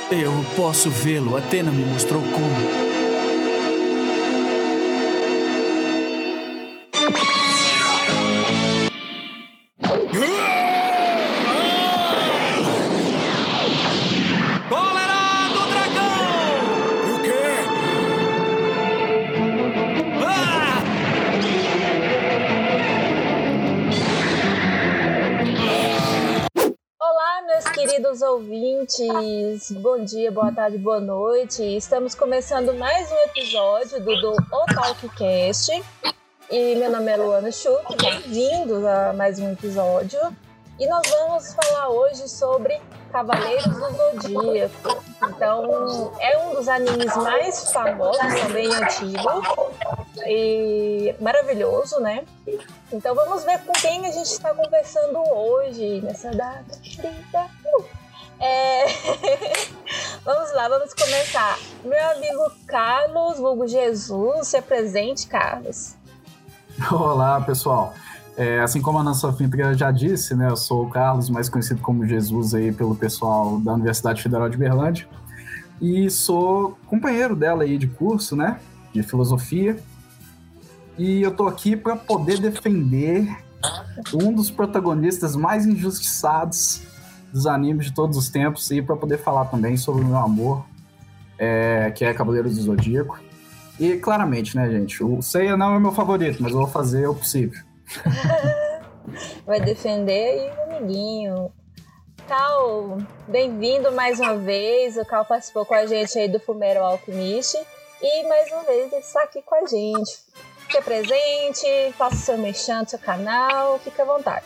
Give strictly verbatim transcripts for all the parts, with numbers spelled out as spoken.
Eu posso vê-lo. Athena me mostrou como. Queridos ouvintes, bom dia, boa tarde, boa noite. Estamos começando mais um episódio do, do O Talkcast. E meu nome é Luana Schuch, bem-vindos a mais um episódio. E nós vamos falar hoje sobre Cavaleiros do Zodíaco. Então, é um dos animes mais famosos, também antigo e maravilhoso, né? Então vamos ver com quem a gente está conversando hoje, nessa data querida. Uh! É... vamos lá, vamos começar. Meu amigo Carlos, vulgo Jesus, se apresente, Carlos. Olá, pessoal. É, assim como a nossa anfitriã já disse, né, eu sou o Carlos, mais conhecido como Jesus aí pelo pessoal da Universidade Federal de Berlândia, e sou companheiro dela aí de curso, né, de filosofia. E eu tô aqui para poder defender um dos protagonistas mais injustiçados dos animes de todos os tempos e para poder falar também sobre o meu amor, é, que é Cavaleiros do Zodíaco. E claramente, né, gente, o Seiya não é meu favorito, mas eu vou fazer o possível. Vai defender aí o amiguinho. Cal, bem-vindo mais uma vez. O Cal participou com a gente aí do Fullmetal Alchemist e mais uma vez ele está aqui com a gente. Fique presente, faça seu merchan do seu canal, fique à vontade.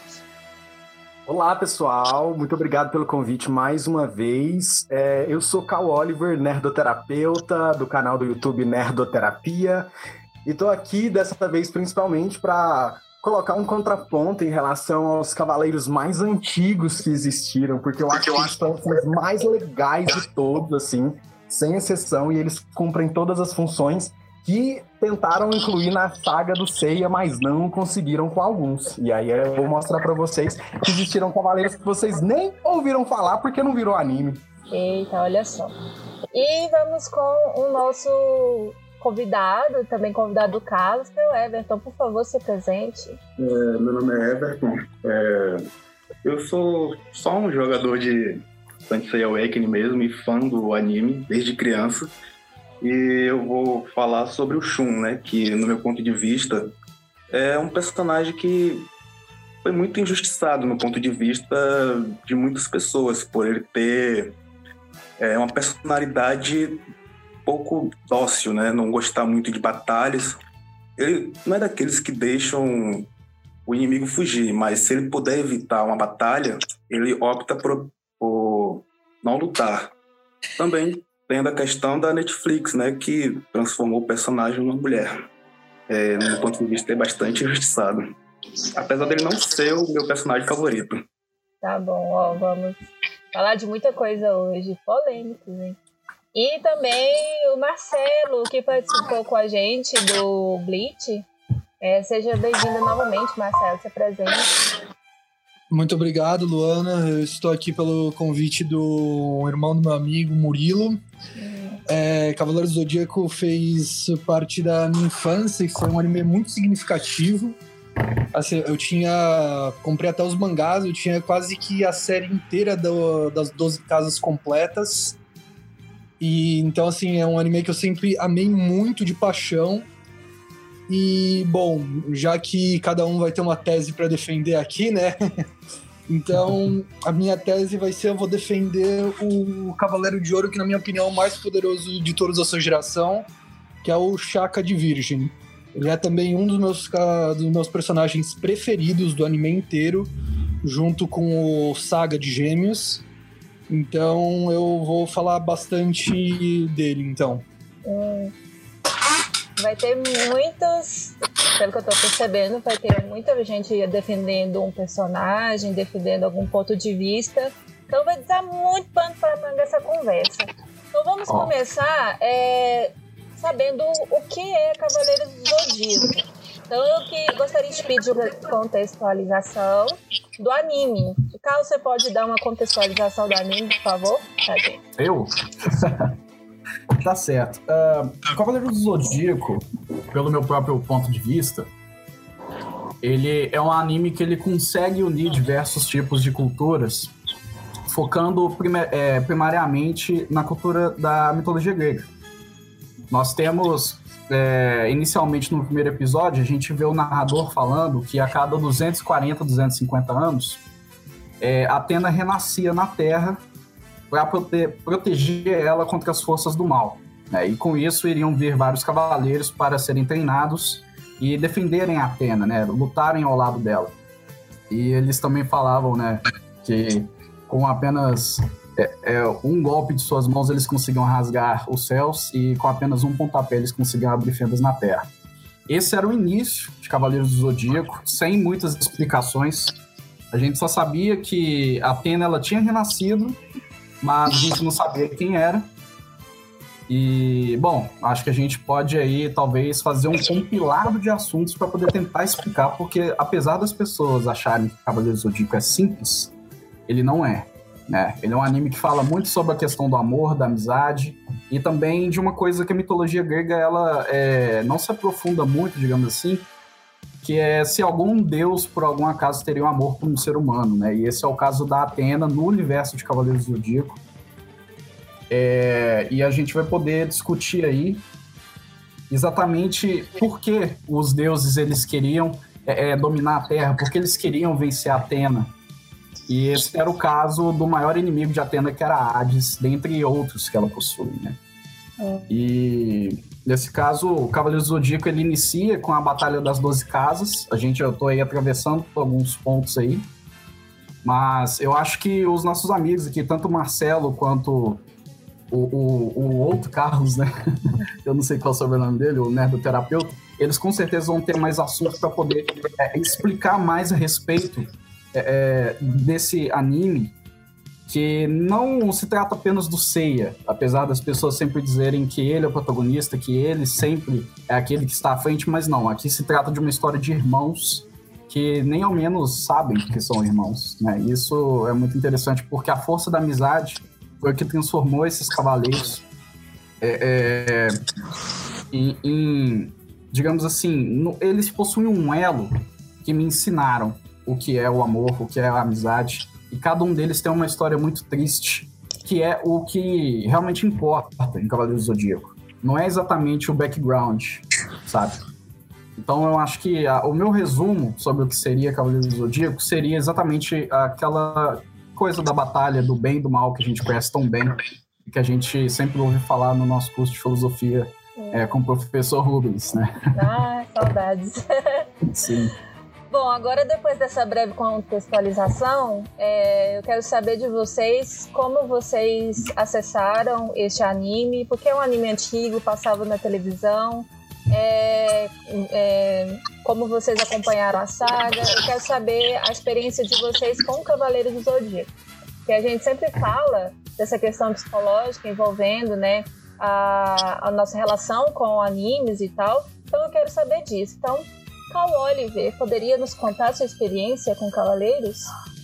Olá, pessoal, muito obrigado pelo convite mais uma vez. É, eu sou Cal Oliver, nerdoterapeuta do canal do YouTube Nerdoterapia, e estou aqui dessa vez principalmente para colocar um contraponto em relação aos cavaleiros mais antigos que existiram, porque eu acho que eles são os mais legais de todos, assim, sem exceção, e eles cumprem todas as funções que tentaram incluir na saga do Seiya, mas não conseguiram com alguns. E aí eu vou mostrar pra vocês que existiram cavaleiros que vocês nem ouviram falar porque não virou anime. Eita, olha só. E vamos com o nosso convidado, também convidado do Carlos, que é o Everton. Por favor, se presente. É, meu nome é Everton. É, eu sou só um jogador de Saint Awakening mesmo e fã do anime desde criança. E eu vou falar sobre o Shun, né? Que, no meu ponto de vista, é um personagem que foi muito injustiçado no ponto de vista de muitas pessoas, por ele ter é, uma personalidade pouco dócil, né? Não gostar muito de batalhas. Ele não é daqueles que deixam o inimigo fugir, mas se ele puder evitar uma batalha, ele opta por, por não lutar. Também tendo a questão da Netflix, né, que transformou o personagem numa mulher. É, no meu ponto de vista, é bastante injustiçado. Apesar dele não ser o meu personagem favorito. Tá bom, ó, vamos falar de muita coisa hoje. Polêmicos, hein? E também o Marcelo, que participou com a gente do Bleach. É, seja bem-vindo novamente, Marcelo, se apresente. Muito obrigado, Luana. Eu estou aqui pelo convite do irmão do meu amigo, Murilo. É, Cavaleiros do Zodíaco fez parte da minha infância e foi um anime muito significativo. Assim, eu tinha... Comprei até os mangás, eu tinha quase que a série inteira do, das doze casas completas. E então, assim, é um anime que eu sempre amei muito de paixão. E, bom, já que cada um vai ter uma tese para defender aqui, né? Então, a minha tese vai ser: eu vou defender o Cavaleiro de Ouro, que, na minha opinião, é o mais poderoso de todos da sua geração, que é o Shaka de Virgem. Ele é também um dos meus, dos meus personagens preferidos do anime inteiro, junto com o Saga de Gêmeos. Então, eu vou falar bastante dele, então. Hum. Vai ter muitos, pelo que eu tô percebendo, vai ter muita gente defendendo um personagem, defendendo algum ponto de vista. Então vai dar muito pano para manga essa conversa. Então vamos oh. começar é, sabendo o que é Cavaleiros do Zodíaco. Então eu que gostaria de pedir uma contextualização do anime. Carlos, você pode dar uma contextualização do anime, por favor? Tá, gente? Eu? Tá certo. Uh, Cavaleiro do Zodíaco, pelo meu próprio ponto de vista, ele é um anime que ele consegue unir diversos tipos de culturas, focando prime- é, primariamente na cultura da mitologia grega. Nós temos, é, inicialmente no primeiro episódio, a gente vê o narrador falando que a cada duzentos e quarenta, duzentos e cinquenta anos, é, Atena renascia na Terra para prote- proteger ela contra as forças do mal, né? E com isso iriam vir vários cavaleiros para serem treinados e defenderem a Atena, né? Lutarem ao lado dela. E eles também falavam, né, que com apenas é, é, um golpe de suas mãos eles conseguiam rasgar os céus e com apenas um pontapé eles conseguiam abrir fendas na terra. Esse era o início de Cavaleiros do Zodíaco, sem muitas explicações. A gente só sabia que a Atena ela tinha renascido, mas a gente não sabia quem era. E, bom, acho que a gente pode aí, talvez, fazer um compilado de assuntos para poder tentar explicar, porque apesar das pessoas acharem que Cavaleiros do Zodíaco é simples, ele não é, né? Ele é um anime que fala muito sobre a questão do amor, da amizade, e também de uma coisa que a mitologia grega, ela é, não se aprofunda muito, digamos assim, que é se algum deus, por algum acaso, teria um amor por um ser humano, né? E esse é o caso da Atena no universo de Cavaleiros do Zodíaco. É, e a gente vai poder discutir aí exatamente por que os deuses eles queriam é, dominar a Terra, por que eles queriam vencer a Atena. E esse era o caso do maior inimigo de Atena, que era Hades, dentre outros que ela possui, né? É. E nesse caso, o Cavaleiro do Zodíaco ele inicia com a Batalha das Doze Casas. A gente, eu tô aí atravessando alguns pontos aí, mas eu acho que os nossos amigos aqui, tanto o Marcelo quanto o, o, o outro Carlos, né? Eu não sei qual é o sobrenome dele, o nerdoterapeuta, eles com certeza vão ter mais assuntos para poder é, explicar mais a respeito é, desse anime, que não se trata apenas do Seiya, apesar das pessoas sempre dizerem que ele é o protagonista, que ele sempre é aquele que está à frente, mas não, aqui se trata de uma história de irmãos que nem ao menos sabem que são irmãos, né? Isso é muito interessante, porque a força da amizade foi o que transformou esses cavaleiros é, é, em, em, digamos assim, no, eles possuem um elo que me ensinaram o que é o amor, o que é a amizade, e cada um deles tem uma história muito triste, que é o que realmente importa em Cavaleiros do Zodíaco. Não é exatamente o background, sabe? Então eu acho que a, o meu resumo sobre o que seria Cavaleiros do Zodíaco seria exatamente aquela coisa da batalha do bem e do mal que a gente conhece tão bem, e que a gente sempre ouve falar no nosso curso de filosofia é, com o professor Rubens, né? Ah, saudades. Sim. Bom, agora depois dessa breve contextualização, é, eu quero saber de vocês como vocês acessaram este anime, porque é um anime antigo, passava na televisão, é, é, como vocês acompanharam a saga. Eu quero saber a experiência de vocês com Cavaleiros do Zodíaco, porque a gente sempre fala dessa questão psicológica envolvendo, né, a, a nossa relação com animes e tal, então eu quero saber disso. Então, Cal Oliver, poderia nos contar a sua experiência com Cavaleiros?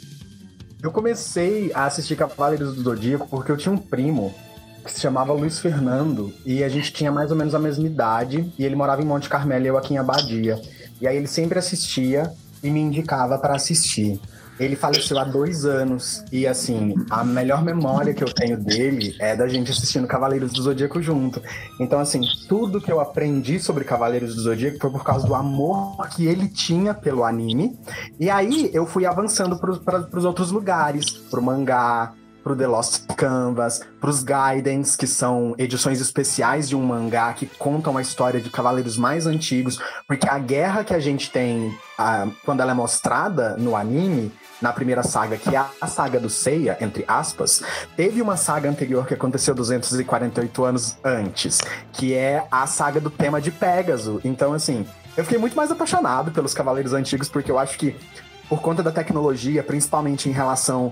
Eu comecei a assistir Cavaleiros do Zodíaco porque eu tinha um primo que se chamava Luiz Fernando, e a gente tinha mais ou menos a mesma idade, e ele morava em Monte Carmelo e eu aqui em Abadia. E aí ele sempre assistia e me indicava para assistir. Ele faleceu há dois anos, e assim, a melhor memória que eu tenho dele é da gente assistindo Cavaleiros do Zodíaco junto. Então assim, tudo que eu aprendi sobre Cavaleiros do Zodíaco foi por causa do amor que ele tinha pelo anime. E aí eu fui avançando para os outros lugares, pro mangá, pro The Lost Canvas, pros Gaidens, que são edições especiais de um mangá que contam a história de cavaleiros mais antigos, porque a guerra que a gente tem, a, quando ela é mostrada no anime, na primeira saga, que é a saga do Seiya, entre aspas, teve uma saga anterior que aconteceu duzentos e quarenta e oito anos antes, que é a saga do tema de Pégaso. Então, assim, eu fiquei muito mais apaixonado pelos cavaleiros antigos, porque eu acho que, por conta da tecnologia, principalmente em relação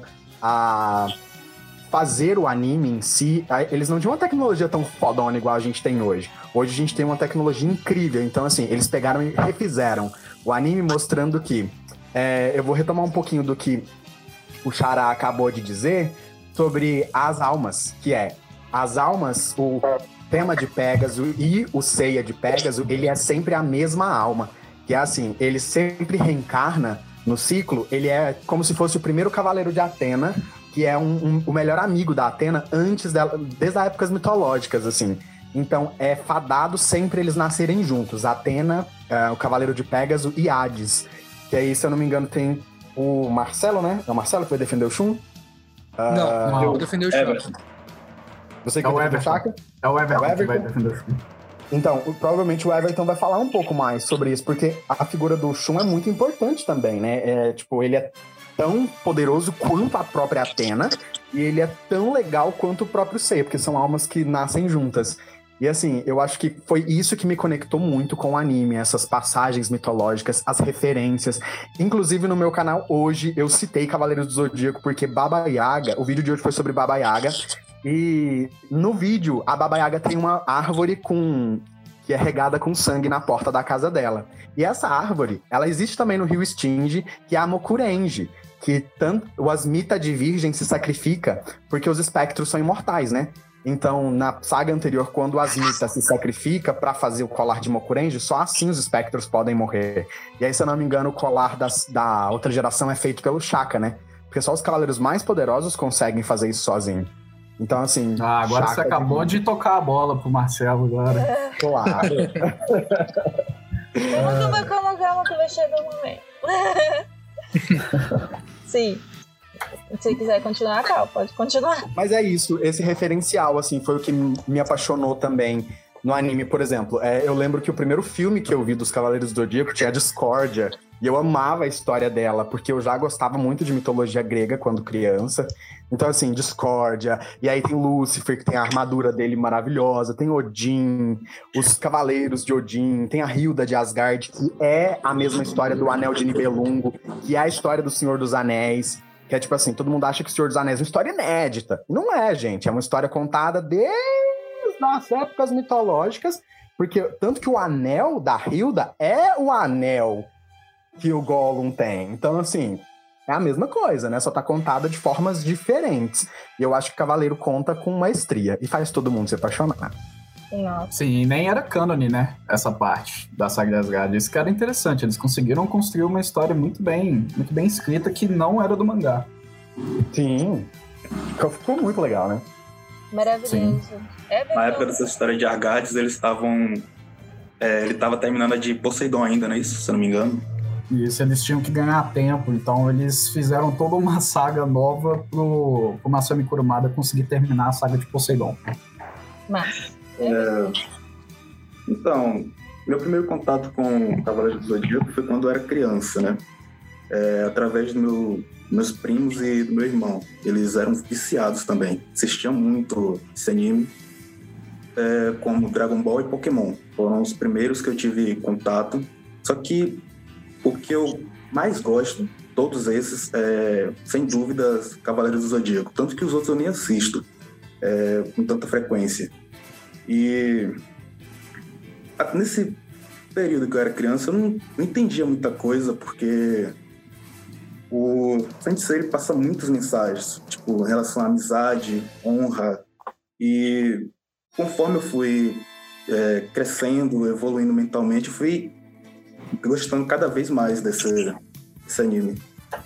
a fazer o anime em si, eles não tinham uma tecnologia tão fodona igual a gente tem hoje. Hoje a gente tem uma tecnologia incrível. Então, assim, eles pegaram e refizeram o anime mostrando que... É, eu vou retomar um pouquinho do que o Xará acabou de dizer sobre as almas, que é as almas, o tema de Pégaso e o Ceia de Pégaso, ele é sempre a mesma alma, que é assim, ele sempre reencarna no ciclo, ele é como se fosse o primeiro cavaleiro de Atena, que é um, um, o melhor amigo da Atena antes dela, desde as épocas mitológicas, assim. Então, é fadado sempre eles nascerem juntos. Atena, uh, o Cavaleiro de Pégaso e Hades. Que aí, se eu não me engano, tem o Marcelo, né? É o Marcelo que vai defender o Shun? Uh, não, eu vou defender o Shun. Você que é vai o defender o Shaka? É o Everton, é o Everton que vai defender o Shun. Então, provavelmente o Everton vai falar um pouco mais sobre isso, porque a figura do Shun é muito importante também, né? É, tipo, ele é tão poderoso quanto a própria Atena, e ele é tão legal quanto o próprio Seiya, porque são almas que nascem juntas. E assim, eu acho que foi isso que me conectou muito com o anime, essas passagens mitológicas, as referências. Inclusive, no meu canal hoje, eu citei Cavaleiros do Zodíaco, porque Baba Yaga, o vídeo de hoje foi sobre Baba Yaga, e no vídeo, a Baba Yaga tem uma árvore com... que é regada com sangue na porta da casa dela. E essa árvore, ela existe também no rio Stinge, que é a Mokurenji, que tanto o Asmita de Virgem se sacrifica porque os espectros são imortais, né? Então, na saga anterior, quando o Asmita se sacrifica para fazer o colar de Mokurenji, só assim os espectros podem morrer. E aí, se eu não me engano, o colar das, da outra geração é feito pelo Shaka, né? Porque só os cavaleiros mais poderosos conseguem fazer isso sozinho. Então, assim... Ah, agora Shaka você acabou de... de tocar a bola pro Marcelo agora. Claro. Calma, calma, calma, que vai chegar o momento. Sim. Se quiser continuar, calma, pode continuar. Mas é isso, esse referencial, assim, foi o que me apaixonou também no anime, por exemplo. É, eu lembro que o primeiro filme que eu vi dos Cavaleiros do Zodíaco tinha a Discórdia, e eu amava a história dela, porque eu já gostava muito de mitologia grega quando criança. Então, assim, Discórdia, e aí tem Lúcifer, que tem a armadura dele maravilhosa, tem Odin, os Cavaleiros de Odin, tem a Hilda de Asgard, que é a mesma história do Anel de Nibelungo, que é a história do Senhor dos Anéis, que é tipo assim, todo mundo acha que o Senhor dos Anéis é uma história inédita. Não é, gente, é uma história contada desde as épocas mitológicas, porque tanto que o anel da Hilda é o anel que o Gollum tem. Então, assim... é a mesma coisa, né? Só tá contada de formas diferentes. E eu acho que Cavaleiro conta com maestria. E faz todo mundo se apaixonar. Nossa. Sim, nem era cânone, né? Essa parte da saga de Asgard. Isso que era interessante. Eles conseguiram construir uma história muito bem, muito bem escrita que não era do mangá. Sim. Ficou muito legal, né? Maravilhoso. É Na época dessa história de Asgard, eles estavam... É, ele estava terminando a de Poseidon ainda, não é isso? Se eu não me engano. Isso, eles tinham que ganhar tempo, então eles fizeram toda uma saga nova pro, pro Masami Kurumada conseguir terminar a saga de Poseidon. Mas... É, então, meu primeiro contato com Cavaleiros do Zodíaco foi quando eu era criança, né? É, através dos meu, meus primos e do meu irmão. Eles eram viciados também, assistiam muito esse anime, é, como Dragon Ball e Pokémon. Foram os primeiros que eu tive contato. Só que o que eu mais gosto, todos esses, é, sem dúvidas, Cavaleiros do Zodíaco. Tanto que os outros eu nem assisto é, com tanta frequência. E nesse período que eu era criança, eu não, não entendia muita coisa, porque o Sensei ele passa muitas mensagens, tipo, em relação à amizade, honra. E conforme eu fui é, crescendo, evoluindo mentalmente, eu fui gostando cada vez mais desse, desse anime.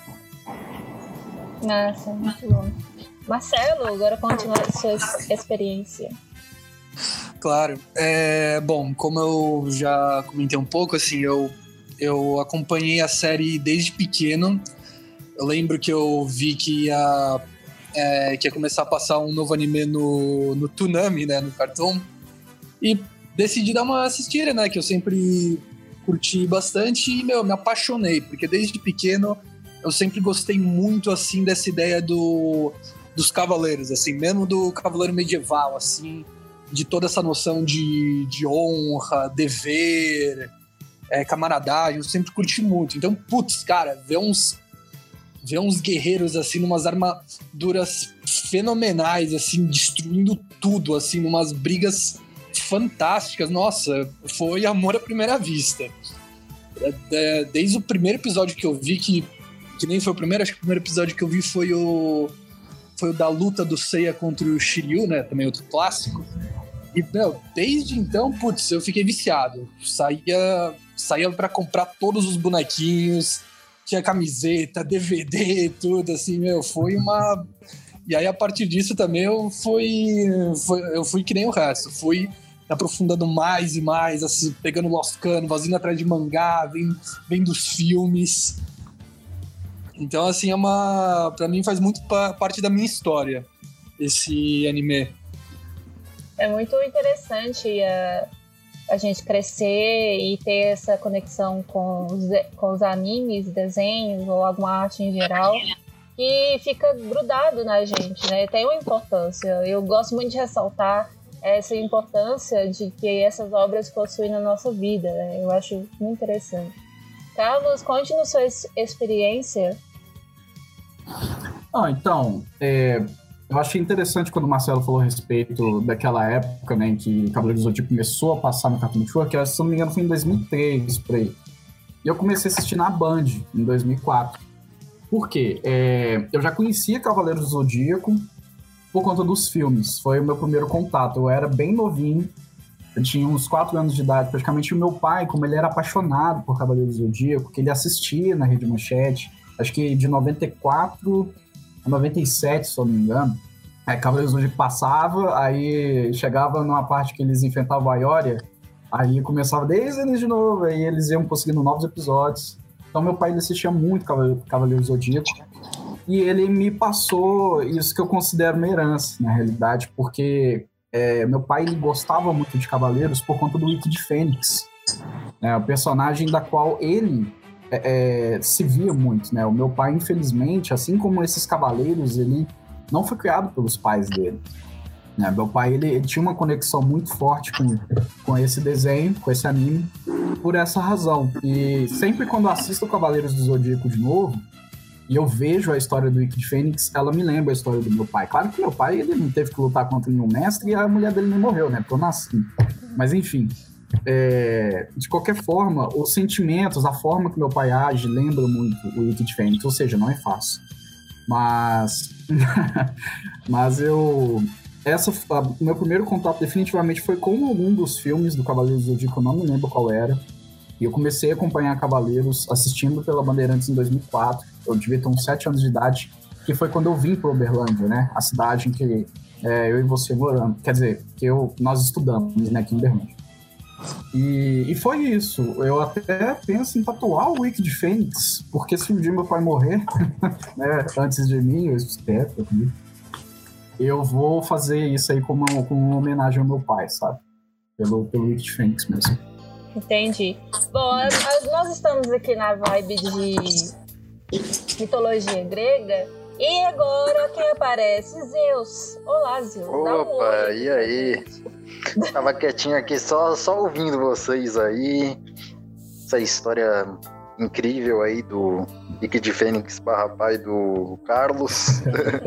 Nossa, muito bom. Marcelo, agora continua a sua experiência. Claro. É, bom, como eu já comentei um pouco, assim, eu, eu acompanhei a série desde pequeno. Eu lembro que eu vi que ia, é, que ia começar a passar um novo anime no, no Toonami, né, no Cartoon. E decidi dar uma assistida, né, que eu sempre curti bastante e, meu, me apaixonei, porque desde pequeno eu sempre gostei muito, assim, dessa ideia do, dos cavaleiros, assim, mesmo do cavaleiro medieval, assim, de toda essa noção de, de honra, dever, é, camaradagem, eu sempre curti muito. Então, putz, cara, ver uns, ver uns guerreiros, assim, numas armaduras fenomenais, assim, destruindo tudo, assim, numas brigas fantásticas, nossa, foi amor à primeira vista. Desde o primeiro episódio que eu vi, que que nem foi o primeiro, acho que o primeiro episódio que eu vi foi o, foi o da luta do Seiya contra o Shiryu, né? Também outro clássico. E, meu, desde então, putz, eu fiquei viciado. Saía, saía pra comprar todos os bonequinhos, tinha camiseta, D V D, tudo, assim, meu, foi uma... E aí, a partir disso também, eu fui, foi, eu fui que nem o resto. Fui aprofundando mais e mais, assim, pegando Lost Canvas, indo atrás de mangá, vendo, vendo os filmes. Então, assim, é uma... Pra mim, faz muito pa- parte da minha história, esse anime. É muito interessante a, a gente crescer e ter essa conexão com os, com os animes, desenhos ou alguma arte em geral, que fica grudado na gente, né? Tem uma importância. Eu gosto muito de ressaltar essa importância de que essas obras possuem na nossa vida, né? Eu acho muito interessante. Carlos, conte-nos sua experiência. Ah, então, é, eu achei interessante quando o Marcelo falou a respeito daquela época, né, em que Cavaleiro do Zodíaco começou a passar no Cartoon Network, que, se não me engano, foi em dois mil e três, por aí. E eu comecei a assistir na Band, em dois mil e quatro. Por quê? É, eu já conhecia Cavaleiro do Zodíaco por conta dos filmes. Foi o meu primeiro contato. Eu era bem novinho, eu tinha uns quatro anos de idade, praticamente. O meu pai, como ele era apaixonado por Cavaleiro do Zodíaco, que ele assistia na Rede Manchete, acho que de noventa e quatro a noventa e sete, se eu não me engano. É, Cavaleiros do Zodíaco passava, aí chegava numa parte que eles enfrentavam a Ioria, aí começava desde eles de novo, aí eles iam conseguindo novos episódios. Então meu pai ele assistia muito Cavaleiros do Zodíaco, e ele me passou isso que eu considero uma herança, na realidade, porque é, meu pai ele gostava muito de Cavaleiros por conta do Wicked Fênix, né, o personagem da qual ele É, é, se via muito, né? O meu pai, infelizmente, assim como esses cavaleiros, ele não foi criado pelos pais dele, né? Meu pai, ele, ele tinha uma conexão muito forte com, com esse desenho, com esse anime, por essa razão. E sempre quando eu assisto Cavaleiros do Zodíaco de novo, e eu vejo a história do Wicked Fênix, ela me lembra a história do meu pai. Claro que meu pai, ele não teve que lutar contra nenhum mestre, e a mulher dele nem morreu, né? Porque eu nasci. Mas, enfim... É, de qualquer forma, os sentimentos, a forma que meu pai age lembra muito o Wicked Fênix, ou seja, não é fácil, mas mas eu essa, a, meu primeiro contato definitivamente foi com algum dos filmes do Cavaleiros do Zodíaco, eu não me lembro qual era, e eu comecei a acompanhar Cavaleiros assistindo pela Bandeirantes em dois mil e quatro, eu devia ter uns sete anos de idade, que foi quando eu vim para Uberlândia, né, a cidade em que é, eu e você moramos, quer dizer, que eu, nós estudamos, né, aqui em Uberlândia. E, e foi isso. Eu até penso em tatuar o Wicked Fênix, porque se um dia meu pai morrer, né, antes de mim, eu espero, eu vou fazer isso aí como, como uma homenagem ao meu pai, sabe? Pelo, pelo Wicked Fênix mesmo. Entendi. Bom, nós estamos aqui na vibe de mitologia grega. E agora quem aparece? Zeus. Olá, Zeus. Opa, e aí? Tava quietinho aqui só, só ouvindo vocês aí. Essa história incrível aí do Wicked Fênix barra pai do Carlos.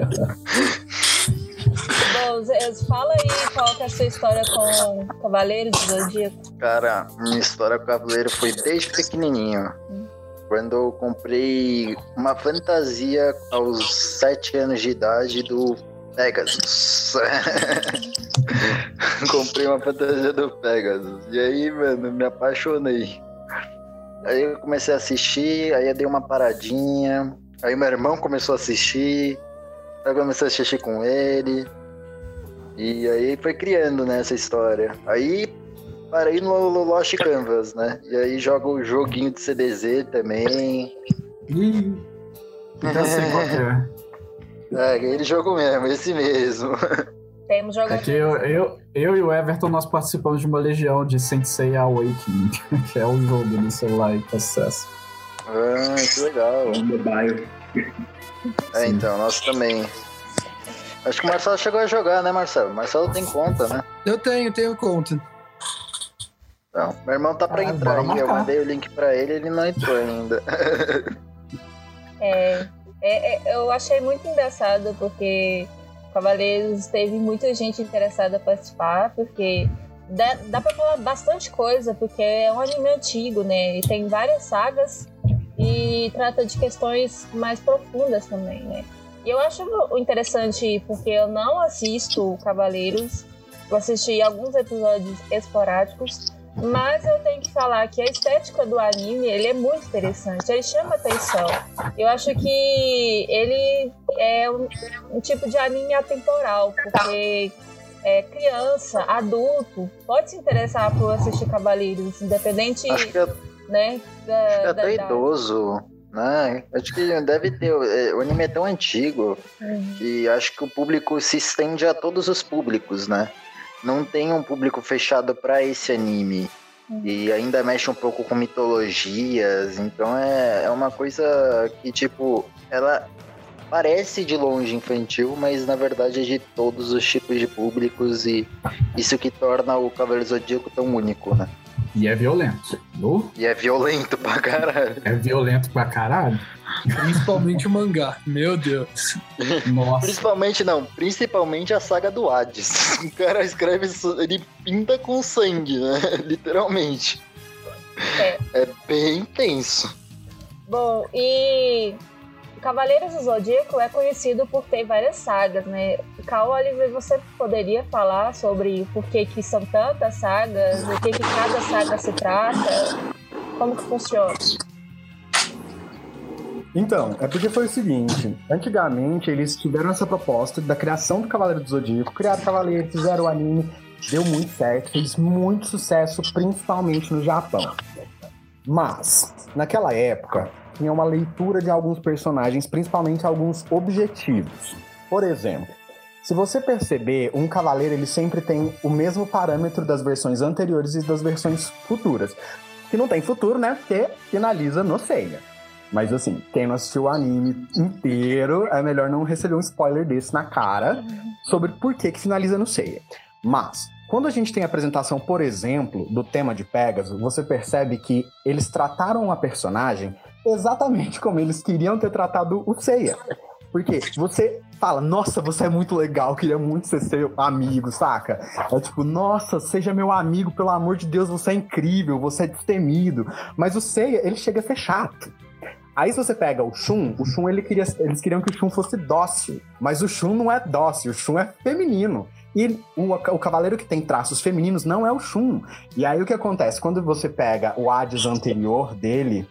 Bom, Zeus, fala aí qual que é a sua história com Cavaleiros do Zodíaco. Cara, minha história com Cavaleiro foi desde pequenininho. Hum. Quando eu comprei uma fantasia aos sete anos de idade do Pegasus. Comprei uma fantasia do Pegasus. E aí, mano, me apaixonei. Aí eu comecei a assistir, aí eu dei uma paradinha. Aí meu irmão começou a assistir. Aí eu comecei a assistir com ele. E aí foi criando, né, essa história. Aí parei no Lost Canvas, né? E aí joga o joguinho de C D Z também. Ih, já sei qual é. É, aquele jogo mesmo, esse mesmo. Temos jogos. É que eu, eu, eu e o Everton, nós participamos de uma legião de Sensei Awakening, que é o jogo do celular e acesso. Ah, que legal. Um mobile. É, então, nós também. Acho que o Marcelo chegou a jogar, né, Marcelo? Marcelo tem conta, né? Eu tenho, tenho conta. Não, meu irmão tá pra ah, entrar aí, eu marcar. mandei o link pra ele, ele não entrou ainda. É, é, é, eu achei muito engraçado porque Cavaleiros teve muita gente interessada a participar, porque dá, dá pra falar bastante coisa, porque é um anime antigo, né? E tem várias sagas e trata de questões mais profundas também, né? E eu acho interessante porque eu não assisto Cavaleiros, eu assisti alguns episódios esporádicos, mas eu tenho que falar que a estética do anime, ele é muito interessante, ele chama atenção. Eu acho que ele é um, um tipo de anime atemporal, porque é, criança, adulto, pode se interessar por assistir Cavaleiros, independente, acho que é, né, da, acho que é da até idade. Idoso, né? Acho que deve ter, o anime é tão antigo Uhum. que acho que o público se estende a todos os públicos, né? Não tem um público fechado para esse anime. Uhum. E ainda mexe um pouco com mitologias. Então é, é uma coisa que, tipo, ela parece de longe infantil, mas na verdade é de todos os tipos de públicos. E isso que torna o Cavaleiro Zodíaco tão único, né? E é violento. Uh, E é violento pra caralho. é violento pra caralho. Principalmente o mangá. Meu Deus. Nossa. Principalmente não, principalmente a saga do Hades. O cara escreve, ele pinta com sangue, né? Literalmente. É. É bem tenso. Bom, e Cavaleiros do Zodíaco é conhecido por ter várias sagas, né? Cal Oliver, você poderia falar sobre por que que são tantas sagas, o que que cada saga se trata, como que funciona? Então, é porque foi o seguinte, antigamente eles tiveram essa proposta da criação do Cavaleiro do Zodíaco, criaram o Cavaleiro, fizeram o anime, deu muito certo, fez muito sucesso, principalmente no Japão. Mas, naquela época, tinha uma leitura de alguns personagens, principalmente alguns objetivos. Por exemplo, se você perceber, um cavaleiro ele sempre tem o mesmo parâmetro das versões anteriores e das versões futuras. Que não tem futuro, né? Porque finaliza no Seiya. Mas assim, quem não assistiu o anime inteiro, é melhor não receber um spoiler desse na cara sobre por que que finaliza no Seiya. Mas, quando a gente tem a apresentação, por exemplo, do tema de Pégaso, você percebe que eles trataram a personagem exatamente como eles queriam ter tratado o Seiya. Porque você fala, nossa, você é muito legal, queria muito ser seu amigo, saca? É tipo, nossa, seja meu amigo, pelo amor de Deus, você é incrível, você é destemido. Mas o Seiya, ele chega a ser chato. Aí se você pega o Shun, o Shun ele queria, eles queriam que o Shun fosse dócil. Mas o Shun não é dócil, o Shun é feminino. E o, o cavaleiro que tem traços femininos não é o Shun. E aí o que acontece? Quando você pega o Hades anterior dele,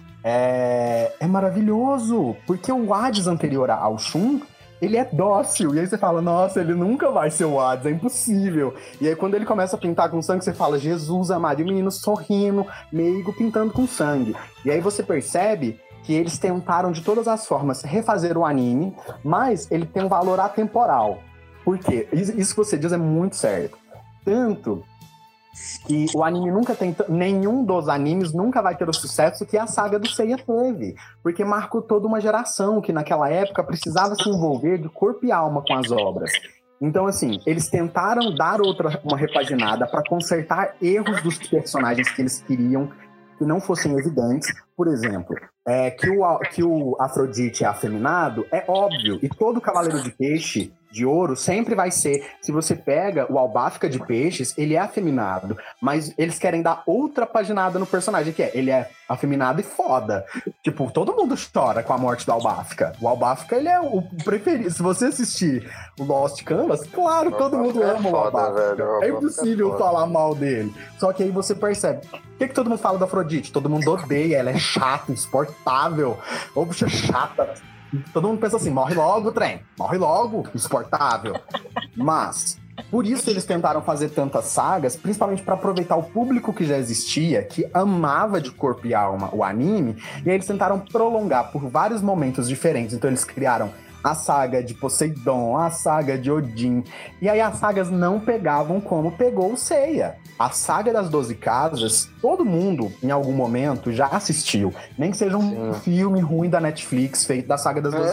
é, é maravilhoso. Porque o Hades anterior ao Shun, ele é dócil. E aí você fala, nossa, ele nunca vai ser o Hades, é impossível. E aí quando ele começa a pintar com sangue, você fala, Jesus amado. E o menino sorrindo, meigo, pintando com sangue. E aí você percebe que eles tentaram de todas as formas refazer o anime, mas ele tem um valor atemporal. Por quê? Isso que você diz é muito certo. Tanto que o anime nunca tem... Nenhum dos animes nunca vai ter o sucesso que a saga do Seiya teve. Porque marcou toda uma geração que naquela época precisava se envolver de corpo e alma com as obras. Então, assim, eles tentaram dar outra, uma repaginada para consertar erros dos personagens que eles queriam que não fossem evidentes. Por exemplo, é, que, o, que o Afrodite é afeminado é óbvio. E todo cavaleiro de peixe, de ouro, sempre vai ser... Se você pega o Albáfica de peixes, ele é afeminado. Mas eles querem dar outra paginada no personagem, que é, ele é afeminado e foda. Tipo, todo mundo chora com a morte do Albáfica. O Albáfica, ele é o preferido. Se você assistir o Lost Canvas, claro, todo mundo é ama foda, o Albáfica. velho, o é impossível é falar mal dele. Só que aí você percebe... O que, que todo mundo fala da Afrodite? Todo mundo odeia, ela é chata, insuportável. Ô, bicha chata. Todo mundo pensa assim, morre logo, trem. Morre logo, insuportável. Mas, por isso eles tentaram fazer tantas sagas, principalmente para aproveitar o público que já existia, que amava de corpo e alma o anime, e aí eles tentaram prolongar por vários momentos diferentes. Então eles criaram a saga de Poseidon, a saga de Odin. E aí as sagas não pegavam como pegou o Seiya. A saga das doze casas, todo mundo, em algum momento, já assistiu. Nem que seja um Sim. filme ruim da Netflix feito da saga das doze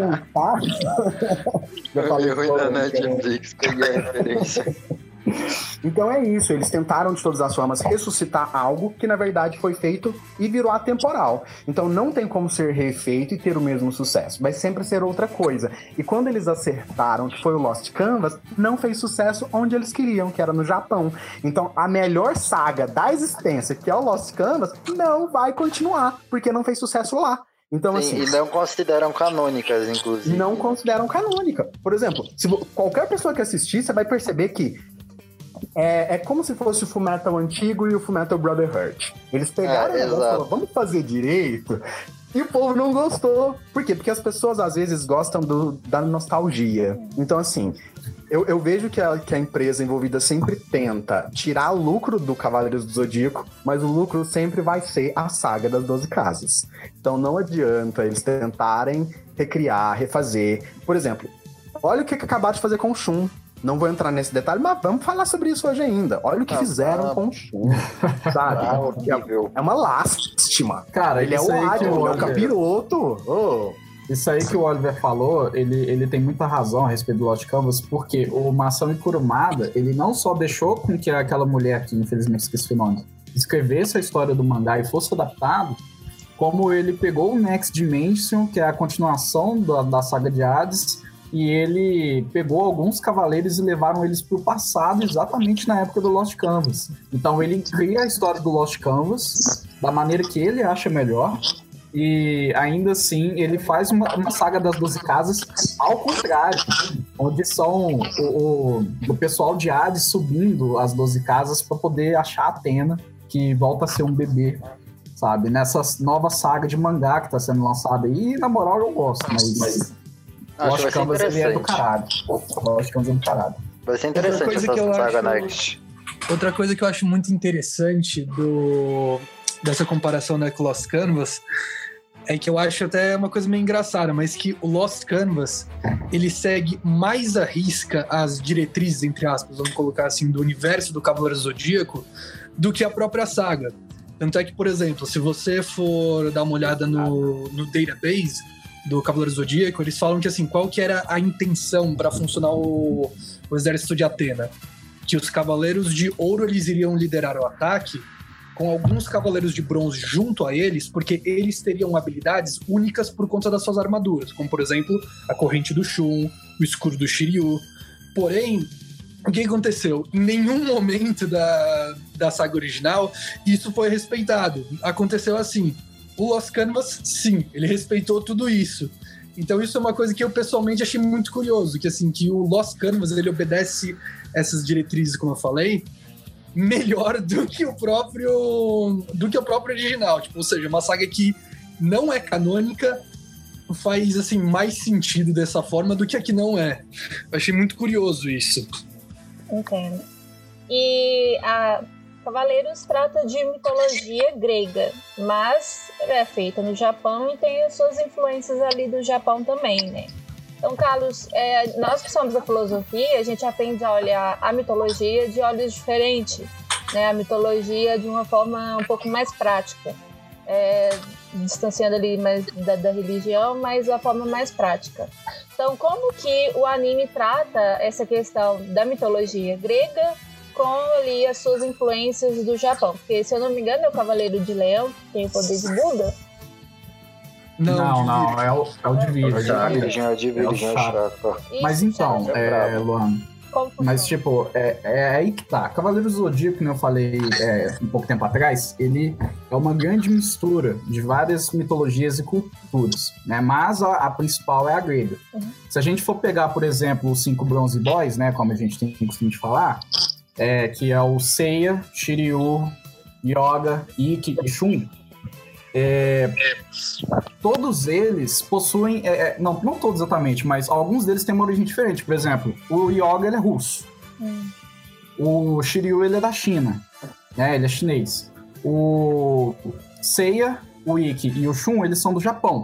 casas. Filme ruim da Netflix, peguei a referência. Então é isso, eles tentaram de todas as formas ressuscitar algo que na verdade foi feito e virou atemporal. Então não tem como ser refeito e ter o mesmo sucesso, vai sempre ser outra coisa. E quando eles acertaram que foi o Lost Canvas, não fez sucesso onde eles queriam, que era no Japão. Então a melhor saga da existência, que é o Lost Canvas, não vai continuar, porque não fez sucesso lá. Então, Sim, assim, e não consideram canônicas, inclusive. Não consideram canônica. Por exemplo, se qualquer pessoa que assistir, você vai perceber que é, é como se fosse o Fullmetal antigo e o Fullmetal Brotherhood. Eles pegaram É, o negócio e falaram, vamos fazer direito. E o povo não gostou. Por quê? Porque as pessoas, às vezes, gostam do, da nostalgia. Então, assim, eu, eu vejo que a, que a empresa envolvida sempre tenta tirar lucro do Cavaleiros do Zodíaco, mas o lucro sempre vai ser a saga das doze casas. Então, não adianta eles tentarem recriar, refazer. Por exemplo, olha o que acabaram de fazer com o Shun. Não vou entrar nesse detalhe, mas vamos falar sobre isso hoje ainda. Olha o que ah, fizeram ah, com o Shun, sabe? Ah, é, é uma lástima. Cara, ele é o Hades, ele é o capiroto. Oh. Isso aí que o Oliver falou, ele, ele tem muita razão a respeito do Lost Canvas, porque o Masami Kurumada, ele não só deixou com que aquela mulher, que infelizmente esqueci o nome, escrevesse a história do mangá e fosse adaptado, como ele pegou o Next Dimension, que é a continuação da, da saga de Hades, e ele pegou alguns cavaleiros e levaram eles para o passado, exatamente na época do Lost Canvas. Então ele cria a história do Lost Canvas da maneira que ele acha melhor, e ainda assim ele faz uma, uma saga das doze casas ao contrário, onde são o, o, o pessoal de Hades subindo as doze casas para poder achar a Athena, que volta a ser um bebê, sabe? Nessa nova saga de mangá que está sendo lançada aí, e na moral eu gosto, mas... mas... Lost Canvas ele é do caralho. Lost Canvas é do caralho. Vai ser interessante essa saga Next. Outra coisa que eu acho muito interessante do, dessa comparação, né, com Lost Canvas é que eu acho até uma coisa meio engraçada, mas que o Lost Canvas ele segue mais à risca as diretrizes, entre aspas, vamos colocar assim, do universo do Cavaleiro Zodíaco do que a própria saga. Tanto é que, por exemplo, se você for dar uma olhada no, no database do Cavaleiro Zodíaco, eles falam que assim, qual que era a intenção para funcionar o, o exército de Atena? Que os cavaleiros de ouro eles iriam liderar o ataque com alguns cavaleiros de bronze junto a eles, porque eles teriam habilidades únicas por conta das suas armaduras, como por exemplo a corrente do Shun, o escudo do Shiryu. Porém, o que aconteceu? Em nenhum momento da, da saga original isso foi respeitado. Aconteceu assim: o Lost Canvas, sim, ele respeitou tudo isso. Então isso é uma coisa que eu pessoalmente achei muito curioso, que assim, que o Lost Canvas, ele obedece essas diretrizes, como eu falei, melhor do que o próprio do que o próprio original. Tipo, ou seja, uma saga que não é canônica faz, assim, mais sentido dessa forma do que a que não é. Eu achei muito curioso isso. Entendo. E a Cavaleiros trata de mitologia grega, mas é feita no Japão e tem as suas influências ali do Japão também, né? Então, Carlos, é, nós que somos da filosofia, a gente aprende a olhar a mitologia de olhos diferentes, né? A mitologia de uma forma um pouco mais prática, é, distanciando ali mais da, da religião, mas a forma mais prática. Então, como que o anime trata essa questão da mitologia grega com ali as suas influências do Japão? Porque, se eu não me engano, é o Cavaleiro de Leão, que tem o poder de Buda. Não, não, não, é o, é o de Virgem. É o de Virgem, é chato. Mas então, é, Luan, mas tipo, é, é aí que tá. Cavaleiros do Zodíaco, como eu falei é, um pouco tempo atrás, ele é uma grande mistura de várias mitologias e culturas, né? Mas a, a principal é a grega. Uhum. Se a gente for pegar, por exemplo, os cinco Bronze Boys, né, como a gente tem costume de falar, é, que é o Seiya, Shiryu, Yoga, Ikki e Shun, É, todos eles possuem, é, não, não todos exatamente, mas alguns deles têm uma origem diferente. Por exemplo, o Yoga ele é russo, hum. o Shiryu ele é da China, né, ele é chinês. O Seiya, o Ikki e o Shun eles são do Japão.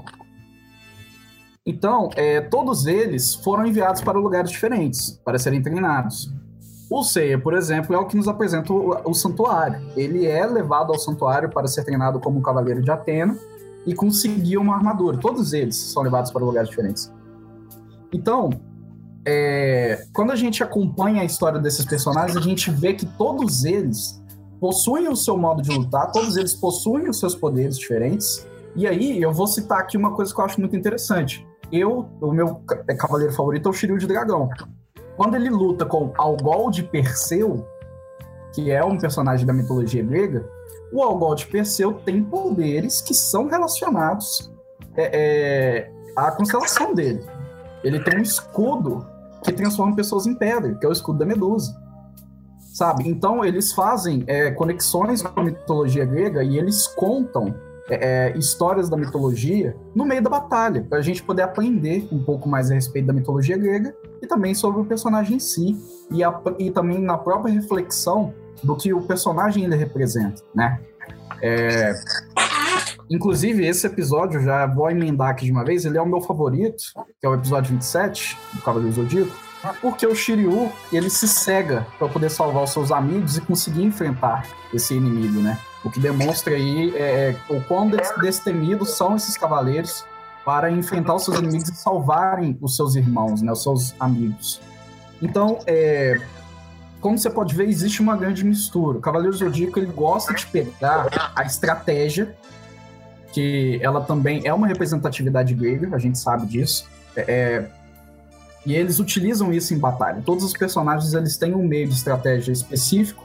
Então, é, todos eles foram enviados para lugares diferentes para serem treinados. O Seiya, por exemplo, é o que nos apresenta o, o santuário. Ele é levado ao santuário para ser treinado como um cavaleiro de Atena e conseguir uma armadura. Todos eles são levados para lugares diferentes. Então, é, quando a gente acompanha a história desses personagens, a gente vê que todos eles possuem o seu modo de lutar, todos eles possuem os seus poderes diferentes. E aí, eu vou citar aqui uma coisa que eu acho muito interessante. Eu, o meu cavaleiro favorito é o Shiryu de Dragão. Quando ele luta com Algol de Perseu, que é um personagem da mitologia grega, o Algol de Perseu tem poderes que são relacionados é, é, à constelação dele. Ele tem um escudo que transforma pessoas em pedra, que é o escudo da Medusa. Sabe? Então, eles fazem é, conexões com a mitologia grega e eles contam é, é, histórias da mitologia no meio da batalha, para a gente poder aprender um pouco mais a respeito da mitologia grega e também sobre o personagem em si, e, a, e também na própria reflexão do que o personagem ele representa, né? É, inclusive, esse episódio, já vou emendar aqui de uma vez, ele é o meu favorito, que é o episódio vinte e sete do Cavaleiro do Zodíaco, porque o Shiryu, ele se cega para poder salvar os seus amigos e conseguir enfrentar esse inimigo, né? O que demonstra aí é, o quão destemidos são esses cavaleiros para enfrentar os seus inimigos e salvarem os seus irmãos, né? Os seus amigos. Então, é, como você pode ver, existe uma grande mistura. O Cavaleiro Zodíaco, ele gosta de pegar a estratégia, que ela também é uma representatividade grega, a gente sabe disso, é, e eles utilizam isso em batalha. Todos os personagens, eles têm um meio de estratégia específico,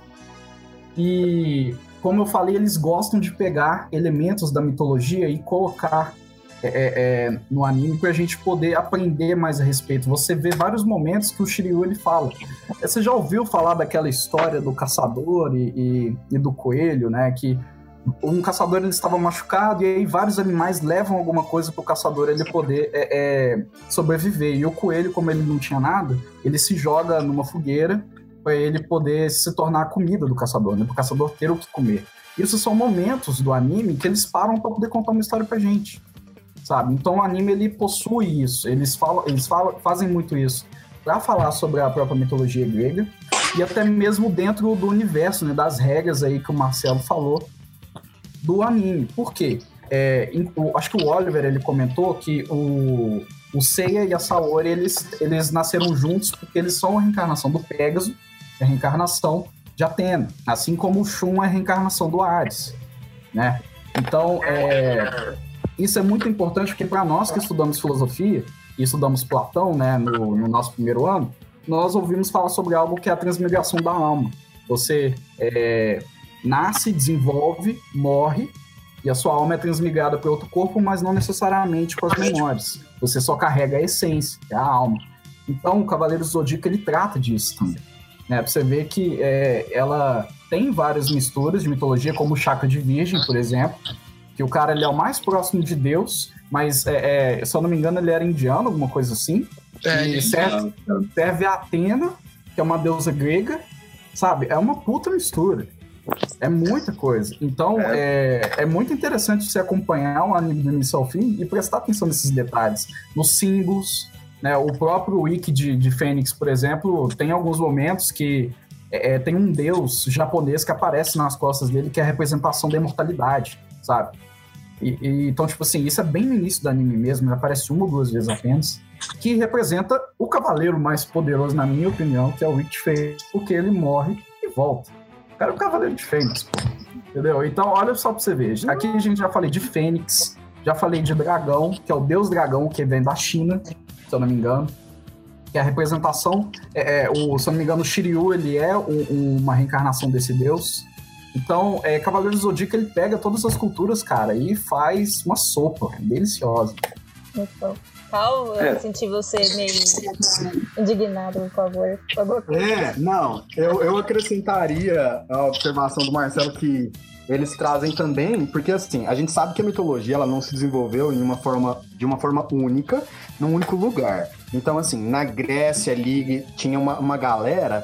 e, como eu falei, eles gostam de pegar elementos da mitologia e colocar é, é, no anime pra gente poder aprender mais a respeito. Você vê vários momentos que o Shiryu, ele fala. Você já ouviu falar daquela história do caçador e, e, e do coelho, né? Que um caçador, ele estava machucado e aí vários animais levam alguma coisa pro caçador ele poder é, é, sobreviver. E o coelho, como ele não tinha nada, ele se joga numa fogueira para ele poder se tornar a comida do caçador, né? Para o caçador ter o que comer. Isso são momentos do anime que eles param para poder contar uma história pra gente, sabe? Então o anime, ele possui isso, eles, falam, eles falam, fazem muito isso para falar sobre a própria mitologia grega e até mesmo dentro do universo, né? Das regras aí que o Marcelo falou do anime. Por quê? É, o, acho que o Oliver, ele comentou que o, o Seiya e a Saori, eles, eles nasceram juntos porque eles são a reencarnação do Pégaso, a reencarnação de Atena, assim como o Shun é a reencarnação do Ares, né? Então, é, isso é muito importante porque para nós que estudamos filosofia e estudamos Platão, né, no, no nosso primeiro ano, nós ouvimos falar sobre algo que é a transmigração da alma. Você é, nasce, desenvolve, morre, e a sua alma é transmigrada para outro corpo, mas não necessariamente com as memórias. Você só carrega a essência, que é a alma. Então, o Cavaleiro Zodíaco, ele trata disso também. Né? Você vê que é, ela tem várias misturas de mitologia, como o Chakra de Virgem, por exemplo, que o cara, ele é o mais próximo de Deus, mas, é, é, se eu não me engano, ele era indiano, alguma coisa assim. É, e serve, serve a Atena, que é uma deusa grega, sabe? É uma puta mistura. É muita coisa. Então, é. É, é muito interessante você acompanhar o anime do início ao fim e prestar atenção nesses detalhes, nos símbolos, né? O próprio wiki de, de Fênix, por exemplo, tem alguns momentos que é, tem um deus japonês que aparece nas costas dele, que é a representação da imortalidade, sabe? E, e, então, tipo assim, isso é bem no início do anime mesmo, ele aparece uma ou duas vezes apenas, que representa o cavaleiro mais poderoso, na minha opinião, que é o Wiki de Fênix, porque ele morre e volta. Cara, o Cavaleiro de Fênix, pô. Entendeu? Então, olha só pra você ver. Aqui a gente já falei de Fênix, já falei de dragão, que é o deus dragão, que vem da China, se eu não me engano. Que é a representação... É, é, o, se eu não me engano, o Shiryu, ele é um, uma reencarnação desse deus. Então, é, Cavaleiro do Zodíaco, ele pega todas as culturas, cara, e faz uma sopa deliciosa. Muito bom. Paulo, eu é. senti você meio indignado, por favor. Por favor. É, não, eu, eu acrescentaria a observação do Marcelo que eles trazem também, porque assim, a gente sabe que a mitologia, ela não se desenvolveu em uma forma, de uma forma única, num único lugar. Então, assim, na Grécia ali tinha uma, uma galera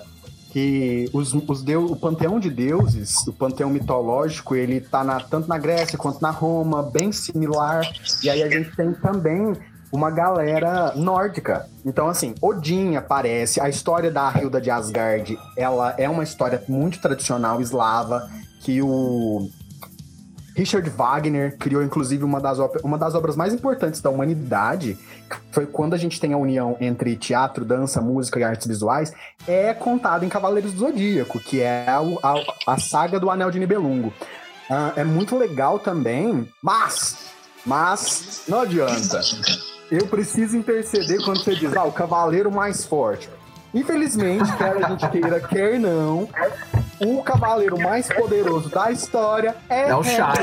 que os, os deus, o panteão de deuses, o panteão mitológico, ele tá na, tanto na Grécia quanto na Roma, bem similar, e aí a gente tem também uma galera nórdica. Então, assim, Odin aparece, a história da Hilda de Asgard, ela é uma história muito tradicional eslava, que o... Richard Wagner criou, inclusive, uma das, uma das obras mais importantes da humanidade. Foi quando a gente tem a união entre teatro, dança, música e artes visuais, é contado em Cavaleiros do Zodíaco, que é a, a, a saga do Anel de Nibelungo. Uh, é muito legal também, mas, mas não adianta. Eu preciso interceder quando você diz, ah, o cavaleiro mais forte. Infelizmente, quer a gente queira, quer não, o cavaleiro mais poderoso da história é, é o Chaco.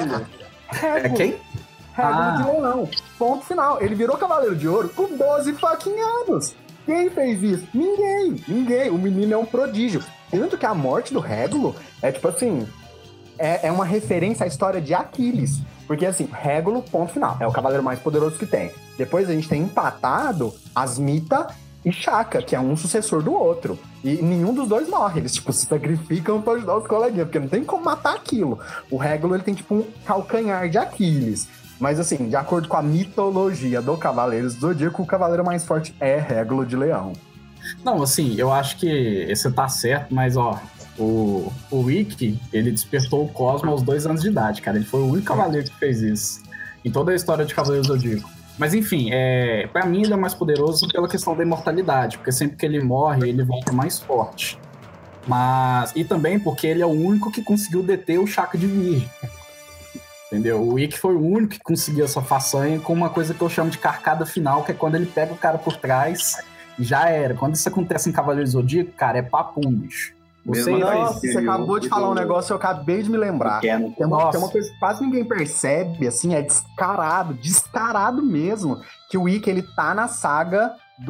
É quem? Régulo ah. de Leão. Ponto final. Ele virou Cavaleiro de Ouro com doze fucking anos. Quem fez isso? Ninguém. Ninguém. O menino é um prodígio. Tanto que a morte do Régulo é tipo assim... É, é uma referência à história de Aquiles. Porque assim, Régulo, ponto final. É o cavaleiro mais poderoso que tem. Depois a gente tem empatado Asmita e Shaka, que é um sucessor do outro. E nenhum dos dois morre. Eles, tipo, se sacrificam pra ajudar os coleguinhas, porque não tem como matar aquilo. O Régulo, ele tem, tipo, um calcanhar de Aquiles. Mas, assim, de acordo com a mitologia do Cavaleiros do Zodíaco, o cavaleiro mais forte é Régulo de Leão. Não, assim, eu acho que você tá certo, mas, ó, o, o Ikki, ele despertou o Cosmo aos dois anos de idade, cara. Ele foi o único cavaleiro que fez isso em toda a história de Cavaleiros do Zodíaco. Mas enfim, é, pra mim ele é mais poderoso pela questão da imortalidade, porque sempre que ele morre, ele volta mais forte. Mas, e também porque ele é o único que conseguiu deter o Chakra de Virgem. Entendeu? O Ikki foi o único que conseguiu essa façanha com uma coisa que eu chamo de carcada final, que é quando ele pega o cara por trás e já era. Quando isso acontece em Cavaleiros do Zodíaco, cara, é papum, bicho. Você, Nossa, você acabou de falar um negócio, eu acabei de me lembrar. Tem uma, tem uma coisa que quase ninguém percebe, assim, é descarado, descarado mesmo, que o Ikki, ele tá na saga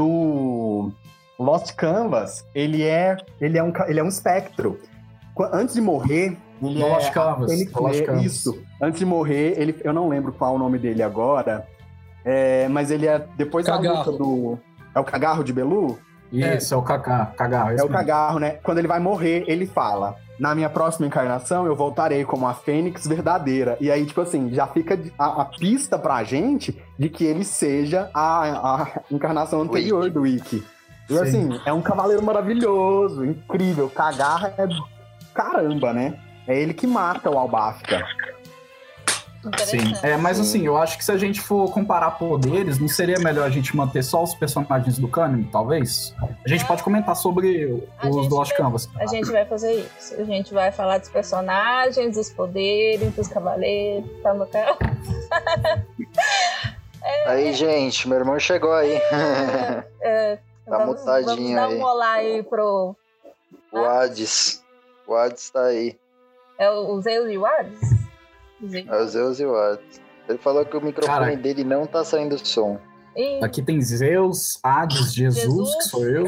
do Lost Canvas. Ele é, ele é, um, ele é um espectro. Antes de morrer, ele no é... Lost Canvas. Ele, Lost é, Canvas. Isso. Antes de morrer, ele, eu não lembro qual é o nome dele agora, é, mas ele é, depois da luta do... É o Cagarro de Belu? Isso, é, é o Kaká, Cagarro. É, é o Cagarro, né? Quando ele vai morrer, ele fala: na minha próxima encarnação, eu voltarei como a Fênix verdadeira. E aí, tipo assim, já fica a, a pista pra gente de que ele seja a, a encarnação anterior do Ikki. E assim, é um cavaleiro maravilhoso, incrível. Cagarro é caramba, né? É ele que mata o Albafka. Sim, é, mas assim, eu acho que se a gente for comparar poderes, não seria melhor a gente manter só os personagens do canon, talvez? A gente pode comentar sobre os do Lost Canvas. A gente vai fazer isso. A gente vai falar dos personagens, dos poderes, dos cavaleiros, tá no carro? É, aí, gente, meu irmão chegou aí. É, é, tá vamos, mutadinho vamos aí. Dar um olá aí pro... O Hades. O Hades tá aí. É o Zeus e o Hades? É o Zeus e o Hades. Ele falou que o microfone Cara, dele não tá saindo som. E... Aqui tem Zeus, Hades, Jesus, Jesus, que sou eu.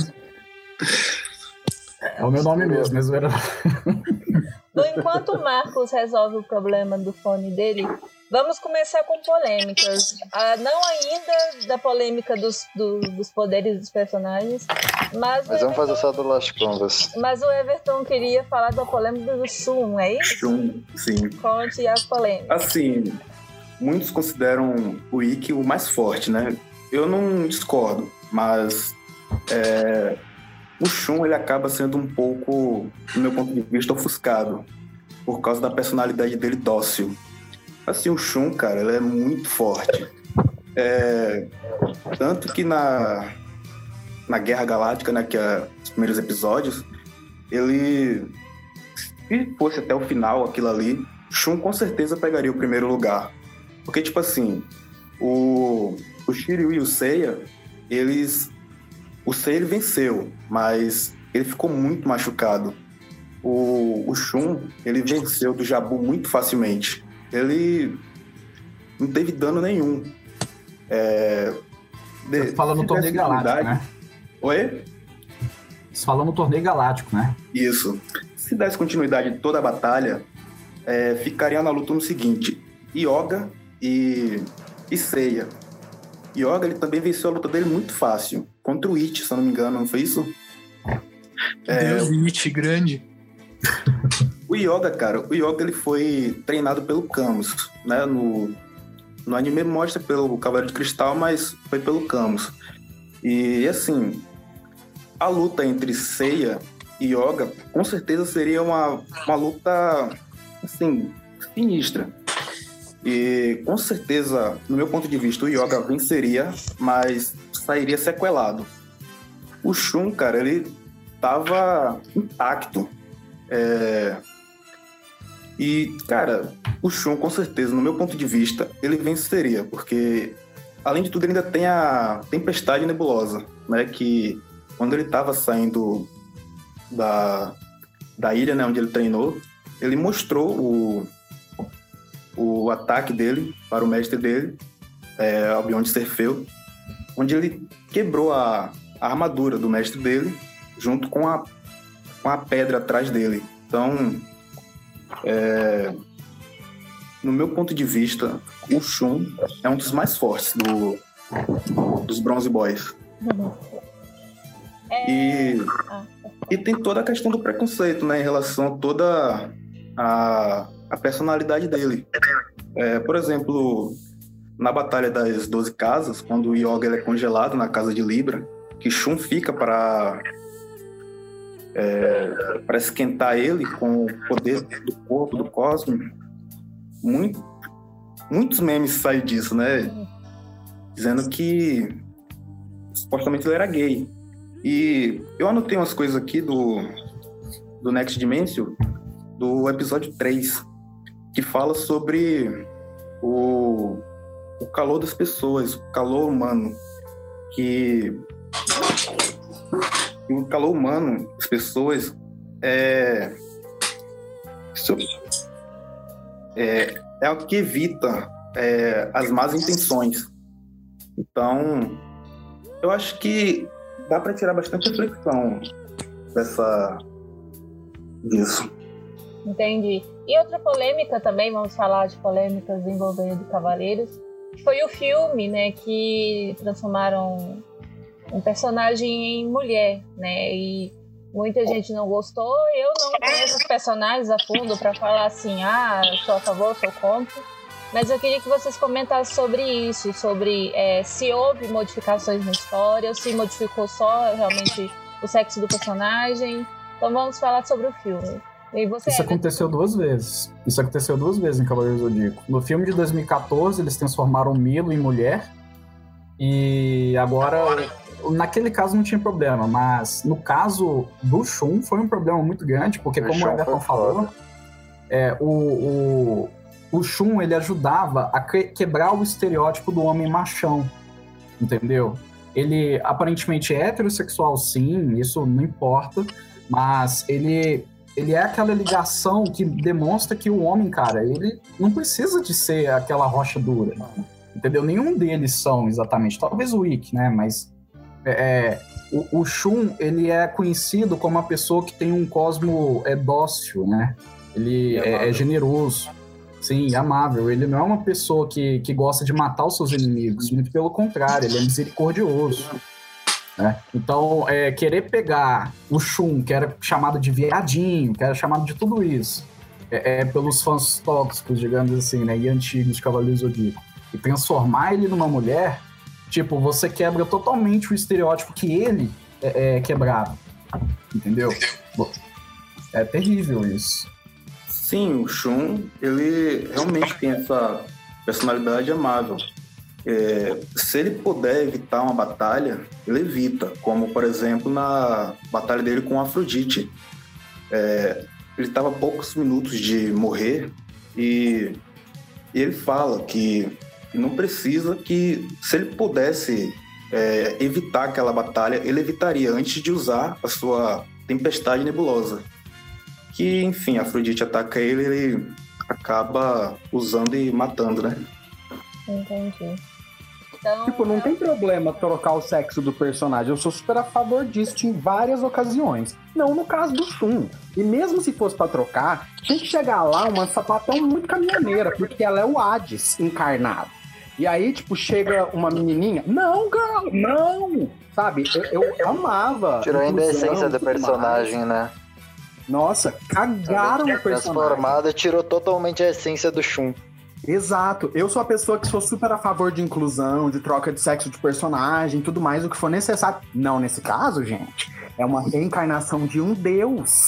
É o meu nome mesmo, mas era... Enquanto o Marcos resolve o problema do fone dele, vamos começar com polêmicas. Ah, não ainda da polêmica dos, do, dos poderes dos personagens, mas... Mas vamos fazer só do Lost Canvas. Mas o Everton queria falar da polêmica do Shun, é isso? Shun, sim. Conte as polêmicas. Assim, muitos consideram o Ikki o mais forte, né? Eu não discordo, mas... É... O Shun, ele acaba sendo um pouco, do meu ponto de vista, ofuscado, por causa da personalidade dele dócil. Assim, o Shun, cara, ele é muito forte. É... Tanto que na, na Guerra Galáctica, né, que é os primeiros episódios, ele, se fosse até o final aquilo ali, Shun com certeza pegaria o primeiro lugar. Porque, tipo assim, o, o Shiryu e o Seiya, eles... O Seiya, ele venceu, mas ele ficou muito machucado. O, o Shun, ele venceu do Jabu muito facilmente. Ele não teve dano nenhum. É, de, Você fala no torneio galáctico, né? Oi? Você fala no torneio galáctico, né? Isso. Se desse continuidade de toda a batalha, é, ficaria na luta no seguinte: Yoga e, e Seiya. Yoga, ele também venceu a luta dele muito fácil. Contra o It, se eu não me engano, não foi isso? Deus, é... It, grande. O Yoga, cara, o Yoga, ele foi treinado pelo Camus, né? No, no anime mostra pelo Cavaleiro de Cristal, mas foi pelo Camus. E, assim, a luta entre Seiya e Yoga, com certeza seria uma, uma luta, assim, sinistra. E com certeza, no meu ponto de vista, o Yoga venceria, mas sairia sequelado. O Shun, cara, ele tava intacto. É... E, cara, o Shun, com certeza, no meu ponto de vista, ele venceria, porque, além de tudo, ele ainda tem a Tempestade Nebulosa, né? Que, quando ele tava saindo da, da ilha, né, onde ele treinou, ele mostrou o, o ataque dele para o mestre dele, é, Albion de Serfeu, onde ele quebrou a, a armadura do mestre dele junto com a, com a pedra atrás dele. Então, é, no meu ponto de vista, o Shun é um dos mais fortes do, dos Bronze Boys. É... E, ah. e tem toda a questão do preconceito, né, em relação a toda a, a personalidade dele. É, por exemplo, na Batalha das Doze Casas, quando o Yoga ele é congelado na Casa de Libra, que Shun fica para é, para esquentar ele com o poder do corpo, do cosmo, muito, muitos memes saem disso, né? Dizendo que supostamente ele era gay. E eu anotei umas coisas aqui do, do Next Dimension, do episódio três, que fala sobre o, o calor das pessoas, o calor humano, que o calor humano das pessoas é, é, é o que evita é, as más intenções. Então, eu acho que dá para tirar bastante reflexão dessa, disso. Entendi. E outra polêmica também, vamos falar de polêmicas envolvendo Cavaleiros, foi o filme, né, que transformaram um personagem em mulher, né, e muita gente não gostou. Eu não conheço os personagens a fundo para falar assim, ah, sou a favor, sou contra, mas eu queria que vocês comentassem sobre isso, sobre é, se houve modificações na história, ou se modificou só realmente o sexo do personagem. Então vamos falar sobre o filme. E você, Isso Everton? aconteceu duas vezes. Isso aconteceu duas vezes em Cavaleiros do Zodíaco. No filme de dois mil e catorze, eles transformaram Milo em mulher. E agora, naquele caso não tinha problema, mas no caso do Shun foi um problema muito grande, porque como o Everton falou, é, o, o, o Shun ele ajudava a que, quebrar o estereótipo do homem machão, entendeu? Ele aparentemente é heterossexual, sim, isso não importa, mas ele... ele é aquela ligação que demonstra que o homem, cara, ele não precisa de ser aquela rocha dura, entendeu? Nenhum deles são exatamente, talvez o Ikki, né, mas é, o, o Shun, ele é conhecido como uma pessoa que tem um cosmo é, dócil, né, ele é, é generoso, sim, amável, ele não é uma pessoa que, que gosta de matar os seus inimigos, muito pelo contrário, ele é misericordioso. É. Então, é, querer pegar o Shun, que era chamado de viadinho, que era chamado de tudo isso, é, é, pelos fãs tóxicos, digamos assim, né, e antigos de Cavaleiros do Zodíaco, e transformar ele numa mulher, tipo, você quebra totalmente o estereótipo que ele é, é quebrado, entendeu? É terrível isso. Sim, o Shun, ele realmente tem essa personalidade amável. É, se ele puder evitar uma batalha, ele evita, como por exemplo na batalha dele com Afrodite. É, ele estava a poucos minutos de morrer e, e ele fala que não precisa, que se ele pudesse é, evitar aquela batalha, ele evitaria antes de usar a sua Tempestade Nebulosa. Que, enfim, Afrodite ataca ele, ele acaba usando e matando, né? Entendi. Então, Tipo, não tem problema trocar o sexo do personagem. Eu sou super a favor disso em várias ocasiões. Não no caso do Shun. E mesmo se fosse pra trocar, tem que chegar lá uma sapatão muito caminhoneira, porque ela é o Hades encarnado. E aí, tipo, chega uma menininha. Não, girl, não! Sabe? Eu, eu amava. Tirou ainda a inclusão, essência do tudo personagem, mais. né? Nossa, cagaram o personagem. Transformada, tirou totalmente a essência do Shun. Exato. Eu sou a pessoa que sou super a favor de inclusão, de troca de sexo de personagem, tudo mais, o que for necessário. Não nesse caso, gente. É uma reencarnação de um deus.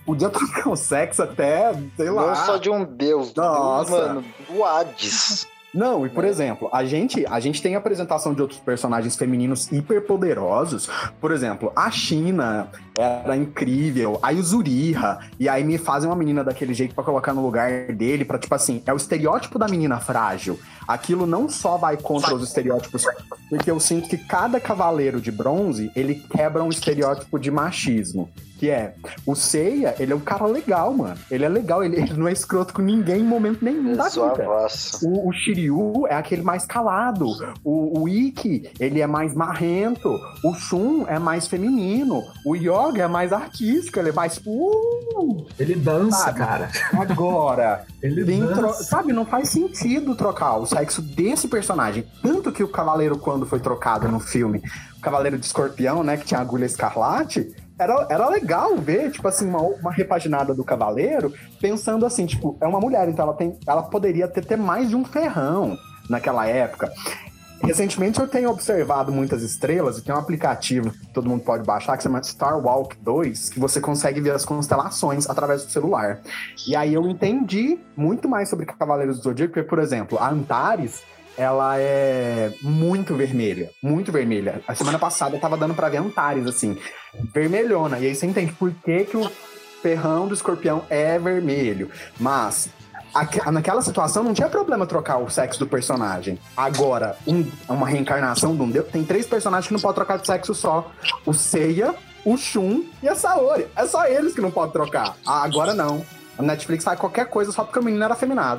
podia trocar o sexo até, sei lá. Não só de um deus, Nossa. Do, mano, do Hades. Não, e por exemplo, a gente, a gente tem a apresentação de outros personagens femininos hiperpoderosos. Por exemplo, a China era incrível, a Yuzuriha, e aí me fazem uma menina daquele jeito pra colocar no lugar dele, pra tipo assim, é o estereótipo da menina frágil. Aquilo não só vai contra os estereótipos, porque eu sinto que cada cavaleiro de bronze, ele quebra um estereótipo de machismo. Que é, o Seiya, ele é um cara legal, mano. Ele é legal, ele, ele não é escroto com ninguém em momento nenhum da vida. O, o Shiryu é aquele mais calado. O, o Ikki, ele é mais marrento. O Shun é mais feminino. O Yoga é mais artístico, ele é mais... Uh, ele dança, sabe? Cara. Agora, ele dança. Tro... Sabe, não faz sentido trocar o sexo desse personagem. Tanto que o Cavaleiro, quando foi trocado no filme, o Cavaleiro de Escorpião, né, que tinha agulha escarlate... Era, era legal ver, tipo assim, uma, uma repaginada do Cavaleiro, pensando assim, tipo, é uma mulher, então ela, tem, ela poderia ter, ter mais de um ferrão naquela época. Recentemente eu tenho observado muitas estrelas, e tem um aplicativo que todo mundo pode baixar, que se chama Star Walk dois, que você consegue ver as constelações através do celular. E aí eu entendi muito mais sobre Cavaleiros do Zodíaco, porque, por exemplo, a Antares... ela é muito vermelha, muito vermelha. A semana passada eu tava dando pra ver Antares, assim, vermelhona. E aí você entende por que, que o ferrão do escorpião é vermelho. Mas, a, naquela situação não tinha problema trocar o sexo do personagem. Agora, um, uma reencarnação de um deus, tem três personagens que não podem trocar de sexo só. O Seiya, o Shun e a Saori. É só eles que não podem trocar. Agora não. A Netflix faz qualquer coisa só porque o menino era afeminado.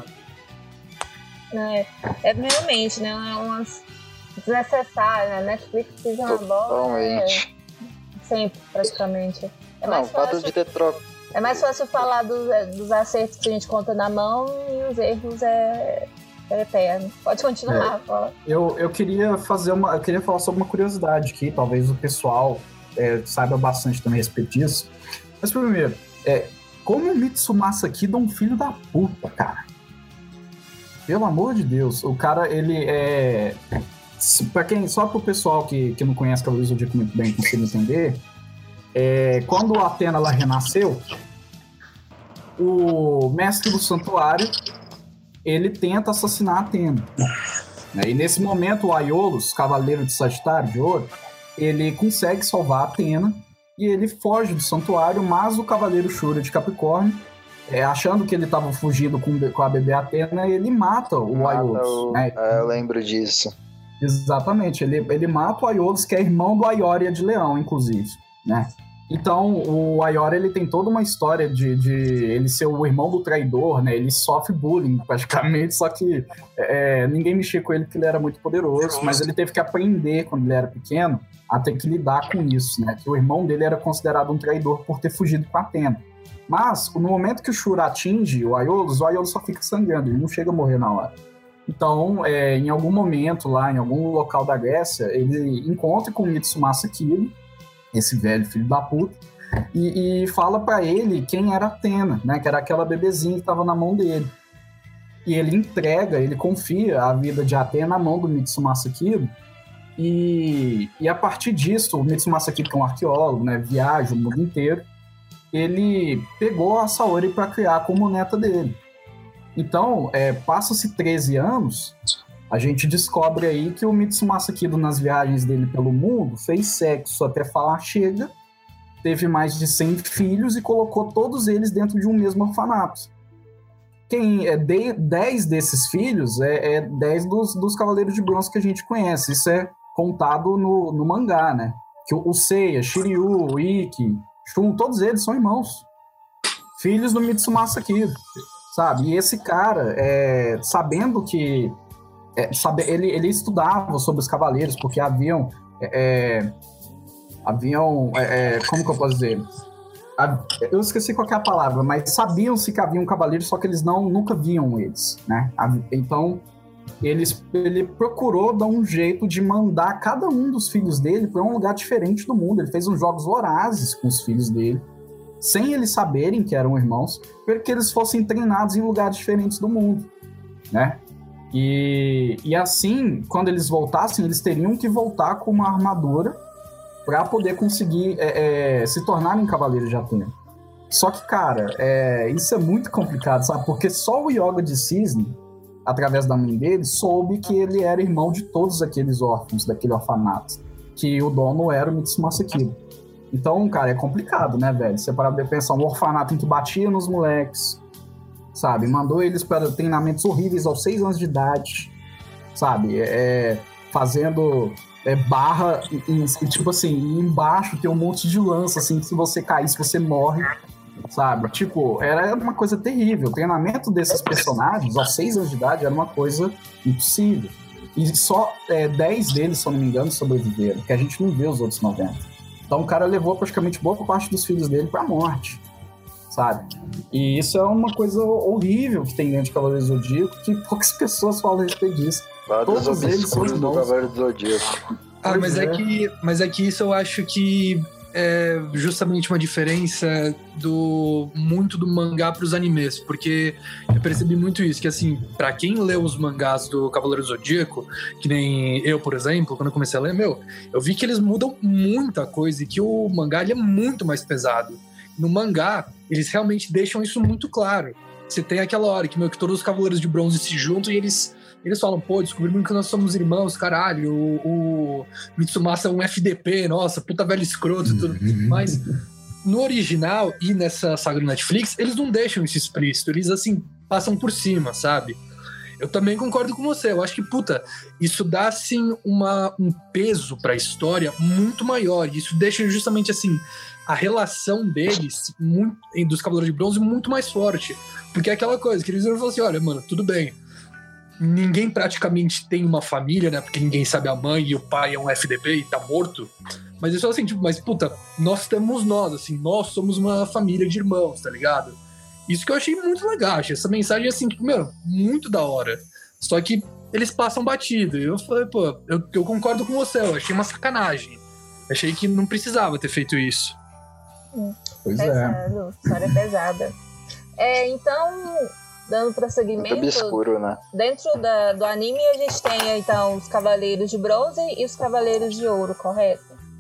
É, é realmente, né? Umas desnecessárias, né? Netflix pisa uma bola. É, sempre, praticamente. É não, mais o fato fácil, de ter troca. É mais fácil falar dos, dos acertos que a gente conta na mão e os erros é, é eterno. Pode continuar, é, fala. Eu, eu queria fazer uma. Eu queria falar sobre uma curiosidade aqui, talvez o pessoal é, saiba bastante também a respeito disso. Mas primeiro, é, como o Mitsumasa Kido é um filho da puta, cara. Pelo amor de Deus, o cara, ele é... Pra quem, só pro pessoal que, que não conhece Cavaleiros do Zodíaco muito bem consiga entender, é, quando a Athena ela renasceu, o mestre do santuário, ele tenta assassinar a Athena. E nesse momento, o Aiolos, cavaleiro de Sagitário de Ouro, ele consegue salvar a Athena e ele foge do santuário, mas o cavaleiro Shura de Capricórnio, É, achando que ele estava fugindo com, com a bebê Athena, ele mata o Aiolos. Né? É, eu lembro disso. Exatamente, ele, ele mata o Aiolos, que é irmão do Aioria de Leão, inclusive. Né? Então, o Aioria, ele tem toda uma história de, de ele ser o irmão do traidor, né? Ele sofre bullying, praticamente, só que é, ninguém mexia com ele porque ele era muito poderoso, mas ele teve que aprender, quando ele era pequeno, a ter que lidar com isso, né? Que o irmão dele era considerado um traidor por ter fugido com a Athena. Mas, no momento que o Shura atinge o Aiolos, o Aiolos só fica sangrando, ele não chega a morrer na hora. Então, é, em algum momento lá, em algum local da Grécia, ele encontra com o Mitsumasa Kido, esse velho filho da puta, e, e fala pra ele quem era Athena, né, que era aquela bebezinha que estava na mão dele. E ele entrega, ele confia a vida de Athena na mão do Mitsumasa Kido, e, e a partir disso, o Mitsumasa Kido, que é um arqueólogo, né, viaja o mundo inteiro, ele pegou a Saori para criar como neta dele. Então, é, passa-se treze anos, a gente descobre aí que o Mitsumasa Kido, nas viagens dele pelo mundo, fez sexo até falar chega, teve mais de cem filhos e colocou todos eles dentro de um mesmo orfanato. Quem é de, dez desses filhos é, é dez dos, dos Cavaleiros de Bronze que a gente conhece. Isso é contado no, no mangá, né? Que o, o Seiya, Shiryu, o Ikki, Shun, todos eles são irmãos, filhos do Mitsumasa Kido, sabe? E esse cara, é, sabendo que... É, sabe, ele, ele estudava sobre os cavaleiros, porque haviam... É, haviam... É, como que eu posso dizer? Eu esqueci qual que é a palavra, mas sabiam-se que haviam cavaleiros, só que eles não, nunca viam eles, né? Então, eles, ele procurou dar um jeito de mandar cada um dos filhos dele para um lugar diferente do mundo. Ele fez uns jogos vorazes com os filhos dele, sem eles saberem que eram irmãos, para que eles fossem treinados em lugares diferentes do mundo, né? E, e assim, quando eles voltassem, eles teriam que voltar com uma armadura para poder conseguir é, é, se tornarem cavaleiros de Athena. Só que, cara, é, isso é muito complicado, sabe? Porque só o Yoga de Cisne, através da mãe dele, soube que ele era irmão de todos aqueles órfãos daquele orfanato. Que o dono era o Mitsumasa Kido. Então, cara, é complicado, né, velho? Você parar pra pensar, um orfanato em que batia nos moleques, sabe? Mandou eles para treinamentos horríveis aos seis anos de idade, sabe? É, fazendo é, barra, e, e, tipo assim, embaixo tem um monte de lança, assim, que se você cair, se você morre, sabe? Tipo, era uma coisa terrível. O treinamento desses personagens aos seis anos de idade era uma coisa impossível. E só é, dez deles, se eu não me engano, sobreviveram, que a gente não vê os outros noventa. Então o cara levou praticamente boa parte dos filhos dele pra morte, sabe? E isso é uma coisa horrível que tem dentro de Cavaleiro do Zodíaco, que poucas pessoas falam a respeito disso. Todos eles são do Cavaleiro do Zodíaco. Ah, mas é, que, mas é que isso eu acho que é justamente uma diferença do muito do mangá pros animes, porque eu percebi muito isso, que assim, pra quem leu os mangás do Cavaleiro do Zodíaco, que nem eu, por exemplo, quando eu comecei a ler, meu, eu vi que eles mudam muita coisa e que o mangá ele é muito mais pesado. No mangá, eles realmente deixam isso muito claro. Você tem aquela hora que, meu, que todos os Cavaleiros de Bronze se juntam e eles... Eles falam, pô, descobrimos que nós somos irmãos, caralho, o, o Mitsumasa é um F D P, nossa, puta velho escroto e tudo. Mas no original e nessa saga do Netflix, eles não deixam isso explícito, eles, assim, passam por cima, sabe? Eu também concordo com você, eu acho que, puta, isso dá, assim, uma, um peso pra história muito maior, e isso deixa justamente, assim, a relação deles, muito, dos Cavaleiros de Bronze, muito mais forte. Porque é aquela coisa, que eles viram e falaram assim, olha, mano, tudo bem, ninguém praticamente tem uma família, né? Porque ninguém sabe a mãe e o pai é um F D P e tá morto. Mas isso é assim, tipo, mas puta, nós temos nós, assim, nós somos uma família de irmãos, tá ligado? Isso que eu achei muito legal, achei essa mensagem, assim, tipo, meu, muito da hora. Só que eles passam batido. E eu falei, pô, eu, eu concordo com você, eu achei uma sacanagem. Achei que não precisava ter feito isso. Hum, pois pesado, é. História pesada. É, então... Dando prosseguimento, muito obscuro, né? Dentro da, do anime a gente tem então os Cavaleiros de Bronze e os Cavaleiros de Ouro, correto?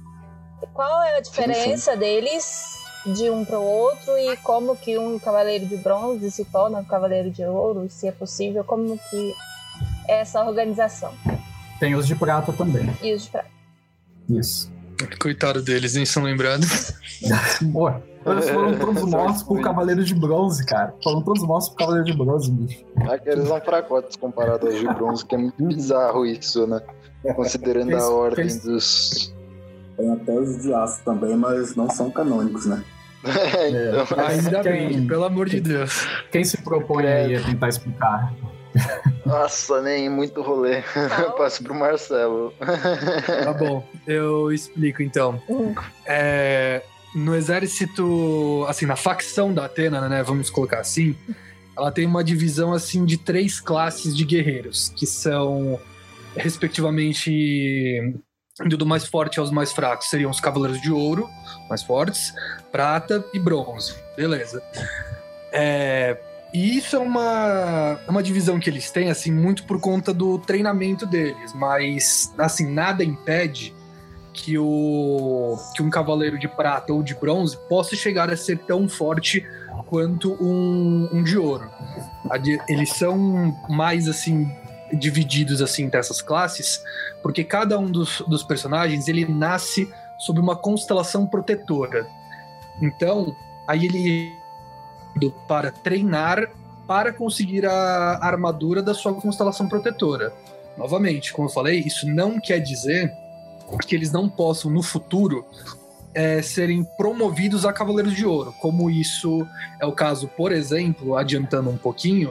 Qual é a diferença sim, sim. deles de um para o outro e como que um Cavaleiro de Bronze se torna um Cavaleiro de Ouro, se é possível, como que é essa organização? Tem os de prata também. E os de prata. Isso. Coitado deles, nem são lembrados. Pô, eles foram todos mortos por Cavaleiro de Bronze, cara. Foram todos mortos por Cavaleiro de Bronze, bicho. Aqueles são fracotes comparados aos de Bronze, que é muito bizarro isso, né? Considerando a ordem eles... dos... Tem até os de aço também, mas não são canônicos, né? É, então... é, ainda quem, bem, pelo amor de Deus. Quem se propõe aí a tentar explicar? Nossa, nem muito rolê. Passo pro Marcelo. Tá bom, eu explico então. É, no exército, assim, na facção da Athena, né, vamos colocar assim, ela tem uma divisão assim de três classes de guerreiros, que são, respectivamente, indo do mais forte aos mais fracos, seriam os Cavaleiros de Ouro, mais fortes, Prata e Bronze. Beleza. É... E isso é uma, uma divisão que eles têm, assim, muito por conta do treinamento deles, mas, assim, nada impede que, o, que um cavaleiro de prata ou de bronze possa chegar a ser tão forte quanto um, um de ouro. Eles são mais, assim, divididos, assim, dessas classes, porque cada um dos, dos personagens, ele nasce sob uma constelação protetora. Então, aí ele... para treinar para conseguir a armadura da sua constelação protetora. Novamente, como eu falei, isso não quer dizer que eles não possam, no futuro, é, serem promovidos a Cavaleiros de Ouro, como isso é o caso, por exemplo, adiantando um pouquinho,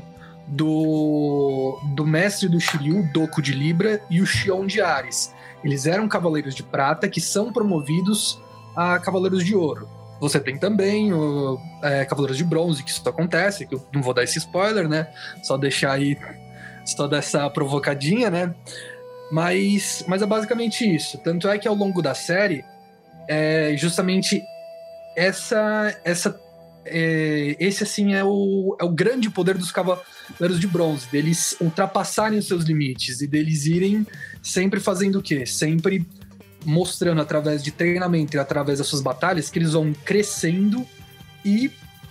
do, do mestre do Shiryu, Doku de Libra, e o Xion de Ares. Eles eram Cavaleiros de Prata que são promovidos a Cavaleiros de Ouro. Você tem também o é, Cavaleiros de Bronze, que isso acontece, que eu não vou dar esse spoiler, né? Só deixar aí, só dessa provocadinha, né? Mas, mas é basicamente isso. Tanto é que ao longo da série, é justamente essa, essa, é, esse assim é o, é o grande poder dos Cavaleiros de Bronze, deles ultrapassarem os seus limites e deles irem sempre fazendo o quê? Sempre mostrando através de treinamento e através das suas batalhas que eles vão crescendo e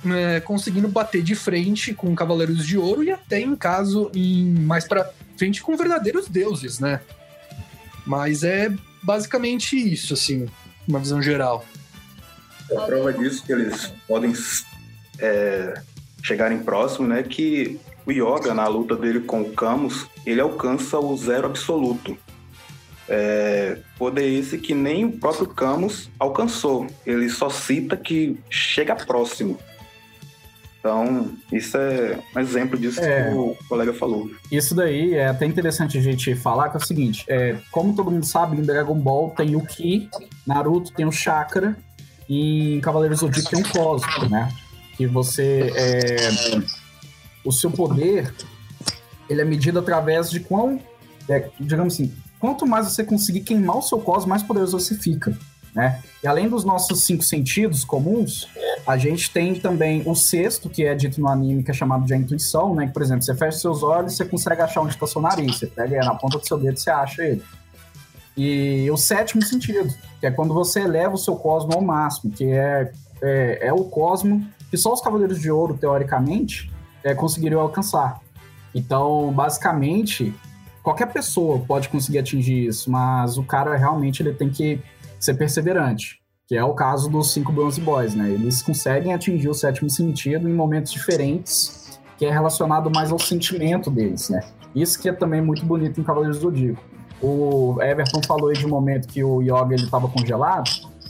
é, conseguindo bater de frente com Cavaleiros de Ouro e até, em caso, em, mais pra frente com verdadeiros deuses, né? Mas é basicamente isso, assim, uma visão geral. A prova disso que eles podem é, chegarem próximo, né? Que o Yoga, na luta dele com o Camus, ele alcança o zero absoluto. É, poder esse que nem o próprio Camus alcançou. Ele só cita que chega próximo. Então, isso é um exemplo disso é, que o colega falou. Isso daí é até interessante a gente falar, que é o seguinte, é, como todo mundo sabe, em Dragon Ball tem o Ki, Naruto tem o Chakra, e em Cavaleiros do Zodíaco tem o Cósmico, né? Que você... É, o seu poder, ele é medido através de quão... É, digamos assim, quanto mais você conseguir queimar o seu cosmos, mais poderoso você fica, né? E além dos nossos cinco sentidos comuns, a gente tem também o sexto, que é dito no anime, que é chamado de intuição, né? Que, por exemplo, você fecha seus olhos, você consegue achar onde está seu nariz, você pega na ponta do seu dedo e você acha ele. E o sétimo sentido, que é quando você eleva o seu cosmo ao máximo, que é, é, é o cosmo que só os Cavaleiros de Ouro, teoricamente, é, conseguiriam alcançar. Então, basicamente, qualquer pessoa pode conseguir atingir isso, mas o cara realmente ele tem que ser perseverante, que é o caso dos cinco Bronze Boys, né? Eles conseguem atingir o sétimo sentido em momentos diferentes, que é relacionado mais ao sentimento deles, né? Isso que é também muito bonito em Cavaleiros do Zodíaco. O Everton falou aí de um momento que o Yoga ele estava congelado,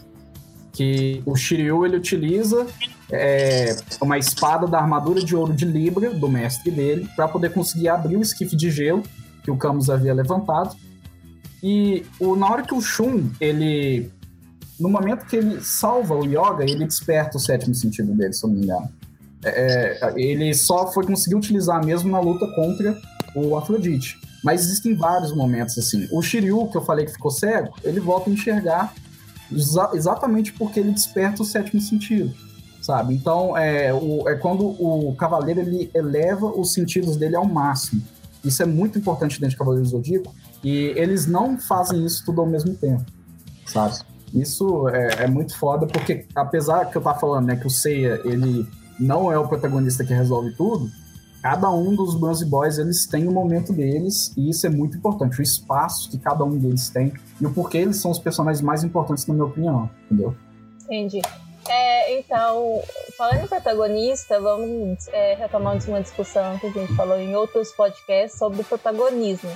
que o Shiryu ele utiliza é, uma espada da armadura de ouro de Libra, do mestre dele, para poder conseguir abrir o esquife de gelo que o Camus havia levantado. E o, na hora que o Shun, ele... No momento que ele salva o Yoga, ele desperta o sétimo sentido dele, se eu não me engano. É, ele só foi conseguir utilizar mesmo na luta contra o Afrodite. Mas existem vários momentos assim. O Shiryu, que eu falei que ficou cego, ele volta a enxergar exa- exatamente porque ele desperta o sétimo sentido, sabe? Então, é, o, é quando o cavaleiro ele eleva os sentidos dele ao máximo. Isso é muito importante dentro de Cavaleiros do Zodíaco, e eles não fazem isso tudo ao mesmo tempo, sabe? Isso é, é muito foda, porque apesar que eu tava falando, né, que o Seiya, ele não é o protagonista que resolve tudo, cada um dos Bronze Boys, eles têm o momento deles, e isso é muito importante, o espaço que cada um deles tem, e o porquê eles são os personagens mais importantes, na minha opinião, entendeu? Entendi. É, então, falando em protagonista, vamos é, retomar uma discussão que a gente falou em outros podcasts sobre o protagonismo.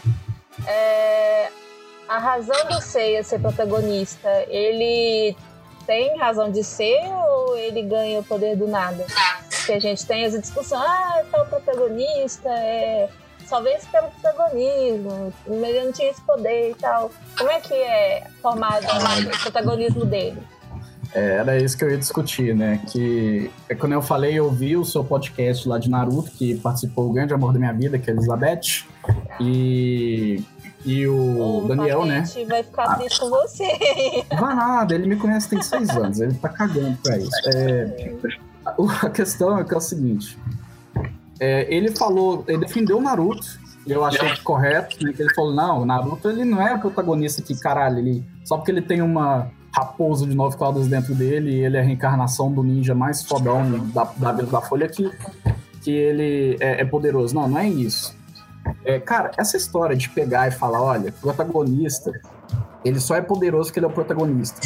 É, a razão do Seiya ser protagonista, ele tem razão de ser ou ele ganha o poder do nada? Que a gente tem essa discussão, ah, tal protagonista é, só vence pelo protagonismo, mas ele não tinha esse poder e tal. Como é que é formado o protagonismo dele? É, era isso que eu ia discutir, né? Que é quando eu falei, eu vi o seu podcast lá de Naruto, que participou o grande amor da minha vida, que é a Elizabeth, e, e o, o Daniel, né? Vai ficar triste com você. Não vai nada, ele me conhece tem seis anos, ele tá cagando pra isso. É, a questão é que é o seguinte: é, ele falou, ele defendeu o Naruto, eu achei correto, né? Que ele falou, não, o Naruto ele não é o protagonista que, caralho, ele, só porque ele tem uma raposa de nove caudas dentro dele e ele é a reencarnação do ninja mais fodão da, da Vila da Folha que, que ele é, é poderoso. Não, não é isso. É, cara, essa história de pegar e falar, olha, o protagonista, ele só é poderoso porque ele é o protagonista.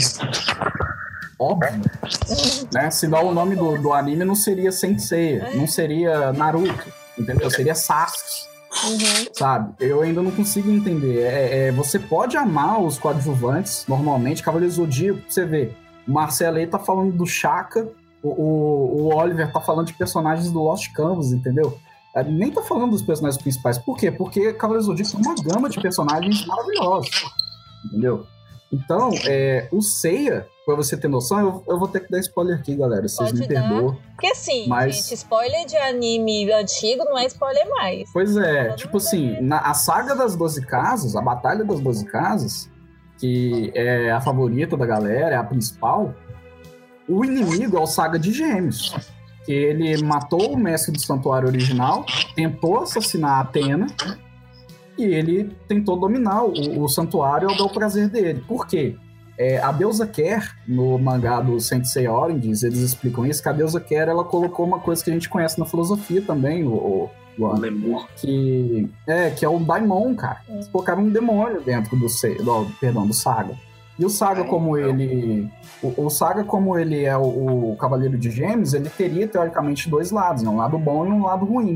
Óbvio, né? Senão o nome do, do anime não seria Sensei, não seria Naruto, entendeu? Seria Sasuke. Uhum. Sabe? Eu ainda não consigo entender. É, é, você pode amar os coadjuvantes, normalmente. Cavaleiros do Zodíaco, você vê. O Marcelo aí tá falando do Shaka, o, o, o Oliver tá falando de personagens do Lost Canvas, entendeu? Ele nem tá falando dos personagens principais. Por quê? Porque Cavaleiros do Zodíaco é uma gama de personagens maravilhosos, entendeu? Então, é, o Seiya, pra você ter noção, eu, eu vou ter que dar spoiler aqui, galera. Vocês Pode me dar. perdoam. Porque assim, mas... gente, spoiler de anime antigo não é spoiler mais. Pois é, Todo tipo assim, na, a saga das doze casas, a Batalha das doze casas, que é a favorita da galera, é a principal, o inimigo é o Saga de Gêmeos. Que ele matou o mestre do santuário original, tentou assassinar a Athena, e ele tentou dominar o, o santuário ao dar o prazer dele. Por quê? É, a deusa quer, no mangá do Saint Seiya Oranges, eles explicam isso, que a deusa quer, ela colocou uma coisa que a gente conhece na filosofia também, o, o, o Lemur. que é que é o Daimon, cara. Eles colocaram um demônio dentro do, do perdão, do Saga. E o Saga, como ele o, o Saga, como ele é o, o Cavaleiro de Gêmeos, ele teria teoricamente dois lados, né? Um lado bom e um lado ruim.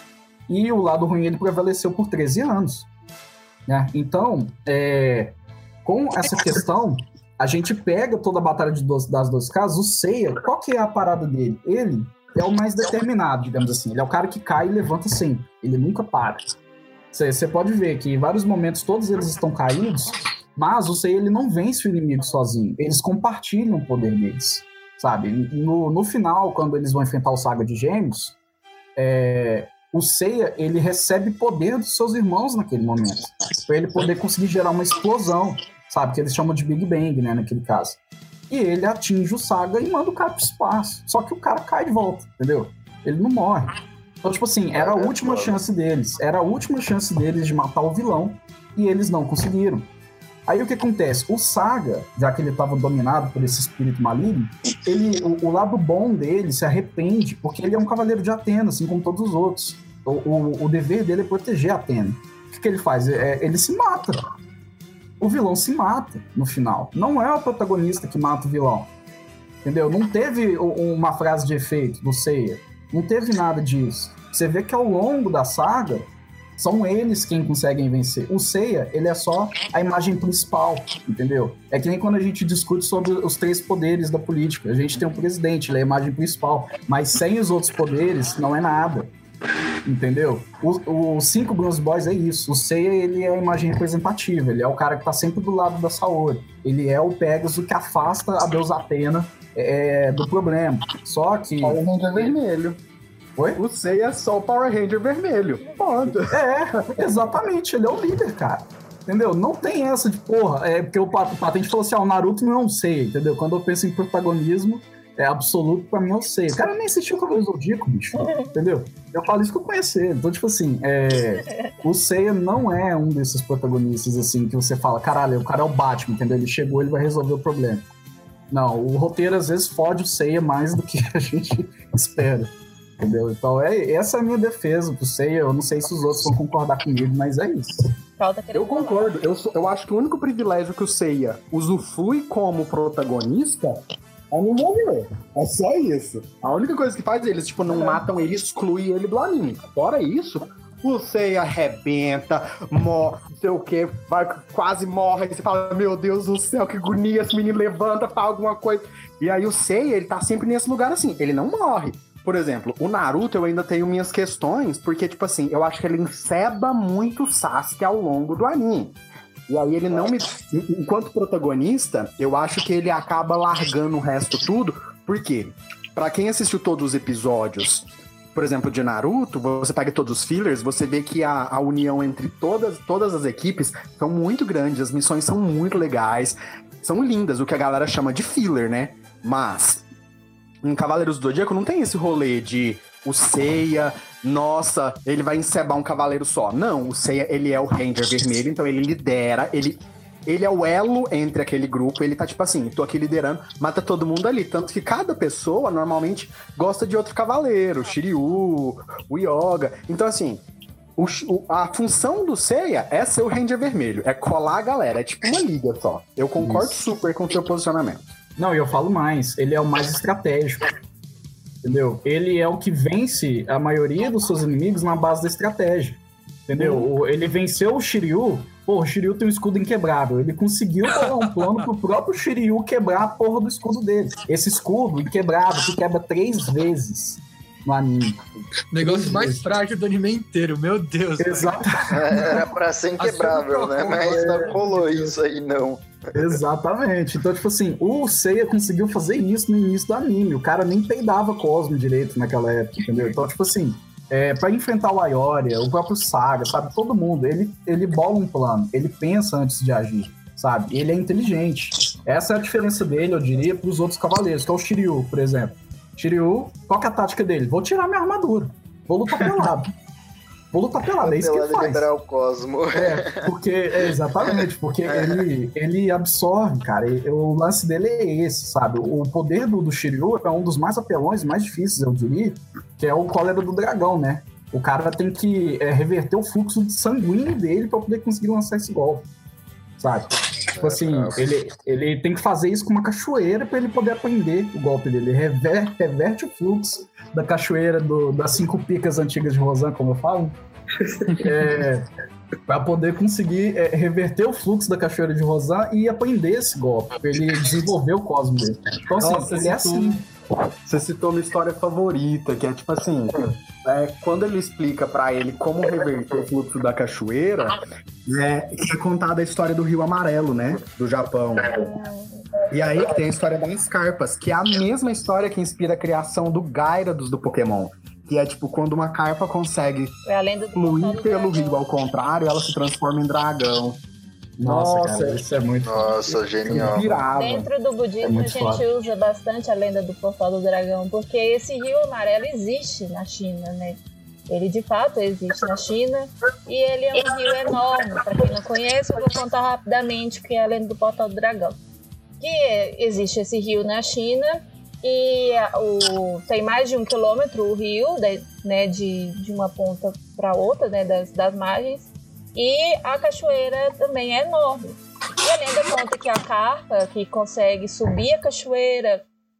E o lado ruim ele prevaleceu por treze anos, né? Então, é, com essa questão, a gente pega toda a batalha de doze, das doze casas, o Seiya, qual que é a parada dele? Ele é o mais determinado, digamos assim. Ele é o cara que cai e levanta sempre. Ele nunca para. Você pode ver que em vários momentos todos eles estão caídos, mas o Seiya ele não vence o inimigo sozinho. Eles compartilham o poder deles, sabe? No, no final, quando eles vão enfrentar o Saga de Gêmeos, é, o Seiya ele recebe poder dos seus irmãos naquele momento, para ele poder conseguir gerar uma explosão, sabe? Que eles chamam de Big Bang, né, naquele caso. E ele atinge o Saga e manda o cara pro espaço. Só que o cara cai de volta, entendeu? Ele não morre. Então, tipo assim, era a última chance deles. Era a última chance deles de matar o vilão. E eles não conseguiram. Aí o que acontece? O Saga, já que ele estava dominado por esse espírito maligno, ele, o, o lado bom dele se arrepende, porque ele é um cavaleiro de Atena, assim como todos os outros. O, o, o dever dele é proteger a Atena. O que, que ele faz? É, ele se mata. O vilão se mata no final. Não é o protagonista que mata o vilão. Entendeu? Não teve uma frase de efeito do Seiya. Não teve nada disso. Você vê que ao longo da saga, são eles quem conseguem vencer. O Seiya, ele é só a imagem principal, entendeu? É que nem quando a gente discute sobre os três poderes da política. A gente tem um presidente, ele é a imagem principal. Mas sem os outros poderes, não é nada. Entendeu? Os cinco Bronze Boys é isso. O Seiya, ele é a imagem representativa. Ele é o cara que tá sempre do lado da Saori. Ele é o Pegasus que afasta a deusa Atena é, do problema. Só que... Power Ranger vermelho. Oi? O Seiya é só o Power Ranger vermelho. Ponto. É, exatamente. Ele é o líder, cara. Entendeu? Não tem essa de porra. É porque o Patente falou assim, ah, o Naruto não é um Seiya, entendeu? Quando eu penso em protagonismo, é absoluto pra mim, eu sei. O cara nem assistiu o Cavaleiro do Zodíaco, bicho. Entendeu? Eu falo isso que eu conheço ele. Então, tipo assim, é... o Seiya não é um desses protagonistas, assim, que você fala, caralho, o cara é o Batman, entendeu? Ele chegou, ele vai resolver o problema. Não, o roteiro, às vezes, fode o Seiya mais do que a gente espera. Entendeu? Então, é, essa é a minha defesa pro Seiya. Eu não sei se os outros vão concordar comigo, mas é isso. Eu concordo. Eu, sou, eu acho que o único privilégio que o Seiya usufrui como protagonista é não morrer. É só isso. A única coisa que faz eles, tipo, não matam ele, exclui ele do anime. Fora isso, o Seiya arrebenta, morre, não sei o que, vai, quase morre. Aí você fala, meu Deus do céu, que agonia, esse menino levanta, fala alguma coisa. E aí o Seiya, ele tá sempre nesse lugar assim, ele não morre. Por exemplo, o Naruto eu ainda tenho minhas questões, porque, tipo assim, eu acho que ele enceba muito o Sasuke ao longo do anime. E aí ele não me... Enquanto protagonista, eu acho que ele acaba largando o resto tudo. Por quê? Pra quem assistiu todos os episódios, por exemplo, de Naruto, você pega todos os fillers, você vê que a, a união entre todas, todas as equipes são muito grandes, as missões são muito legais, são lindas, o que a galera chama de filler, né? Mas em Cavaleiros do Zodíaco não tem esse rolê de o Seiya, nossa, ele vai encebar um cavaleiro só. Não, o Seiya, ele é o Ranger vermelho, então ele lidera, ele, ele é o elo entre aquele grupo, ele tá tipo assim, tô aqui liderando, mata todo mundo ali. Tanto que cada pessoa, normalmente, gosta de outro cavaleiro, o Shiryu, o Yoga. Então, assim, o, a função do Seiya é ser o Ranger vermelho, é colar a galera, é tipo uma liga só. Eu concordo Isso. super com o seu posicionamento. Não, e eu falo mais, ele é o mais estratégico. Entendeu? Ele é o que vence a maioria dos seus inimigos na base da estratégia. Entendeu? Uhum. Ele venceu o Shiryu. Pô, o Shiryu tem um escudo inquebrável. Ele conseguiu bolar um plano pro próprio Shiryu quebrar a porra do escudo dele. Esse escudo inquebrável que quebra três vezes no anime. Negócio mais frágil do anime inteiro, meu Deus. Exato. Era pra ser inquebrável, né? Mas não rolou isso aí, não. Exatamente. Então, tipo assim, o Seiya conseguiu fazer isso no início do anime. O cara nem peidava Cosmo direito naquela época, entendeu? Então, tipo assim, é, pra enfrentar o Ayoria, o próprio Saga, sabe? Todo mundo, ele, ele bola um plano, ele pensa antes de agir, sabe? Ele é inteligente. Essa é a diferença dele, eu diria, pros outros cavaleiros, que é o Shiryu, por exemplo. Shiryu, qual que é a tática dele? Vou tirar minha armadura, vou lutar pelado. vou lutar pelado, é isso que ele faz. liberar o cosmo. É, porque, é, exatamente, porque ele, ele absorve, cara, e, o lance dele é esse, sabe? O poder do, do Shiryu é um dos mais apelões, mais difíceis, eu diria, que é o cólera do dragão, né? O cara tem que é, reverter o fluxo sanguíneo dele pra poder conseguir lançar esse golpe, sabe? Tipo assim, ele, ele tem que fazer isso com uma cachoeira pra ele poder aprender o golpe dele. Ele rever, reverte o fluxo da cachoeira do, das cinco picas antigas de Rosan, como eu falo, é, pra poder conseguir é, reverter o fluxo da cachoeira de Rosan e aprender esse golpe, pra ele desenvolver o cosmo dele. Então, assim, Nossa, ele é assim. Você citou minha história favorita, que é tipo assim, é, quando ele explica pra ele como reverter o fluxo da cachoeira, é, é contada a história do Rio Amarelo, né, do Japão. E aí que tem a história das carpas, que é a mesma história que inspira a criação do Gyarados do Pokémon. Que é tipo, quando uma carpa consegue É a lenda do fluir portal do pelo dragão. rio ao contrário, ela se transforma em dragão. Nossa, Nossa, cara, isso é muito... Nossa, genial. Pirava. Dentro do É budismo, a muito gente foda. usa bastante a lenda do portal do dragão, porque esse rio amarelo existe na China, né? Ele de fato existe na China e ele é um rio enorme. Para quem não conhece, eu vou contar rapidamente o que é a lenda do portal do dragão. Que é, existe esse rio na China e o, tem mais de um quilômetro o rio, de, né, de, de uma ponta para outra, né, das, das margens. E a cachoeira também é enorme. E a lenda conta que a carpa, que consegue subir a cachoeira,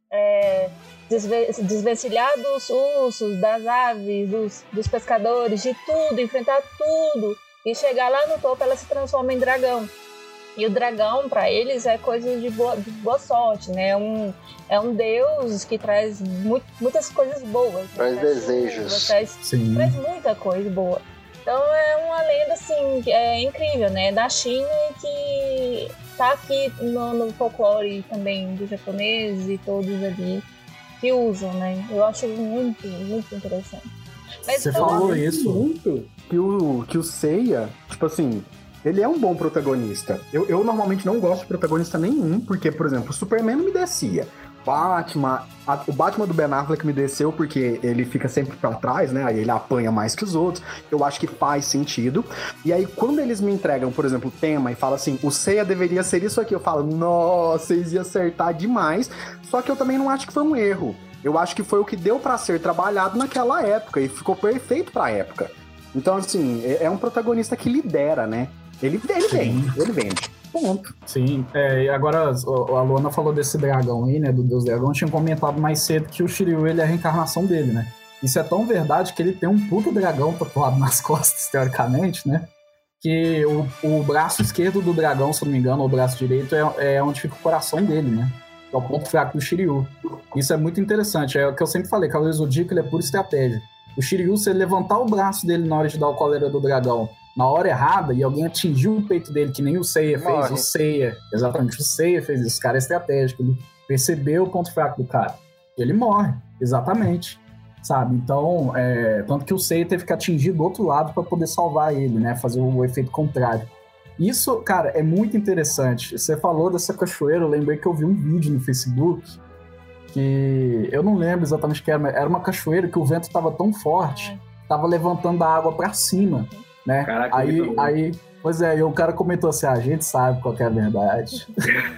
é, desve desvencilhar dos ursos, das aves, dos, dos pescadores, de tudo, enfrentar tudo, e chegar lá no topo, ela se transforma em dragão. E o dragão, para eles, é coisa de boa, de boa sorte, né? É um, é um deus que traz mu muitas coisas boas. Né? Traz desejos. Traz, Sim. traz muita coisa boa. Então é uma lenda, assim, que é incrível, né? Da China e que tá aqui no, no folclore também dos japoneses e todos ali que usam, né? Eu acho muito, muito interessante. Mas Você então, falou isso. Muito que o, que o Seiya, tipo assim, ele é um bom protagonista. Eu, eu normalmente não gosto de protagonista nenhum, porque, por exemplo, o Superman não me descia. Batman, a, o Batman do Ben Affleck me desceu porque ele fica sempre pra trás, né? Aí ele apanha mais que os outros. Eu acho que faz sentido. E aí, quando eles me entregam, por exemplo, o tema e falam assim, o Seiya deveria ser isso aqui, eu falo, nossa, vocês iam acertar demais. Só que eu também não acho que foi um erro. Eu acho que foi o que deu pra ser trabalhado naquela época e ficou perfeito pra época. Então, assim, é, é um protagonista que lidera, né? Ele, ele vende, ele vende. Ponto. Sim, é, e agora a Luana falou desse dragão aí, né, do Deus Dragão. Eu tinha comentado mais cedo que o Shiryu, ele é a reencarnação dele, né? Isso é tão verdade que ele tem um puto dragão tatuado nas costas, teoricamente, né? Que o, o braço esquerdo do dragão, se não me engano, ou o braço direito, é, é onde fica o coração dele, né? É o ponto fraco do Shiryu. Isso é muito interessante, é o que eu sempre falei, Cavaleiro Zodíaco, ele é pura estratégia. O Shiryu, se ele levantar o braço dele na hora de dar o cólera do dragão na hora errada e alguém atingiu o peito dele, que nem o Seiya fez, Morre. o Seiya, exatamente, o Seiya fez isso, o cara é estratégico, ele percebeu o ponto fraco do cara, ele morre, exatamente, sabe? Então, é, tanto que o Seiya teve que atingir do outro lado para poder salvar ele, né, fazer o efeito contrário. Isso, cara, é muito interessante. Você falou dessa cachoeira, eu lembrei que eu vi um vídeo no Facebook que eu não lembro exatamente o que era, mas era uma cachoeira que o vento estava tão forte, estava levantando a água para cima, né? Caraca, aí, muito bom. aí, pois é, e o cara comentou assim, ah, a gente sabe qual que é a verdade.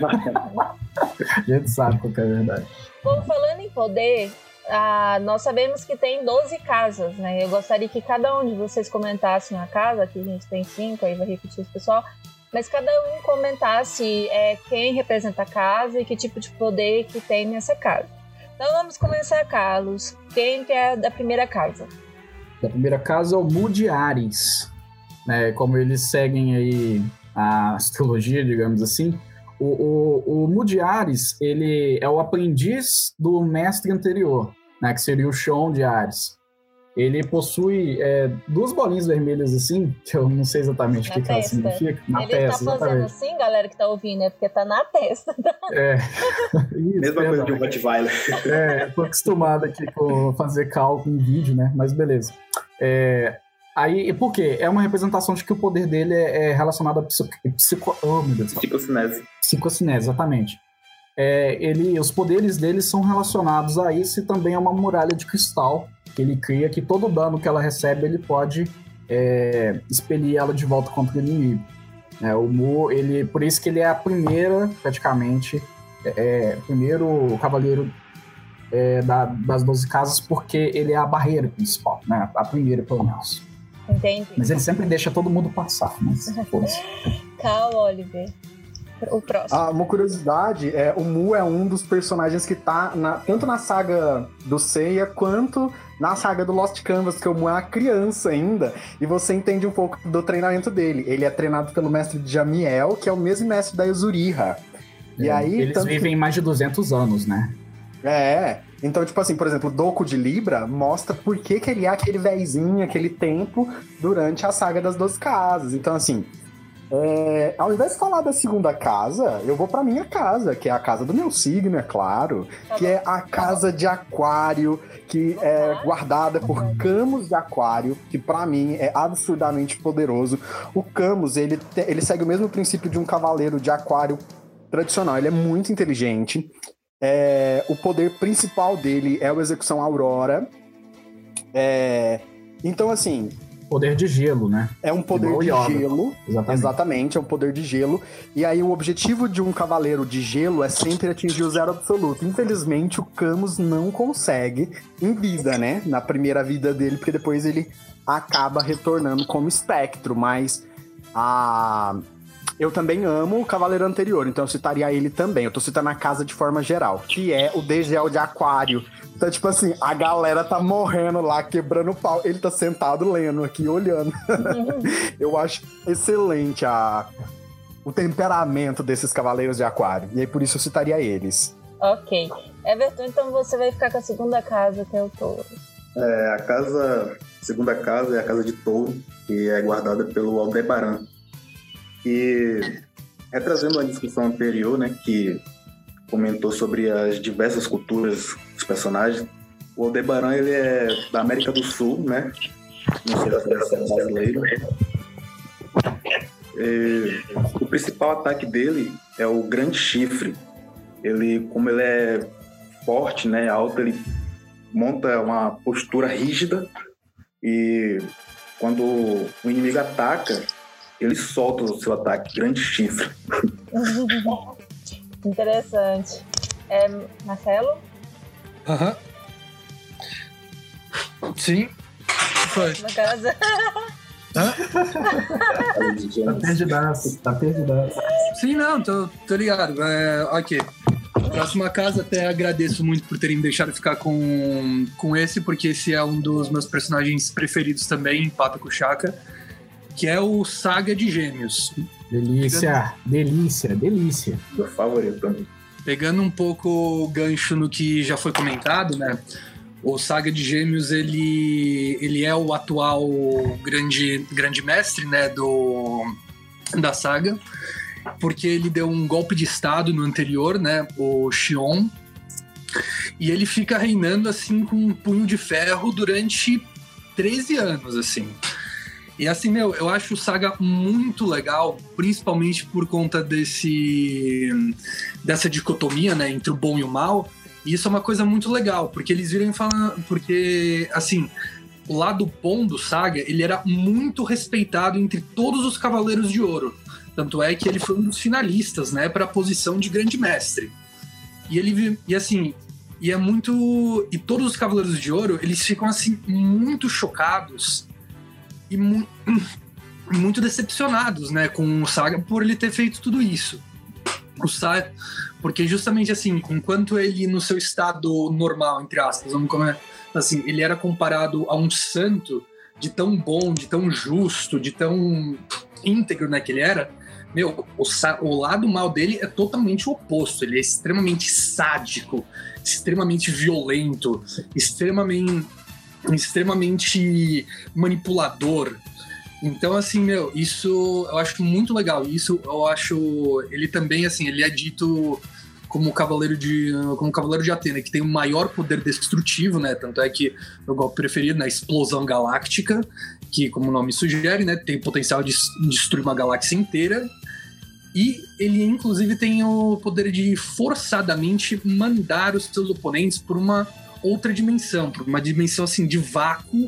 A gente sabe qual que é a verdade. Bom, falando em poder, ah, nós sabemos que tem doze casas, né? Eu gostaria que cada um de vocês comentasse uma casa, aqui a gente tem cinco, aí vai repetir isso, pessoal. Mas cada um comentasse é, quem representa a casa e que tipo de poder que tem nessa casa. Então vamos começar, Carlos. Quem que é da primeira casa? Da primeira casa é o Mu de Ares, né? Como eles seguem aí a astrologia, digamos assim, o, o, o Mu de Ares, ele é o aprendiz do mestre anterior, né? Que seria o Shon de Ares. Ele possui é, duas bolinhas vermelhas assim, que eu não sei exatamente o que, que ela significa. Na Ele testa, tá fazendo exatamente. assim, galera que tá ouvindo, é porque tá na testa. É. Isso, Mesma coisa perdão. de um Rottweiler. É, tô acostumado aqui com fazer cálculo em vídeo, né? Mas beleza. É, aí, por quê? É uma representação de que o poder dele é, é relacionado a psico... psico oh, meu Deus. Psicocinese. Psicocinese, exatamente. É, ele, os poderes dele são relacionados a isso e também a uma muralha de cristal que ele cria, que todo dano que ela recebe, ele pode é, expelir ela de volta contra o inimigo. É, o Mu, ele, por isso que ele é a primeira, praticamente, é, primeiro cavaleiro é, da, das doze casas, porque ele é a barreira principal, né? A primeira, pelo menos. Entendi. Mas ele sempre deixa todo mundo passar, mas foda-se. Cal Oliver. O próximo. Ah, uma curiosidade, é, o Mu é um dos personagens que tá na, tanto na saga do Seiya quanto na saga do Lost Canvas, que o Mu é uma criança ainda, e você entende um pouco do treinamento dele. Ele é treinado pelo mestre de Jamiel, que é o mesmo mestre da Yuzuriha. E É, aí, eles tanto vivem que... mais de duzentos anos, né? É, então, tipo assim, por exemplo, o Doku de Libra mostra por que, que ele é aquele véizinho, aquele tempo, durante a saga das doze casas. Então, assim, é, ao invés de falar da segunda casa, eu vou pra minha casa, que é a casa do meu signo, é claro, que é a casa de Aquário, que é guardada por Camus de Aquário, que pra mim é absurdamente poderoso. O Camus, ele, te, ele segue o mesmo princípio de um cavaleiro de Aquário tradicional, ele é muito inteligente. É, o poder principal dele é a Execução Aurora. É, então, assim... Poder de gelo, né? É um poder Igual de Yoda. gelo. Exatamente. Exatamente, é um poder de gelo. E aí o objetivo de um cavaleiro de gelo é sempre atingir o zero absoluto. Infelizmente, o Camus não consegue em vida, né? Na primeira vida dele, porque depois ele acaba retornando como espectro. Mas a... eu também amo o cavaleiro anterior, então eu citaria ele também. Eu tô citando a casa de forma geral, que é o Degel de Aquário. Então, tipo assim, a galera tá morrendo lá, quebrando o pau. Ele tá sentado lendo aqui, olhando. Eu acho excelente a, o temperamento desses cavaleiros de Aquário. E aí, por isso, eu citaria eles. Ok. Everton, então você vai ficar com a segunda casa, que é o touro. É, a casa, a segunda casa é a casa de touro, que é guardada pelo Aldebaran. E, retrazendo a discussão anterior, né, que comentou sobre as diversas culturas dos personagens, o Aldebaran, ele é da América do Sul, né, não sei da seleção brasileira. E, o principal ataque dele é o Grande Chifre. Ele, como ele é forte, né, alto, ele monta uma postura rígida e quando o inimigo ataca, ele solta o seu ataque, Grande Chifre. Interessante. É, Marcelo? Aham. Sim. Foi. Uma casa. Hã? Tá perdidaço, tá perdidaço. Sim, não, tô, tô ligado. É, ok. Próxima casa, até agradeço muito por terem me deixado ficar com, com esse, porque esse é um dos meus personagens preferidos também, empata com o Shaka, que é o Saga de Gêmeos. Delícia, delícia, delícia. Meu favorito também. Pegando um pouco o gancho no que já foi comentado, né? O Saga de Gêmeos, ele, ele é o atual grande, grande mestre, né, do, da saga, porque ele deu um golpe de estado no anterior, né, o Xion, e ele fica reinando, assim, com um punho de ferro durante treze anos, assim. E assim, meu, eu acho o Saga muito legal, principalmente por conta desse, dessa dicotomia, né, entre o bom e o mal. E isso é uma coisa muito legal, porque eles viram e falam... Porque, assim, o lado bom do Saga, ele era muito respeitado entre todos os Cavaleiros de Ouro. Tanto é que ele foi um dos finalistas, né, para a posição de Grande Mestre. E ele... E assim... E é muito... E todos os Cavaleiros de Ouro, eles ficam, assim, muito chocados e mu- muito decepcionados, né, com o Saga por ele ter feito tudo isso. O Saga... Porque justamente assim, enquanto ele no seu estado normal, entre aspas, vamos comer, assim, ele era comparado a um santo de tão bom, de tão justo, de tão íntegro, né, que ele era, meu, o, o lado mal dele é totalmente o oposto. Ele é extremamente sádico, extremamente violento, extremamente, extremamente manipulador. Então, assim, meu, isso eu acho muito legal. Isso eu acho... Ele também, assim, ele é dito como cavaleiro de, como cavaleiro de Atena, que tem o maior poder destrutivo, né? Tanto é que o golpe preferido, né? Explosão Galáctica, que, como o nome sugere, né? Tem o potencial de destruir uma galáxia inteira. E ele, inclusive, tem o poder de forçadamente mandar os seus oponentes por uma outra dimensão, por uma dimensão, assim, de vácuo,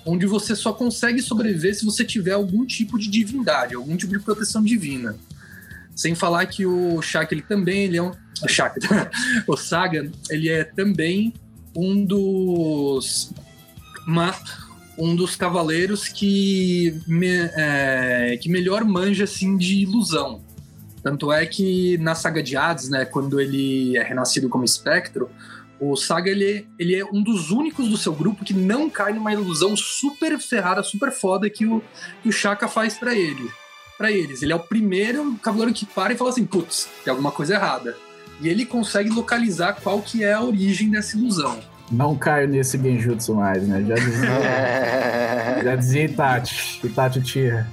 onde você só consegue sobreviver se você tiver algum tipo de divindade, algum tipo de proteção divina. Sem falar que o Shaka, ele também ele é um... O Shaka, o Saga, ele é também um dos... Uma, um dos cavaleiros que, me, é, que melhor manja, assim, de ilusão. Tanto é que na saga de Hades, né, quando ele é renascido como espectro, o Saga, ele, ele é um dos únicos do seu grupo que não cai numa ilusão super ferrada, super foda que o, que o Shaka faz pra ele. Pra eles. Ele é o primeiro cavaleiro que para e fala assim, putz, tem alguma coisa errada. E ele consegue localizar qual que é a origem dessa ilusão. Não caio nesse genjutsu mais, né? Já dizia, já dizia Itachi. Itachi Tira.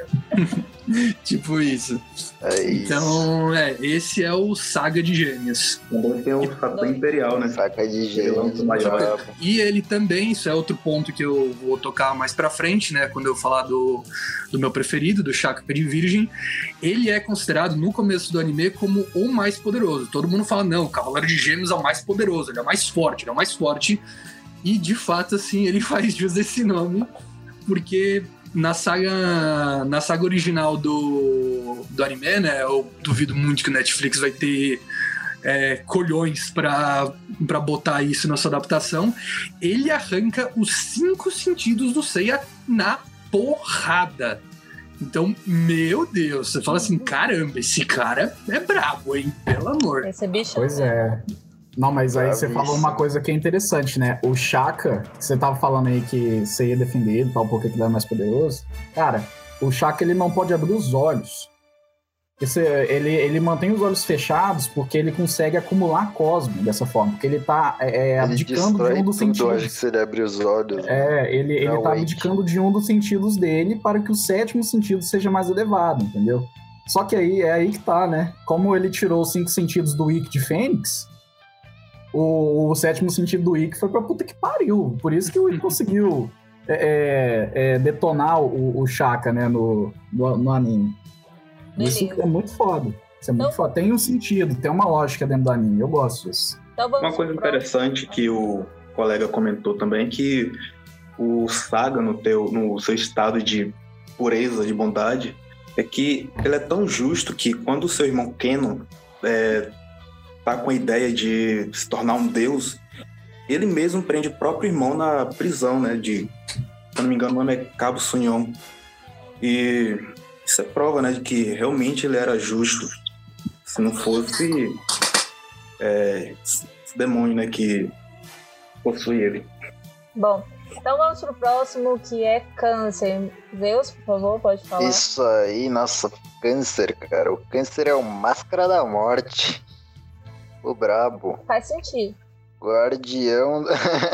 Tipo isso. É isso. Então, é, esse é o Saga de Gêmeos. Também tem o Fator Imperial, né? Saca de gêmeos. Maior. E ele também, isso é outro ponto que eu vou tocar mais pra frente, né? Quando eu falar do, do meu preferido, do Shaka de Virgem. Ele é considerado, no começo do anime, como o mais poderoso. Todo mundo fala, não, o Cavaleiro de Gêmeos é o mais poderoso, ele é o mais forte, ele é o mais forte. E, de fato, assim, ele faz jus a esse nome, porque... Na saga, na saga original do, do anime, né? Eu duvido muito que o Netflix vai ter é, colhões pra, pra botar isso na sua adaptação. Ele arranca os cinco sentidos do Seiya na porrada. Então, meu Deus, você fala assim, caramba, esse cara é brabo, hein? Pelo amor. Esse bicho. Pois é. Não, mas aí você falou uma coisa que é interessante, né? O Shaka, que você tava falando aí que você ia defender ele e tal, porque ele é mais poderoso. Cara, o Shaka, ele não pode abrir os olhos. Esse, ele, ele mantém os olhos fechados porque ele consegue acumular cosmo dessa forma. Porque ele tá é, abdicando de um dos sentidos. Que se ele abrir os olhos. É, ele, ele tá abdicando de um dos sentidos dele para que o sétimo sentido seja mais elevado, entendeu? Só que aí é aí que tá, né? Como ele tirou os cinco sentidos do Ikki de Fênix... O, o sétimo sentido do Ikki foi pra puta que pariu. Por isso que o Ikki conseguiu é, é, detonar o, o Shaka, né, no, no, no anime. Beleza. Isso é muito foda. Isso é muito então, foda. Tem um sentido, tem uma lógica dentro do anime. Eu gosto disso. Então uma coisa interessante que o colega comentou também, que o Saga, no, teu, no seu estado de pureza, de bondade, é que ele é tão justo que quando o seu irmão Kenon... É, tá com a ideia de se tornar um deus, ele mesmo prende o próprio irmão na prisão, né, de, se eu não me engano, o nome é Cabo Sunhon. E isso é prova, né, de que realmente ele era justo. Se não fosse é, esse demônio, né, que possui ele. Bom, então vamos pro próximo, que é Câncer. Zeus, por favor, pode falar. Isso aí, nossa, Câncer, cara. O Câncer é o Máscara da Morte. O brabo. Faz sentido. Guardião.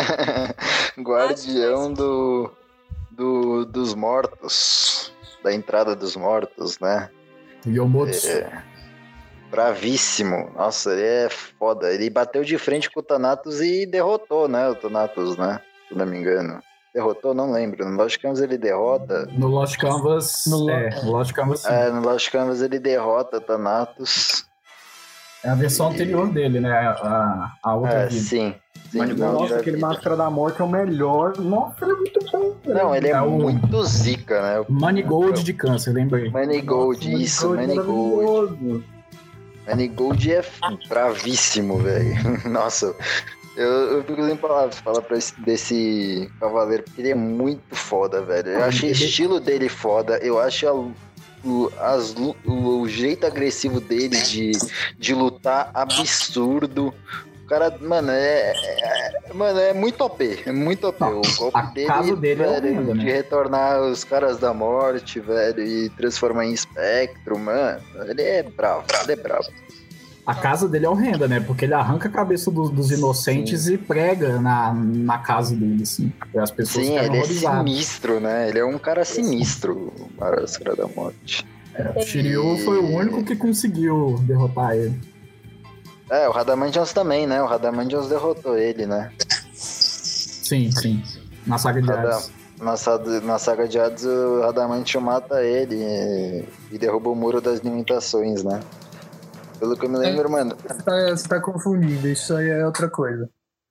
Guardião do, do. dos mortos. Da entrada dos mortos, né? Yomotsu. É, bravíssimo. Nossa, ele é foda. Ele bateu de frente com o Thanatos e derrotou, né? O Thanatos, né? Se não me engano. Derrotou? Não lembro. No Lost Canvas ele derrota. No Lost Canvas. No, é, no Lost Canvas sim. É, no Lost Canvas ele derrota o Thanatos. É a versão e... anterior dele, né? A, a outra é, vida. Sim. sim Mas, nossa, aquele vida. Máscara da Morte é o melhor. Nossa, ele é muito bom. Cara. Não, ele é, é muito o... zica, né? Manigold de Câncer, lembrei. Manigold, nossa, isso, Manigold. Manigold é bravíssimo, velho. Nossa, eu, eu fico sem palavras falar pra esse, desse cavaleiro, porque ele é muito foda, velho. Eu achei o estilo dele foda, eu acho a... O, as, o, o jeito agressivo dele de, de lutar absurdo. O cara, mano, é, é, mano, é muito O P. É muito O P. Não, o golpe dele, dele velho, é horrendo, de né? retornar os caras da morte, velho, e transformar em espectro, mano. Ele é bravo, ele é bravo. A casa dele é horrenda, né? Porque ele arranca a cabeça do, dos inocentes Sim. e prega na, na casa dele, assim. As pessoas Sim, ele é sinistro, né? Ele é um cara sinistro, o Máscara da Morte. É, o Shiryu e... foi o único que conseguiu derrotar ele. É, o Radamantians também, né? O Radamantians derrotou ele, né? Sim, sim. Na saga de Hades. Na, na saga de Hades, o Radamantians mata ele e, e derruba o Muro das Limitações, né? Pelo que eu me lembro, é, mano. Você tá, você tá confundindo, isso aí é outra coisa.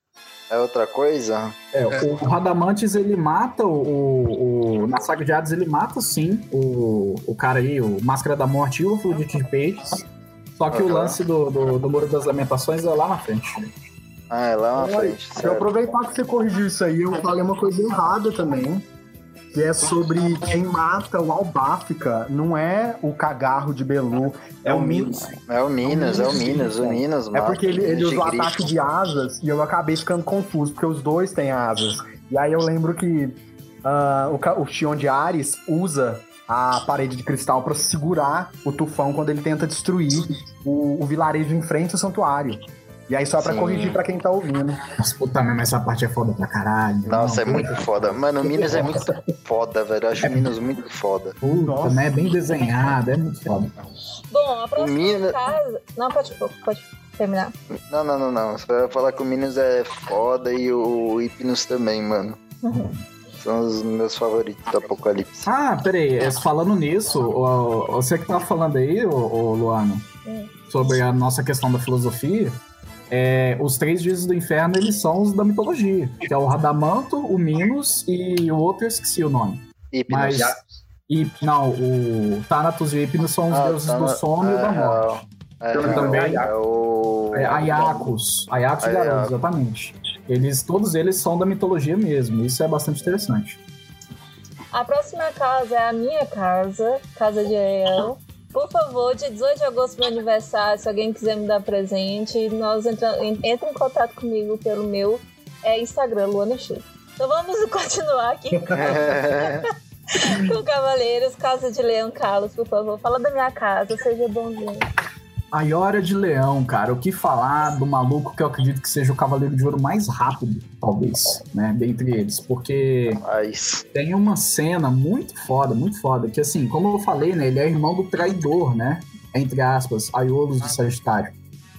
É outra coisa? É, o Radamantes, ele mata o, o... Na saga de Hades, ele mata, sim, o, o cara aí, o Máscara da Morte e o Afrodite de Peixes. Só que uhum. o lance do, do, do Muro das Lamentações é lá na frente. Ah, é lá na frente, certo. Eu aproveitar que você corrigiu isso aí, eu falei uma coisa errada também. Que é sobre quem mata o Albáfica, não é o Cagarro de Belu, é, é o Minos. É o Minos, é o Minos, o Minos. É porque ele, ele usa o ataque de asas e eu acabei ficando confuso, porque os dois têm asas. E aí eu lembro que uh, o, o Xion de Ares usa a parede de cristal para segurar o tufão quando ele tenta destruir o, o vilarejo em frente ao santuário. E aí só pra Sim. corrigir pra quem tá ouvindo. Nossa, puta mesmo, essa parte é foda pra caralho. Nossa, não, é muito foda. Mano, o Minos é muito foda, velho. Eu acho o Minos muito foda. Puta, né? É bem desenhado, é muito foda. Bom, a próxima Minos... casa... Não, pode, pode terminar. Não, não, não, não. Você vai falar que o Minos é foda e o Hipnos também, mano. Uhum. São os meus favoritos do Apocalipse. Ah, peraí. Falando nisso, você que tava falando aí, ô, Luana, hum. sobre a nossa questão da filosofia... É, os três deuses do inferno, eles são os da mitologia, que é o Radamanto, o Minos e o outro eu esqueci o nome. Hipnos. Mas, e, não, o Thanatos e o Hipnos são os ah, deuses tá, do sono é, e da morte. É, é, também é o... É, Aiacos, Aiacos e Garotos, exatamente. Eles, todos eles são da mitologia mesmo, isso é bastante interessante. A próxima casa é a minha casa, Casa de Leão. Por favor, dia dezoito de agosto, meu aniversário, se alguém quiser me dar presente, nós entra, entra em contato comigo pelo meu é, Instagram, Luana Chu. Então vamos continuar aqui com, com Cavaleiros, Casa de Leão. Carlos, por favor, fala da minha casa, seja bonzinho. Aiora de Leão, cara, o que falar do maluco que eu acredito que seja o Cavaleiro de Ouro mais rápido, talvez, né, dentre eles, porque Mas... tem uma cena muito foda, muito foda, que assim, como eu falei, né, ele é irmão do traidor, né, entre aspas, Aiolos de Sagitário.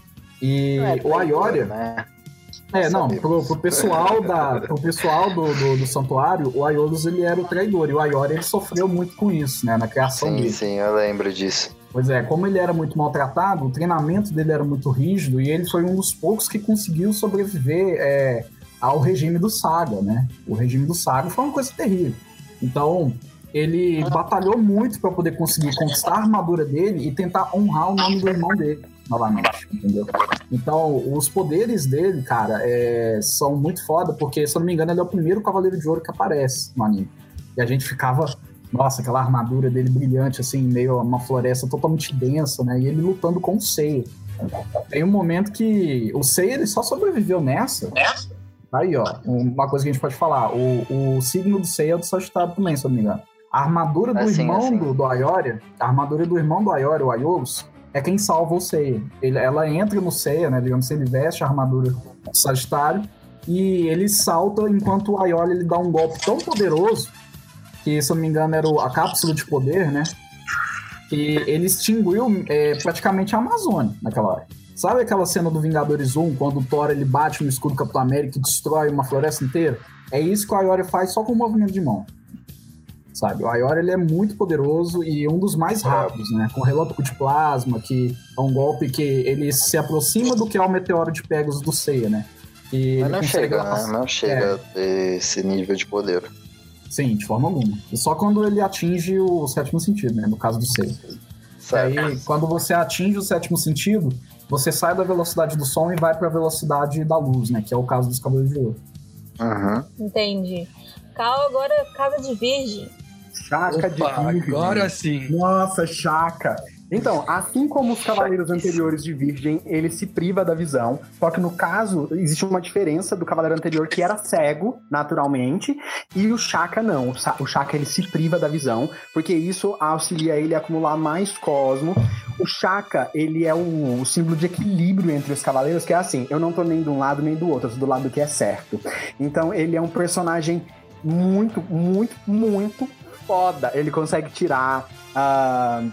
E é, o Aiora... Né? É, não, pro, pro pessoal, da, pro pessoal do, do, do santuário, o Aiolos, ele era o traidor, e o Aiora, ele sofreu muito com isso, né, na criação sim, dele. Sim, sim, eu lembro disso. Pois é, como ele era muito maltratado, o treinamento dele era muito rígido e ele foi um dos poucos que conseguiu sobreviver é, ao regime do Saga, né? O regime do Saga foi uma coisa terrível. Então, ele batalhou muito para poder conseguir conquistar a armadura dele e tentar honrar o nome do irmão dele novamente, entendeu? Então, os poderes dele, cara, é, são muito foda, porque, se eu não me engano, ele é o primeiro Cavaleiro de Ouro que aparece no anime. E a gente ficava... Nossa, aquela armadura dele brilhante, assim, meio uma floresta totalmente densa, né? E ele lutando com o Seiya. Tem um momento que o Seiya, ele só sobreviveu nessa. Nessa? Aí, ó, uma coisa que a gente pode falar. O, o signo do Seiya é do Sagitário também, se eu não me engano. A armadura do assim, irmão assim. do, do Aiora, a armadura do irmão do Aiora, o Aiolos, é quem salva o Seiya. Ele, ela entra no Seiya, né? Digamos, ele veste a armadura do Sagitário e ele salta enquanto o Aiora, ele dá um golpe tão poderoso que, se eu não me engano, era a cápsula de poder, né? Que ele extinguiu é, praticamente a Amazônia naquela hora. Sabe aquela cena do Vingadores um, quando o Thor ele bate no escudo do Capitão América e destrói uma floresta inteira? É isso que o Aiora faz só com o movimento de mão. Sabe? O Aiora, ele é muito poderoso e um dos mais rápidos, né? Com o relâmpago de plasma, que é um golpe que ele se aproxima do que é o meteoro de Pegasus do Seiya, né? E Mas não chega, né? Não chega é. a ter esse nível de poder. Sim, de forma alguma. E só quando ele atinge o sétimo sentido, né? No caso do Seiya. Aí, quando você atinge o sétimo sentido, você sai da velocidade do som e vai para a velocidade da luz, né? Que é o caso dos Cavaleiros de Ouro. Uhum. Entendi. Cal, agora Casa de Virgem. Chaca de Virgem. Agora sim. Nossa, Chaca. Então, assim como os cavaleiros anteriores de Virgem, ele se priva da visão, só que no caso, existe uma diferença do cavaleiro anterior que era cego, naturalmente, e o Chaca não. O Chaca, ele se priva da visão, porque isso auxilia ele a acumular mais cosmo. O Chaca, ele é o, o símbolo de equilíbrio entre os cavaleiros, que é assim, eu não tô nem de um lado nem do outro, eu tô do lado que é certo. Então, ele é um personagem muito, muito, muito foda. Ele consegue tirar... Uh,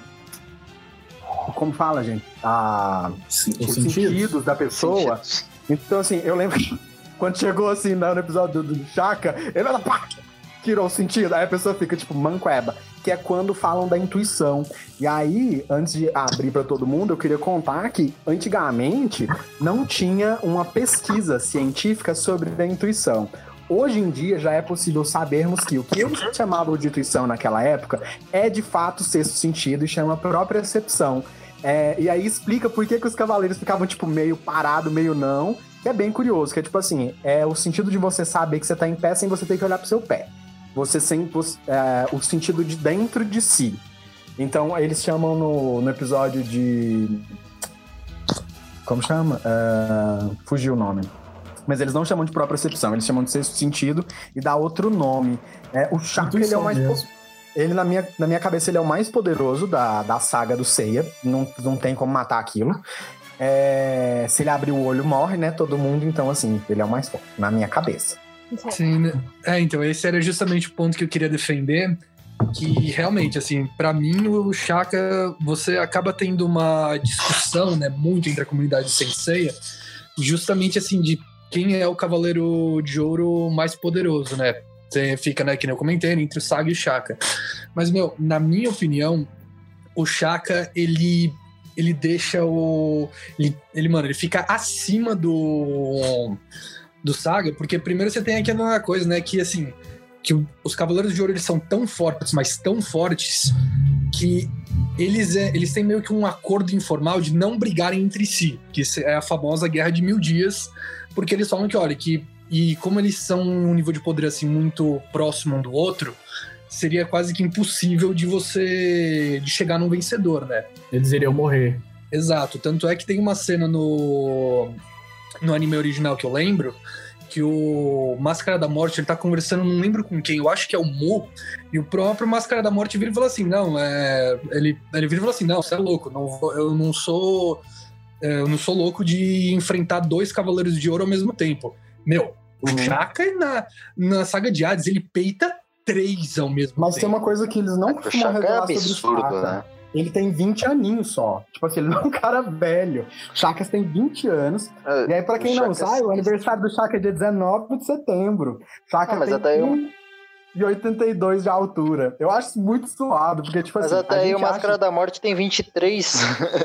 como fala, gente? Ah, os sentidos. sentidos da pessoa. Sentidos. Então, assim, eu lembro que quando chegou assim no episódio do, do Chaka, ele era pá! tirou o sentido? Aí a pessoa fica tipo, manqueba, que é quando falam da intuição. E aí, antes de abrir para todo mundo, eu queria contar que antigamente não tinha uma pesquisa científica sobre a intuição. Hoje em dia já é possível sabermos que o que eles chamavam de intuição naquela época é de fato sexto sentido e chama propriocepção. É, e aí explica por que, que os cavaleiros ficavam tipo meio parado, meio não, que é bem curioso, que é tipo assim, é o sentido de você saber que você tá em pé sem você ter que olhar pro seu pé. Você sem é, o sentido de dentro de si. Então eles chamam no, no episódio de... Como chama? Uh, fugiu o nome. Mas eles não chamam de propriocepção, eles chamam de sexto sentido e dá outro nome. É, o chakra, ele é o mais... Mesmo. Ele, na minha, na minha cabeça, ele é o mais poderoso da, da saga do Seiya. Não, não tem como matar aquilo. É, se ele abrir o olho, morre, né? Todo mundo. Então, assim, ele é o mais forte, na minha cabeça. Sim, né? É, então, esse era justamente o ponto que eu queria defender. Que, realmente, assim, pra mim, o Shaka, você acaba tendo uma discussão, né? Muito entre a comunidade Senseiya. Justamente, assim, de quem é o Cavaleiro de Ouro mais poderoso, né? Você fica, né, que nem eu comentei, entre o Saga e o Shaka. Mas, meu, na minha opinião, o Shaka, ele, ele deixa o... Ele, ele, mano, ele fica acima do, do Saga, porque primeiro você tem aquela coisa, né, que, assim, que os Cavaleiros de Ouro, eles são tão fortes, mas tão fortes, que eles, é, eles têm meio que um acordo informal de não brigarem entre si, que é a famosa Guerra de Mil Dias, porque eles falam que, olha, que e como eles são um nível de poder assim muito próximo um do outro, seria quase que impossível de você de chegar num vencedor, né? Eles iriam morrer. Exato. Tanto é que tem uma cena no, no anime original que eu lembro, que o Máscara da Morte, ele tá conversando, não lembro com quem, eu acho que é o Mu, e o próprio Máscara da Morte vira e fala assim, não, é... Ele, ele vira e fala assim, não, você é louco, não, eu não sou... Eu não sou louco de enfrentar dois Cavaleiros de Ouro ao mesmo tempo. Meu, o uhum. Shaka na, na saga de Hades, ele peita três ao mesmo Mas tempo. Mas tem uma coisa que eles não costumam revelar é absurdo, sobre o Shaka. Né? Ele tem vinte aninhos só. Tipo assim, ele não é um cara velho. Shaka tem vinte anos. É, e aí, pra quem não sabe, o aniversário do Shaka é dia dezenove de setembro. Shaka não, tem um e oitenta e dois de altura. Eu acho muito suado, porque, tipo mas assim... Mas até aí o Máscara acha... da Morte tem vinte e três.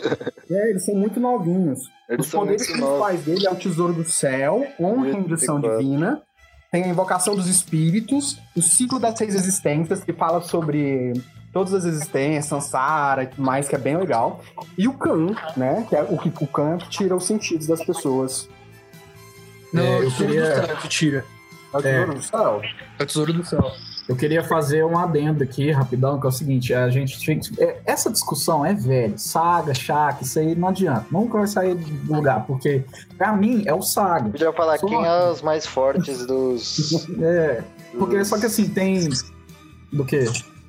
É, eles são muito novinhos. Eles Os poderes principais dele é o Tesouro do Céu, Honra e Rendição Divina, tem a Invocação dos Espíritos, o Ciclo das Seis Existências, que fala sobre todas as existências, Sansara e tudo mais, que é bem legal. E o Kan, né, que é o, o Kan que tira os sentidos das pessoas. Não, é, eu queria... que tira. É o Tesouro é. do Céu? É o Tesouro do Céu. Eu queria fazer um adendo aqui, rapidão, que é o seguinte, a gente tinha que... Essa discussão é velha, Saga, Shaka, isso aí não adianta, nunca vai sair do lugar, porque pra mim é o Saga. Podia falar só quem é os mais fortes dos... É, porque dos... só que assim, tem... Do quê?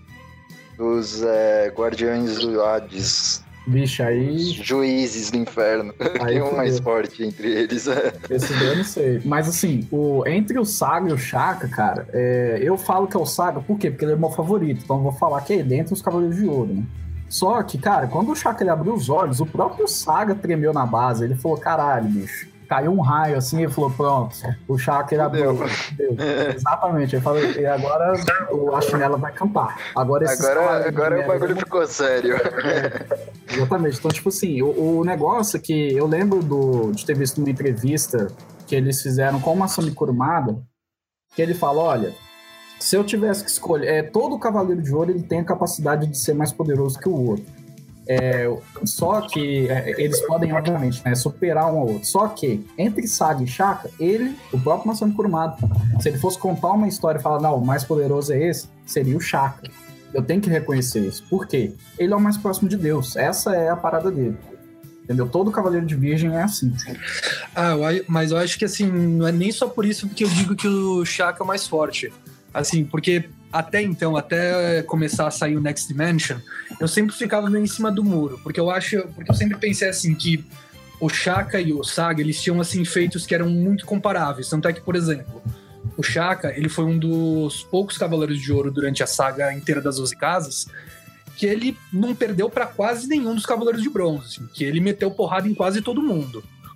Dos é, Guardiões do Hades. Bicho, aí... Os juízes do inferno. Tem um mais forte entre eles. Esse daí eu não sei. Mas assim, o, entre o Saga e o Shaka, cara, é, eu falo que é o Saga, por quê? Porque ele é o meu favorito. Então eu vou falar que é dentro dos Cavaleiros de Ouro, né? Só que, cara, quando o Shaka ele abriu os olhos, o próprio Saga tremeu na base. Ele falou, caralho, bicho. Caiu um raio assim e falou, pronto, o Shaka ele abriu. Exatamente. Ele falou, e agora a chinela vai cantar. Agora, agora, agora o bagulho ficou sério. É, exatamente. Então, tipo assim, o, o negócio é que eu lembro do, de ter visto uma entrevista que eles fizeram com o Masami Kurumada, que ele fala, olha, se eu tivesse que escolher, é, todo Cavaleiro de Ouro ele tem a capacidade de ser mais poderoso que o outro. É, só que é, eles podem, obviamente, né, superar um ao outro. Só que, entre Saga e Shaka, ele, o próprio Masami Kurumada, se ele fosse contar uma história e falar, não, o mais poderoso é esse, seria o Shaka. Eu tenho que reconhecer isso. Por quê? Ele é o mais próximo de Deus. Essa é a parada dele. Entendeu? Todo Cavaleiro de Virgem é assim. Ah, eu, mas eu acho que assim, não é nem só por isso que eu digo que o Shaka é o mais forte. Assim, porque até então, até começar a sair o Next Dimension, eu sempre ficava meio em cima do muro, porque eu acho, porque eu sempre pensei assim, que o Shaka e o Saga, eles tinham assim feitos que eram muito comparáveis, tanto é que, por exemplo, o Shaka, ele foi um dos poucos Cavaleiros de Ouro durante a saga inteira das doze Casas, que ele não perdeu pra quase nenhum dos Cavaleiros de Bronze, assim, que ele meteu porrada em quase todo mundo.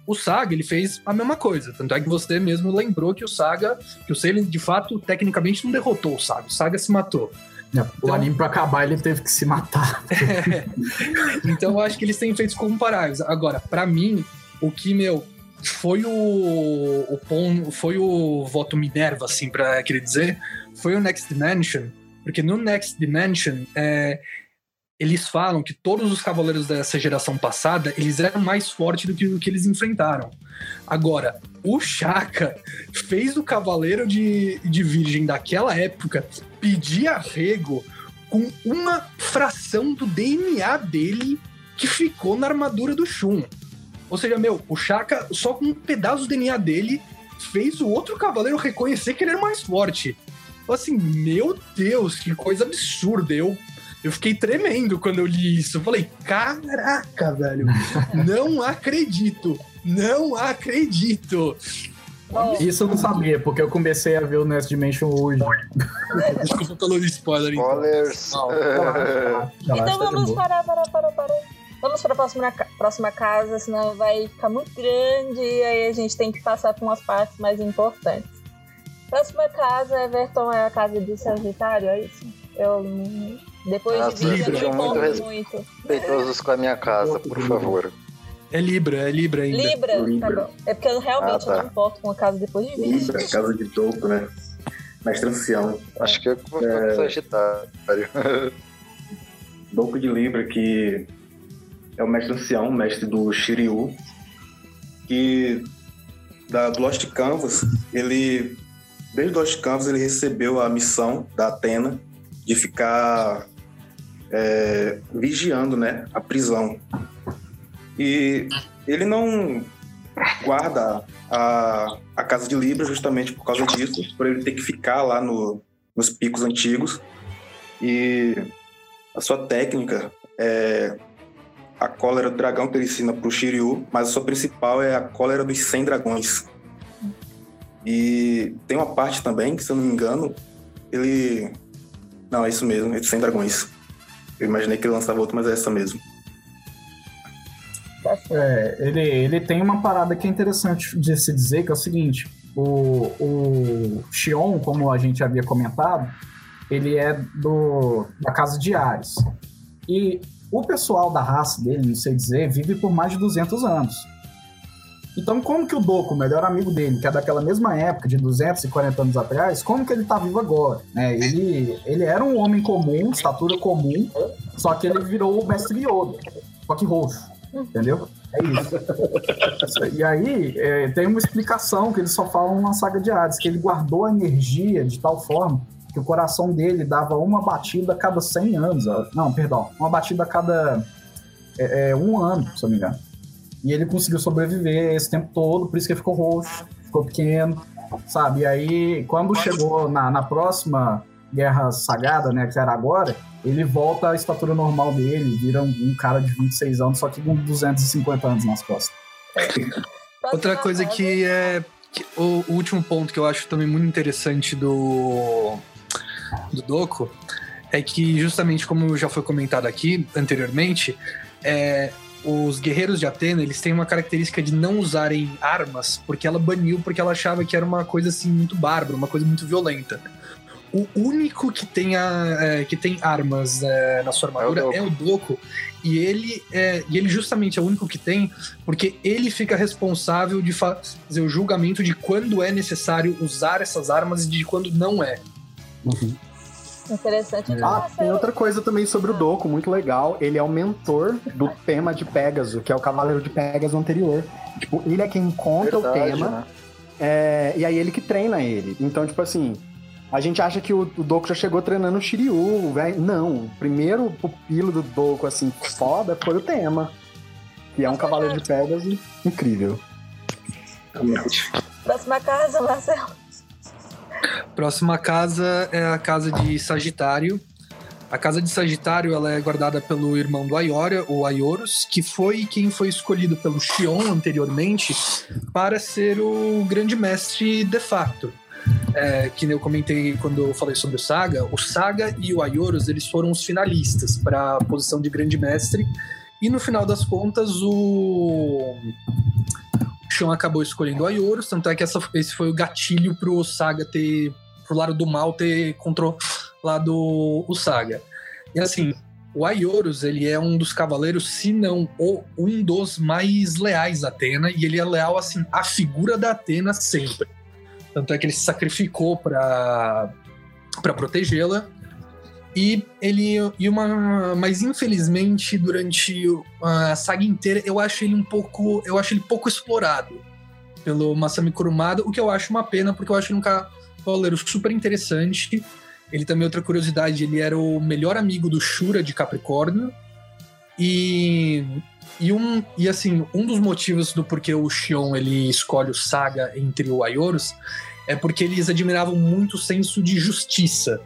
O Saga, ele fez a mesma coisa. Tanto é que você mesmo lembrou que o Saga, que o Seilen, de fato, tecnicamente não derrotou o Saga. O Saga se matou. Então, o anime pra acabar, ele teve que se matar. É. Então, eu acho que eles têm feitos comparáveis. Agora, pra mim, o que, meu, foi o, o pon, foi o voto Minerva, assim, pra querer dizer, foi o Next Dimension. Porque no Next Dimension, é, eles falam que todos os cavaleiros dessa geração passada, eles eram mais fortes do que o que eles enfrentaram. Agora, o Shaka fez o cavaleiro de, de virgem daquela época pedir arrego com uma fração do D N A dele que ficou na armadura do Shun. Ou seja, meu, o Shaka, só com um pedaço do D N A dele, fez o outro cavaleiro reconhecer que ele era mais forte. Assim, meu Deus, que coisa absurda. Eu, eu fiquei tremendo quando eu li isso. Eu falei, caraca, velho, não acredito, não acredito. Isso eu não sabia, porque eu comecei a ver o Next Dimension hoje. Desculpa pelo spoiler. Spoilers. Então, então vamos parar, parar, parar, parar. Vamos para a próxima, próxima casa, senão vai ficar muito grande e aí a gente tem que passar por umas partes mais importantes. Próxima casa, Everton, é a casa de Sagitário, é isso? Eu, depois ah, de vídeo, eu não muito importo muito. Respeitosos com a minha casa, por favor. É Libra, é Libra ainda. Libra? Libra. Tá bom. É porque eu realmente ah, tá. não importo com a casa depois de vídeo. Libra, casa de topo, né? Mestre ancião. Acho que eu vou ficar com Sagitário. Doku de Libra, que é o mestre ancião, mestre do Shiryu, que da, do Lost Canvas, ele, desde o Lost Canvas, ele recebeu a missão da Athena de ficar é, vigiando, né, a prisão. E ele não guarda a, a casa de Libra justamente por causa disso, por ele ter que ficar lá no, nos picos antigos. E a sua técnica é a cólera do dragão que ele ensina pro Shiryu, mas a sua principal é a cólera dos cem dragões. E tem uma parte também, que se eu não me engano, ele... Não, é isso mesmo, é de cem dragões. Eu imaginei que ele lançava outro, mas é essa mesmo. É, ele, ele tem uma parada que é interessante de se dizer, que é o seguinte, o, o Xion, como a gente havia comentado, ele é do, da casa de Ares. E o pessoal da raça dele, não sei dizer, vive por mais de duzentos anos. Então, como que o Doku, o melhor amigo dele, que é daquela mesma época, de duzentos e quarenta anos atrás, como que ele tá vivo agora? É, ele, ele era um homem comum, estatura comum, só que ele virou o mestre Yoda, só que roxo, entendeu? É isso. E aí, é, tem uma explicação que eles só falam na saga de Hades, que ele guardou a energia de tal forma que o coração dele dava uma batida a cada cem anos. Não, perdão, uma batida a cada é, é, um ano, se eu não me engano. E ele conseguiu sobreviver esse tempo todo, por isso que ele ficou roxo, ficou pequeno, sabe? E aí, quando chegou na, na próxima Guerra Sagrada, né, que era agora, ele volta à estatura normal dele, vira um, um cara de vinte e seis anos, só que com duzentos e cinquenta anos nas costas. Outra coisa que é... Que, o, o último ponto que eu acho também muito interessante do... do Doku é que, justamente como já foi comentado aqui anteriormente, é, os guerreiros de Athena, eles têm uma característica de não usarem armas, porque ela baniu, porque ela achava que era uma coisa assim muito bárbara, uma coisa muito violenta. O único que tem, a, é, que tem armas é, na sua armadura é o, é o Doku, e ele, é, e ele justamente é o único que tem, porque ele fica responsável de fazer o julgamento de quando é necessário usar essas armas e de quando não é. Uhum. Interessante. Ah, tem outra coisa também sobre o Doku, muito legal. Ele é o mentor do tema de Pégaso, que é o Cavaleiro de Pégaso anterior. Tipo, ele é quem encontra Verdade, o tema, né? é, e aí ele que treina ele. Então, tipo assim, a gente acha que o, o Doku já chegou treinando o Shiryu, velho. Não, o primeiro pupilo do Doku, assim, foda, foi o tema. Que é um Cavaleiro de Pégaso incrível. Próxima casa, Marcelo. Próxima casa é a casa de Sagitário. A casa de Sagitário, ela é guardada pelo irmão do Aiora, o Aioros, que foi quem foi escolhido pelo Xion anteriormente para ser o grande mestre de facto. É, que eu comentei quando eu falei sobre o Saga. O Saga e o Aioros, eles foram os finalistas para a posição de grande mestre. E no final das contas, o... Shion acabou escolhendo o Aioros, tanto é que essa, esse foi o gatilho pro Saga ter, pro lado do mal ter controlado o Saga. E assim, o Aioros, ele é um dos cavaleiros, se não o, um dos mais leais a Athena, e ele é leal, assim, à figura da Athena sempre. Tanto é que ele se sacrificou pra, pra protegê-la. E ele. E uma, mas infelizmente, durante a saga inteira, eu acho ele um pouco. Eu acho ele pouco explorado pelo Masami Kurumada, o que eu acho uma pena, porque eu acho ele um cavaleiro super interessante. Ele também, outra curiosidade, ele era o melhor amigo do Shura de Capricórnio. E. E, um, e assim, um dos motivos do porquê o Shion ele escolhe o Saga entre o Aioros é porque eles admiravam muito o senso de justiça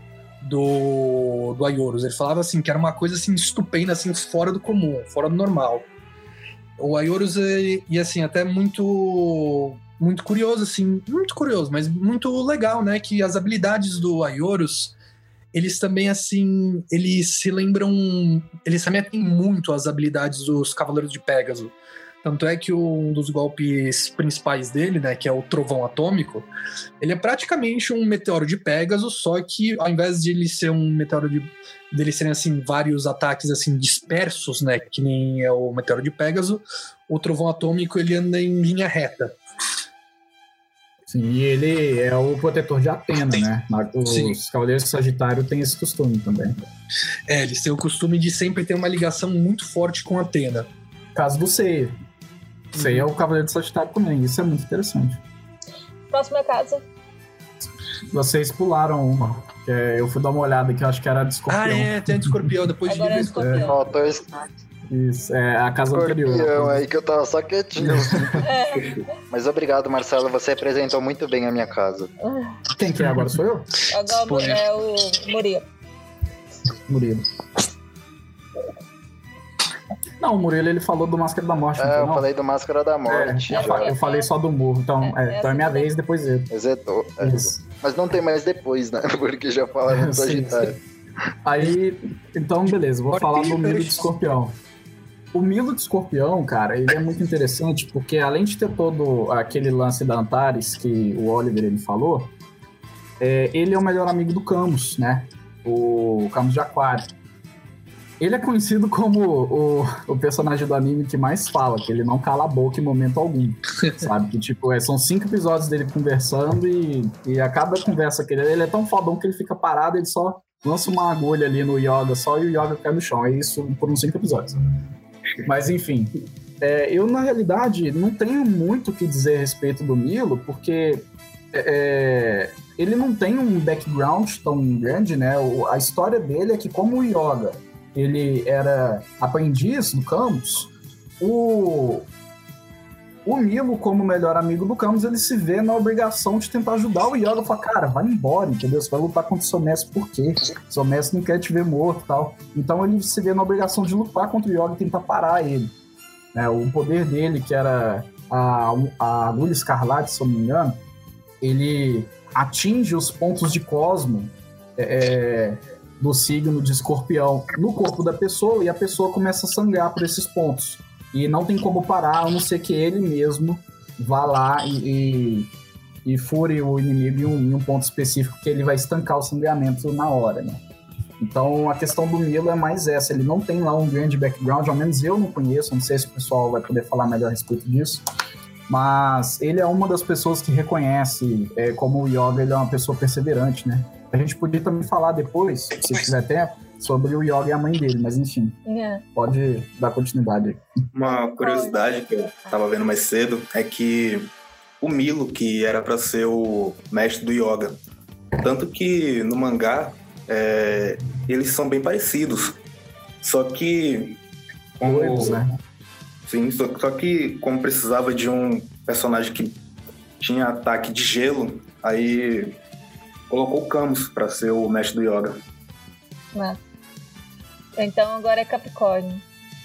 do, do Aioros. Ele falava assim, que era uma coisa assim, estupenda, assim, fora do comum, fora do normal. O Aioros, e, e assim, até muito muito curioso, assim, muito curioso, mas muito legal, né, que as habilidades do Aioros, eles também, assim, eles se lembram, eles remetem muito às habilidades dos Cavaleiros de Pégaso. Tanto é que um dos golpes principais dele, né, que é o Trovão Atômico, ele é praticamente um meteoro de Pégaso, só que ao invés de ele ser um meteoro de... dele serem, assim, vários ataques, assim, dispersos, né, que nem é o meteoro de Pégaso, o Trovão Atômico, ele anda em linha reta. Sim, e ele é o protetor de Atena, Sim. né? Os Sim. Cavaleiros de Sagitário têm esse costume também. É, eles têm o costume de sempre ter uma ligação muito forte com Atena. Caso do Seiya. Seiya uhum. é o Cavaleiro de Sagitário também, isso é muito interessante. Próxima casa. Vocês pularam uma, que é, eu fui dar uma olhada que eu acho que era de Escorpião. Ah, é, tem a de Escorpião, depois Agora de... é Escorpião. Faltou esse... Isso, é a casa Escorpião, anterior. aí que eu tava só quietinho. É. Mas obrigado, Marcelo, você representou muito bem a minha casa. Quem que é agora? Sou eu? Agora é o Murilo. Murilo. Não, o Murilo, ele falou do Máscara da Morte. É, não, eu não? falei do Máscara da Morte. É, eu, eu falei só do Morro, então é, é, então é minha vez, depois eu. Exato. É. Mas não tem mais depois, né? Porque já falaram do Sagitário. Aí, então beleza, vou falar do Milo de Escorpião. O Milo de Escorpião, cara, ele é muito interessante porque além de ter todo aquele lance da Antares que o Oliver ele falou, é, ele é o melhor amigo do Camus, né? O Camus de Aquário. Ele é conhecido como o, o personagem do anime que mais fala, que ele não cala a boca em momento algum, sabe? Que, tipo, é, são cinco episódios dele conversando e, e a cada conversa que ele... Ele é tão fodão que ele fica parado, ele só lança uma agulha ali no Yoga só e o Yoga cai no chão. É isso por uns cinco episódios. Mas, enfim, é, eu, na realidade, não tenho muito o que dizer a respeito do Milo, porque é, ele não tem um background tão grande, né? O, a história dele é que, como o Yoga ele era aprendiz do Camus, o, o Milo, como melhor amigo do Camus, ele se vê na obrigação de tentar ajudar o Yoga. Fala, cara, vai embora, entendeu? Você vai lutar contra o seu mestre por quê? O seu mestre não quer te ver morto e tal. Então ele se vê na obrigação de lutar contra o Yoga e tentar parar ele. É, o poder dele, que era a, a agulha escarlate, se eu não me engano, ele atinge os pontos de cosmo é, do signo de Escorpião no corpo da pessoa e a pessoa começa a sangrar por esses pontos. E não tem como parar, a não ser que ele mesmo vá lá e, e, e fure o inimigo em um, em um ponto específico que ele vai estancar o sangramento na hora, né? Então a questão do Milo é mais essa, ele não tem lá um grande background, ao menos eu não conheço, não sei se o pessoal vai poder falar melhor a respeito disso, mas ele é uma das pessoas que reconhece é, como o Yoga ele é uma pessoa perseverante, né? A gente podia também falar depois, se tiver tempo, sobre o Yoga e a mãe dele, mas enfim, yeah. Pode dar continuidade aí. Uma curiosidade que eu tava vendo mais cedo é que o Milo, que era pra ser o mestre do Yoga, tanto que no mangá é, eles são bem parecidos, só que como, Doidos, né? Sim, só, só que como precisava de um personagem que tinha ataque de gelo, aí colocou o Camus pra ser o mestre do Yoga. Mas... Então agora é Capricórnio.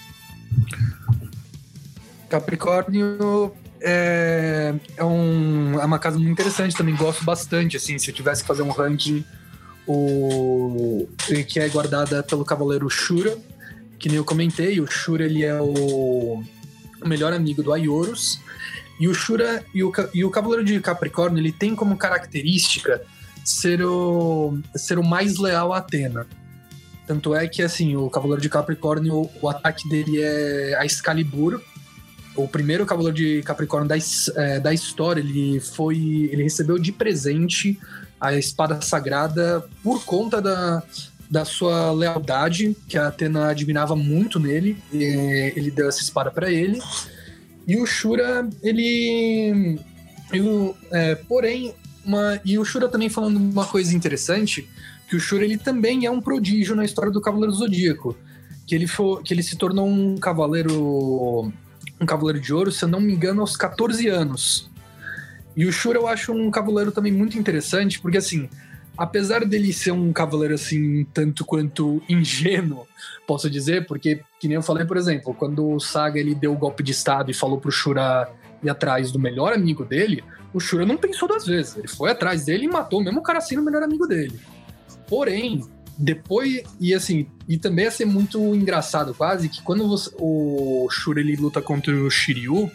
Capricórnio é, é, um, é uma casa muito interessante, também gosto bastante, assim, se eu tivesse que fazer um ranking, o, que é guardada pelo Cavaleiro Shura, que nem eu comentei, o Shura ele é o melhor amigo do Aioros, E o Shura e o, e o Cavaleiro de Capricórnio, ele tem como característica ser o, ser o mais leal a Athena. Tanto é que, assim, o Cavaleiro de Capricórnio, o, o ataque dele é a Excalibur. O primeiro Cavaleiro de Capricórnio da, é, da história, ele foi, ele recebeu de presente a espada sagrada por conta da, da sua lealdade, que a Athena admirava muito nele. E ele deu essa espada para ele. E o Shura, ele... Eu, é, porém, uma, e o Shura também falando uma coisa interessante, que o Shura, ele também é um prodígio na história do Cavaleiro do Zodíaco. Que ele, for, que ele se tornou um cavaleiro... um cavaleiro de ouro, se eu não me engano, aos catorze anos. E o Shura eu acho um cavaleiro também muito interessante, porque assim, apesar dele ser um cavaleiro assim, tanto quanto ingênuo, posso dizer, porque, que nem eu falei, por exemplo, quando o Saga ele deu o golpe de estado e falou pro Shura ir atrás do melhor amigo dele, o Shura não pensou duas vezes, ele foi atrás dele e matou mesmo o cara sendo o melhor amigo dele. Porém, depois, e assim, e também ia ser muito engraçado quase, que quando você, o Shura ele luta contra o Shiryu,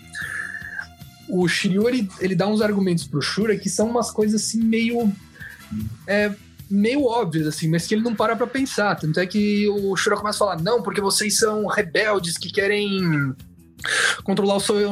o Shiryu ele, ele dá uns argumentos pro Shura que são umas coisas assim meio é, meio óbvias assim, mas que ele não para pra pensar, tanto é que o Shura começa a falar, não, porque vocês são rebeldes que querem controlar o seu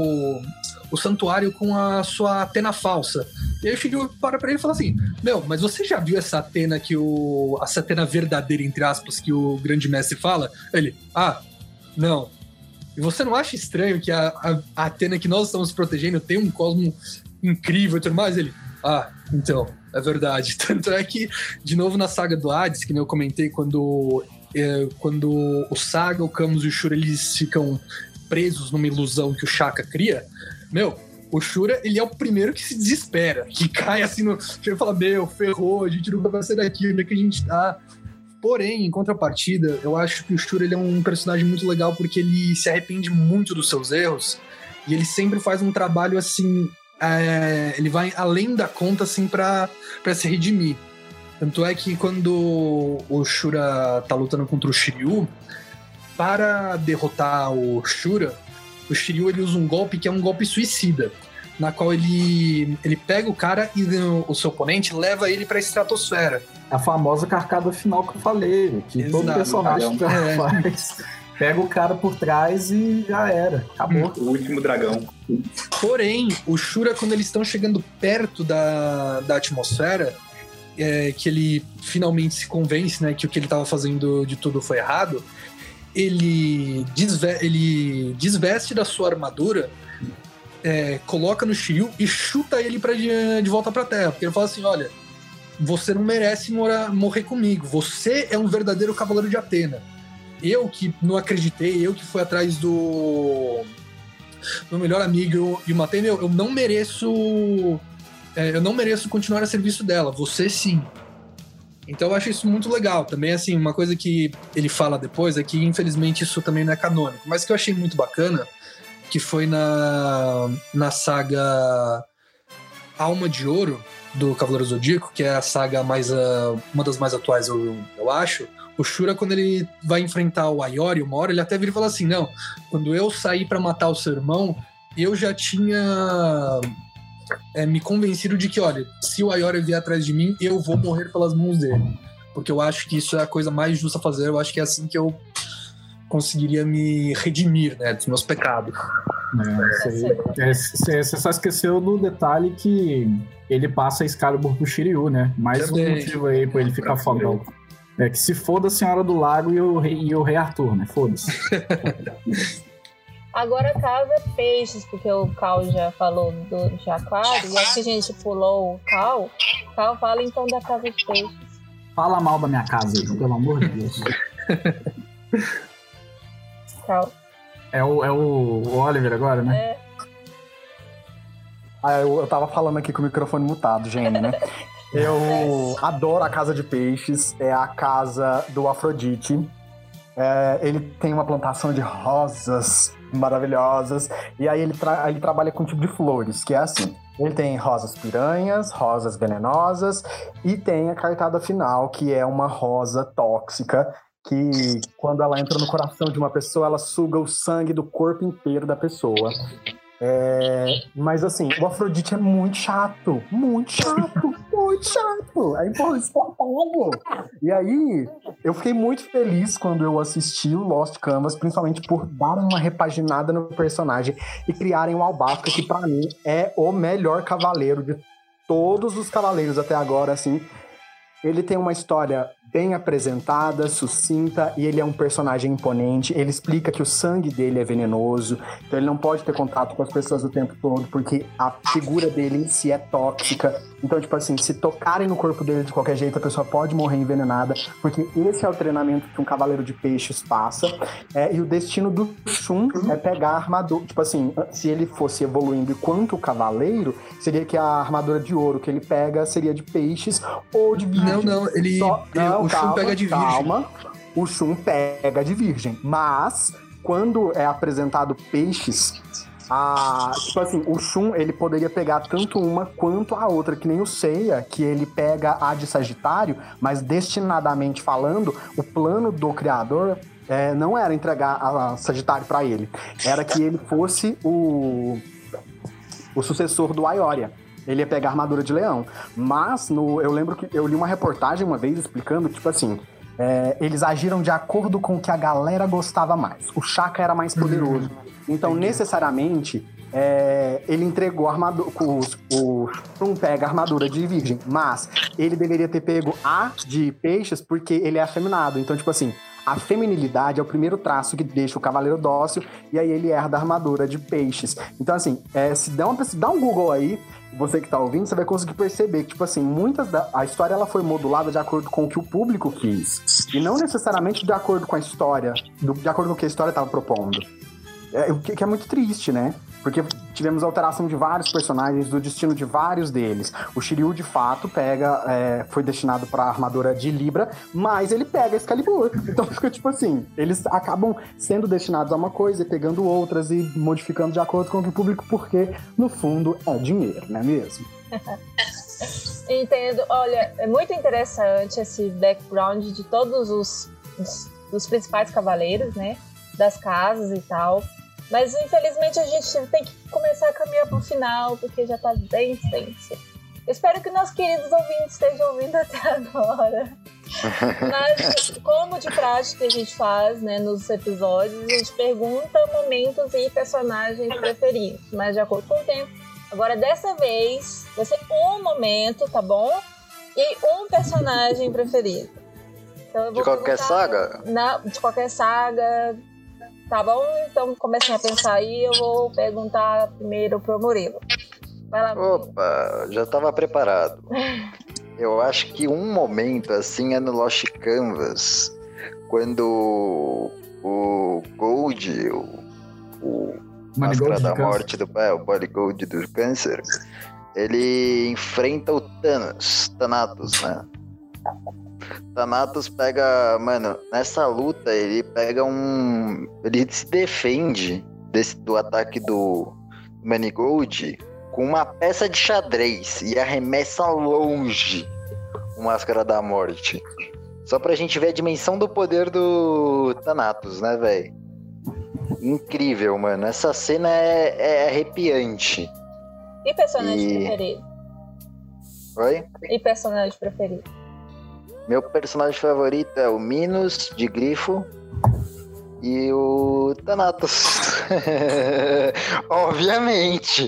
o santuário com a sua Athena falsa. E aí o Shiryu para pra ele e fala assim, meu, mas você já viu essa Athena que o... essa Athena verdadeira, entre aspas, que o grande mestre fala? Ele, ah, não. E você não acha estranho que a, a, a Athena que nós estamos protegendo tem um cosmo incrível e tudo mais? Ele, ah, então, é verdade. Tanto é que, de novo na saga do Hades, que nem eu comentei, quando, é, quando o Saga, o Camus e o Shura, eles ficam presos numa ilusão que o Shaka cria, meu, o Shura, ele é o primeiro que se desespera, que cai assim no... Chega e fala, meu, ferrou, a gente não vai sair daqui, onde é que a gente tá? Porém, em contrapartida, eu acho que o Shura, ele é um personagem muito legal porque ele se arrepende muito dos seus erros e ele sempre faz um trabalho, assim... É, ele vai além da conta, assim, pra, pra se redimir. Tanto é que quando o Shura tá lutando contra o Shiryu, para derrotar o Shura, o Shiryu ele usa um golpe que é um golpe suicida, na qual ele, ele pega o cara e o seu oponente leva ele pra estratosfera. A famosa carcada final que eu falei, que Exato, todo personagem é. faz. Pega o cara por trás e já era. Acabou. O último dragão. Porém, o Shura, quando eles estão chegando perto da, da atmosfera, é, que ele finalmente se convence, né, que o que ele estava fazendo de tudo foi errado, ele, desve- ele desveste da sua armadura, é, coloca no Shiryu e chuta ele pra, de, de volta pra Terra. Porque ele fala assim, olha, você não merece morar, morrer comigo. Você é um verdadeiro cavaleiro de Athena. Eu que não acreditei, eu que fui atrás do meu melhor amigo e o matei, meu, eu não mereço é, eu não mereço continuar a serviço dela. Você sim. Então eu acho isso muito legal. Também, assim, uma coisa que ele fala depois é que, infelizmente, isso também não é canônico, mas que eu achei muito bacana, que foi na, na saga Alma de Ouro, do Cavaleiro Zodíaco, que é a saga mais, uh, uma das mais atuais, eu, eu acho. O Shura, quando ele vai enfrentar o Ayori, uma hora, ele até vira e fala assim, não, quando eu saí pra matar o seu irmão, eu já tinha... É, me convencido de que, olha, se o Ayori vier atrás de mim, eu vou morrer pelas mãos dele. Porque eu acho que isso é a coisa mais justa a fazer. Eu acho que é assim que eu conseguiria me redimir, né, dos meus pecados. Você é, só esqueceu do detalhe que ele passa a Excalibur pro Shiryu, né? Mais um motivo aí pra ele ficar fodão. É que se foda a Senhora do Lago e o Rei, e o Rei Arthur, né? Foda-se. Agora, casa peixes, porque o Cal já falou do, de aquário, e acho que a gente pulou o Cal. Cal, fala então da casa de peixes. Fala mal da minha casa aí, pelo amor de Deus. Cal. É o, é o Oliver agora, né? É. Ah, eu, eu tava falando aqui com o microfone mutado, gente, né? Eu adoro a casa de peixes, é a casa do Afrodite. É, ele tem uma plantação de rosas maravilhosas, e aí ele, tra- ele trabalha com um tipo de flores, que é assim. Ele tem rosas piranhas, rosas venenosas, e tem a cartada final, que é uma rosa tóxica, que quando ela entra no coração de uma pessoa, ela suga o sangue do corpo inteiro da pessoa. É, mas assim, o Afrodite é muito chato, muito chato, muito chato, é insuportável. E aí, eu fiquei muito feliz quando eu assisti o Lost Canvas, principalmente por dar uma repaginada no personagem e criarem o Albafa, que pra mim é o melhor cavaleiro de todos os cavaleiros até agora, assim. Ele tem uma história bem apresentada, sucinta, e ele é um personagem imponente. Ele explica que o sangue dele é venenoso, então ele não pode ter contato com as pessoas o tempo todo, porque a figura dele em si é tóxica. Então, tipo assim, se tocarem no corpo dele de qualquer jeito, a pessoa pode morrer envenenada, porque esse é o treinamento que um cavaleiro de peixes passa. É, e o destino do Shun é pegar a armadura. Tipo assim, se ele fosse evoluindo enquanto cavaleiro, seria que a armadura de ouro que ele pega seria de peixes ou de virgem. Não, não, ele... Só, não, o Shun calma, pega de virgem. Calma, o Shun pega de virgem. Mas, quando é apresentado peixes... Ah, tipo assim, o Shun, ele poderia pegar tanto uma quanto a outra, que nem o Seiya, que ele pega a de Sagitário, mas destinadamente falando, o plano do criador é, não era entregar a Sagitário pra ele, era que ele fosse o, o sucessor do Aioria. Ele ia pegar a armadura de leão. Mas, no, eu lembro que eu li uma reportagem uma vez explicando, tipo assim, é, eles agiram de acordo com o que a galera gostava mais. O Shaka era mais poderoso. Então, necessariamente, é, ele entregou a armadura. O, o Shun pega a armadura de virgem, mas ele deveria ter pego a de peixes porque ele é afeminado. Então, tipo assim, a feminilidade é o primeiro traço que deixa o cavaleiro dócil, e aí ele herda a armadura de peixes. Então, assim, é, se dá, uma, se dá um Google aí, você que tá ouvindo, você vai conseguir perceber que, tipo assim, muitas da... a história ela foi modulada de acordo com o que o público quis, e não necessariamente de acordo com a história, do, de acordo com o que a história estava propondo. É, o que, que é muito triste, né? Porque tivemos alteração de vários personagens, do destino de vários deles. O Shiryu, de fato, pega... É, foi destinado pra armadura de Libra, mas ele pega Excalibur. Então fica tipo assim, eles acabam sendo destinados a uma coisa e pegando outras e modificando de acordo com o público, porque, no fundo, é dinheiro, não é mesmo? Entendo. Olha, é muito interessante esse background de todos os, os, os principais cavaleiros, né? Das casas e tal. Mas, infelizmente, a gente tem que começar a caminhar pro final, porque já tá bem extenso. Eu espero que nossos queridos ouvintes estejam ouvindo até agora. Mas, como de prática a gente faz, né, nos episódios, a gente pergunta momentos e personagens preferidos, mas de acordo com o tempo. Agora, dessa vez, vai ser um momento, tá bom? E um personagem preferido. Então, eu vou de qualquer saga? Na, de qualquer saga... Tá bom? Então, comecem a pensar aí. Eu vou perguntar primeiro pro Murilo. Vai lá, Murilo. Opa, já tava preparado. Eu acho que um momento, assim, é no Lost Canvas, quando o Gold, o, o Máscara da Morte do é, o Body Gold do Câncer, ele enfrenta o Thanos, Thanatos, né? Thanatos pega, mano, nessa luta ele pega um, ele se defende desse, do ataque do Manigold com uma peça de xadrez e arremessa longe o Máscara da Morte. Só pra gente ver a dimensão do poder do Thanatos, né, velho? Incrível, mano. Essa cena é, é arrepiante. E personagem e... preferido? Oi? E personagem preferido? Meu personagem favorito é o Minos, de Grifo, e o Thanatos. Obviamente.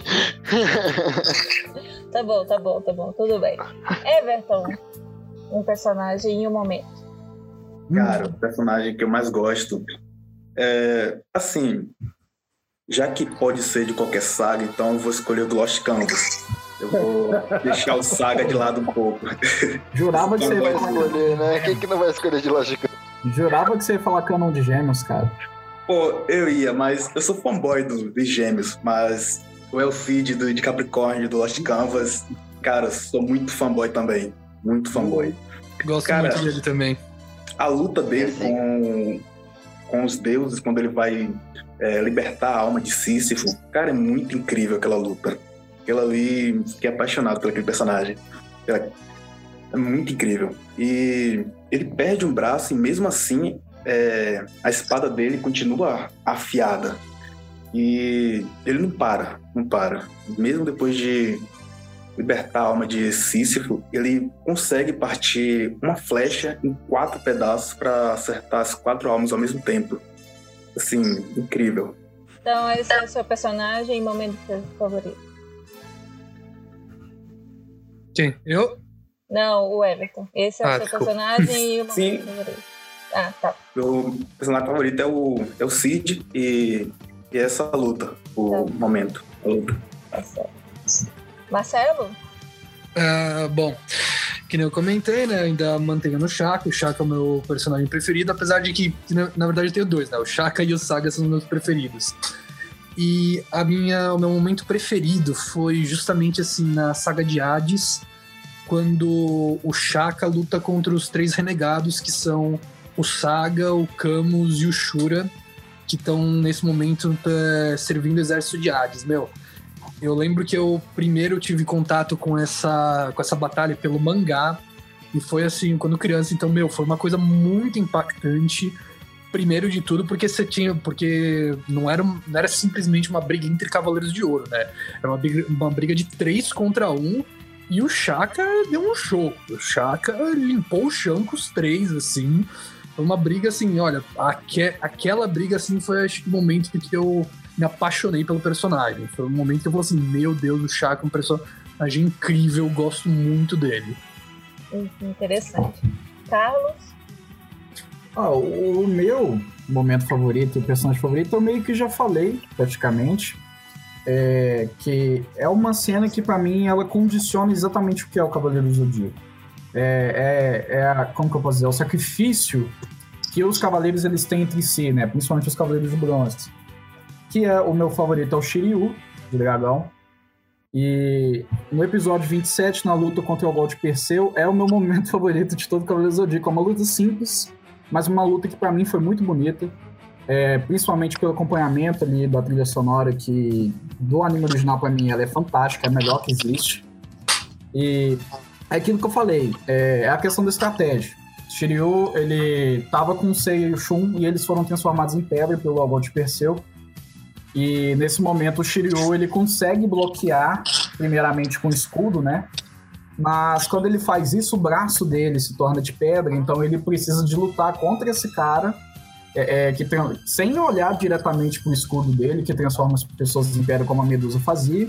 Tá bom, tá bom, tá bom, tudo bem. Everton, um personagem em um momento. Cara, o personagem que eu mais gosto é, assim, já que pode ser de qualquer saga, então eu vou escolher o do Lost Canvas. Eu vou deixar o Saga de lado um pouco. Jurava que você vai ia escolher, né? Quem que não vai escolher de Lost Canvas? Jurava que você ia falar Canon de Gêmeos, cara. Pô, eu ia, mas eu sou fanboy do, de Gêmeos, mas o Elfid do, de Capricórnio, do Lost Canvas, cara, sou muito fanboy também. Muito fanboy. Gosto cara, muito dele também. A luta dele com, com os deuses, quando ele vai é, libertar a alma de Sísifo, cara, é muito incrível aquela luta. Aquela ali, fiquei apaixonado por aquele personagem. É muito incrível. E ele perde um braço e mesmo assim é, a espada dele continua afiada. E ele não para, não para. Mesmo depois de libertar a alma de Sísifo, ele consegue partir uma flecha em quatro pedaços para acertar as quatro almas ao mesmo tempo. Assim, incrível. Então esse é o seu personagem e momento favorito? Quem? Eu? Não, o Everton. Esse é Ah, o seu desculpa. personagem e o momento Sim. favorito. Ah, tá. Meu personagem favorito é o, é o Cid e, e essa luta, o Tá. momento, a luta. Tá certo. Marcelo? Ah, bom, que nem eu comentei, né? Ainda mantenho no Shaka. O Shaka é o meu personagem preferido, apesar de que, na, na verdade, eu tenho dois, né? O Shaka e o Saga são os meus preferidos. E a minha, o meu momento preferido foi justamente assim na saga de Hades, quando o Shaka luta contra os três renegados, que são o Saga, o Camus e o Shura, que estão nesse momento é, servindo o exército de Hades. Meu, eu lembro que eu primeiro tive contato com essa, com essa batalha pelo mangá, e foi assim, quando criança, então, meu, foi uma coisa muito impactante. Primeiro de tudo, porque você tinha. Porque não era, não era simplesmente uma briga entre Cavaleiros de Ouro, né? Era uma briga, uma briga de três contra um. E o Shaka deu um show. O Shaka limpou o chão com os três, assim. Foi uma briga assim, olha, aque, aquela briga assim foi acho, o momento que eu me apaixonei pelo personagem. Foi um momento que eu falei assim, meu Deus, o Shaka é um personagem incrível, eu gosto muito dele. Interessante. Carlos? Ah, o meu momento favorito, o personagem favorito, eu meio que já falei, praticamente. É, que é uma cena que, pra mim, ela condiciona exatamente o que é o Cavaleiro do Zodíaco. É, é, é a, como que eu posso dizer? É o sacrifício que os cavaleiros eles têm entre si, né? Principalmente os Cavaleiros de Bronze. Que é o meu favorito, é o Shiryu, do dragão. E no episódio vinte e sete, na luta contra o Gol de Perseu, é o meu momento favorito de todo o Cavaleiro do Zodíaco. É uma luta simples, mas uma luta que pra mim foi muito bonita, é, principalmente pelo acompanhamento ali da trilha sonora, que do anime original pra mim ela é fantástica, é a melhor que existe. E é aquilo que eu falei, é, é a questão da estratégia. Shiryu, ele tava com o Seiya e o Shun e eles foram transformados em pedra pelo Algol de Perseu. E nesse momento o Shiryu ele consegue bloquear, primeiramente com o escudo, né? Mas quando ele faz isso, o braço dele se torna de pedra, então ele precisa de lutar contra esse cara, é, é, que tem, sem olhar diretamente pro escudo dele, que transforma as pessoas em pedra como a Medusa fazia,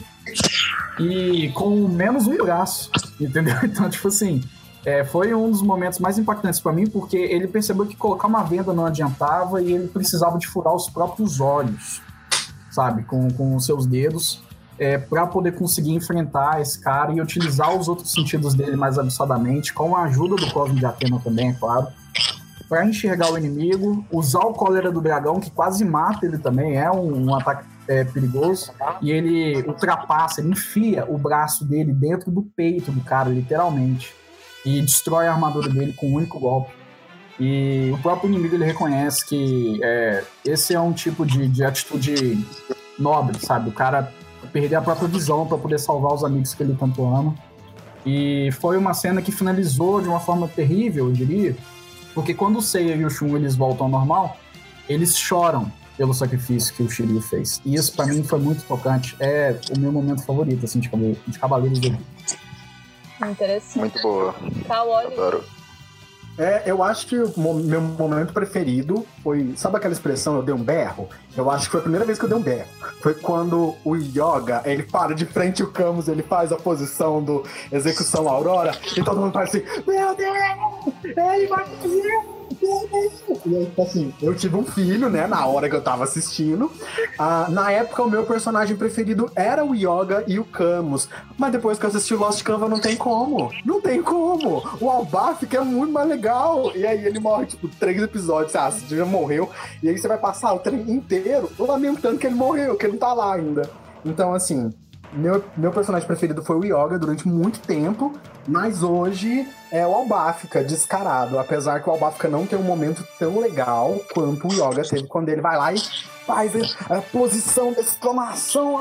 e com menos um braço, entendeu? Então, tipo assim, é, foi um dos momentos mais impactantes pra mim, porque ele percebeu que colocar uma venda não adiantava e ele precisava de furar os próprios olhos, sabe, com, com os seus dedos, é, para poder conseguir enfrentar esse cara e utilizar os outros sentidos dele mais aguçadamente, com a ajuda do Cosmo de Atena também, é claro, para enxergar o inimigo, usar o Cólera do Dragão, que quase mata ele também, é um, um ataque é, perigoso, e ele ultrapassa, ele enfia o braço dele dentro do peito do cara, literalmente, e destrói a armadura dele com um único golpe. E o próprio inimigo ele reconhece que é, esse é um tipo de, de atitude nobre, sabe? O cara perder a própria visão para poder salvar os amigos que ele tanto ama. E foi uma cena que finalizou de uma forma terrível, eu diria, porque quando o Seiya e o Shun eles voltam ao normal, eles choram pelo sacrifício que o Shiryu fez. E isso para mim foi muito tocante. É o meu momento favorito assim, de, Cavaleiro, de Cavaleiros do Zodíaco. Interessante. Muito boa. Kaori? Adoro. É, eu acho que o mo- meu momento preferido foi... Sabe aquela expressão, eu dei um berro? Eu acho que foi a primeira vez que eu dei um berro. Foi quando o Yoga, ele para de frente ao Camus, ele faz a posição do Execução Aurora, e todo mundo faz assim, meu Deus, ele vai fazer... E aí, assim, eu tive um filho, né, na hora que eu tava assistindo. Ah, na época, o meu personagem preferido era o Yoga e o Camus. Mas depois que eu assisti o Lost Canvas, não tem como. Não tem como. O Albaf, que é muito mais legal. E aí ele morre, tipo, três episódios. Ah, você já morreu. E aí você vai passar o trem inteiro lamentando que ele morreu, que ele não tá lá ainda. Então, assim... Meu, meu personagem preferido foi o Yoga durante muito tempo, mas hoje é o Albafka, descarado. Apesar que o Albafka não tem um momento tão legal quanto o Yoga teve quando ele vai lá e faz a, a posição de exclamação.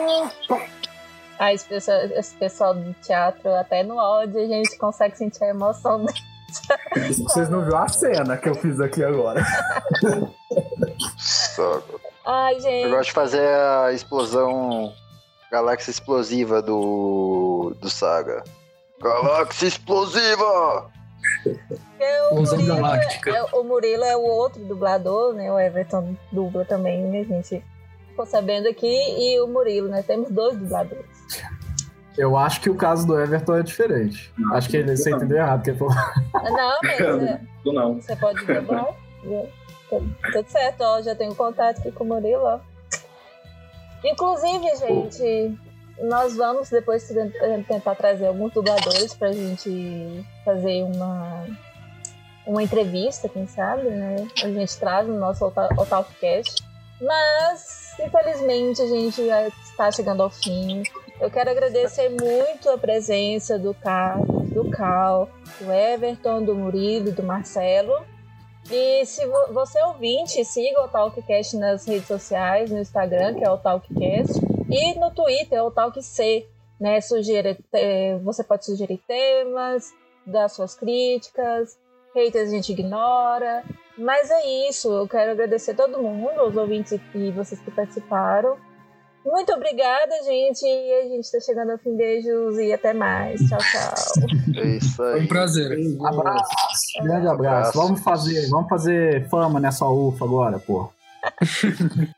Ah, esse pessoal, esse pessoal do teatro, até no áudio, a gente consegue sentir a emoção dele. Vocês não viram a cena que eu fiz aqui agora. Só. Ai, gente. Eu gosto de fazer a explosão galáxia explosiva do, do Saga. Galáxia explosiva! É o, Explosão Murilo, galáctica. é, o Murilo é o outro dublador, né? O Everton dubla também, né, gente? Ficou sabendo aqui. E o Murilo, nós temos dois dubladores. Eu acho que o caso do Everton é diferente. Não, acho que ele, você não. entendeu errado. Que ele falou. Não, mas é, Do não. você pode dublar. Né? Tudo, tudo certo, ó. Já tenho contato aqui com o Murilo, ó. Inclusive, gente, nós vamos depois tentar trazer alguns dubladores pra gente fazer uma, uma entrevista, quem sabe, né? A gente traz no nosso Otalkcast. Mas, infelizmente, a gente já está chegando ao fim. Eu quero agradecer muito a presença do Carlos, do Cal, do Everton, do Murilo e do Marcelo. E se vo- você ouvinte, siga o Talkcast nas redes sociais, no Instagram, que é o Talkcast, e no Twitter, é o Talkc, né? Sugira, eh, você pode sugerir temas, dar suas críticas, haters a gente ignora. Mas é isso, eu quero agradecer a todo mundo, os ouvintes e vocês que participaram. Muito obrigada, gente, e a gente está chegando ao fim. Beijos e até mais. Tchau, tchau. É isso Foi um aí. prazer. Abraço. Grande abraço. Abraço. Vamos fazer, vamos fazer fama nessa U F A agora, pô.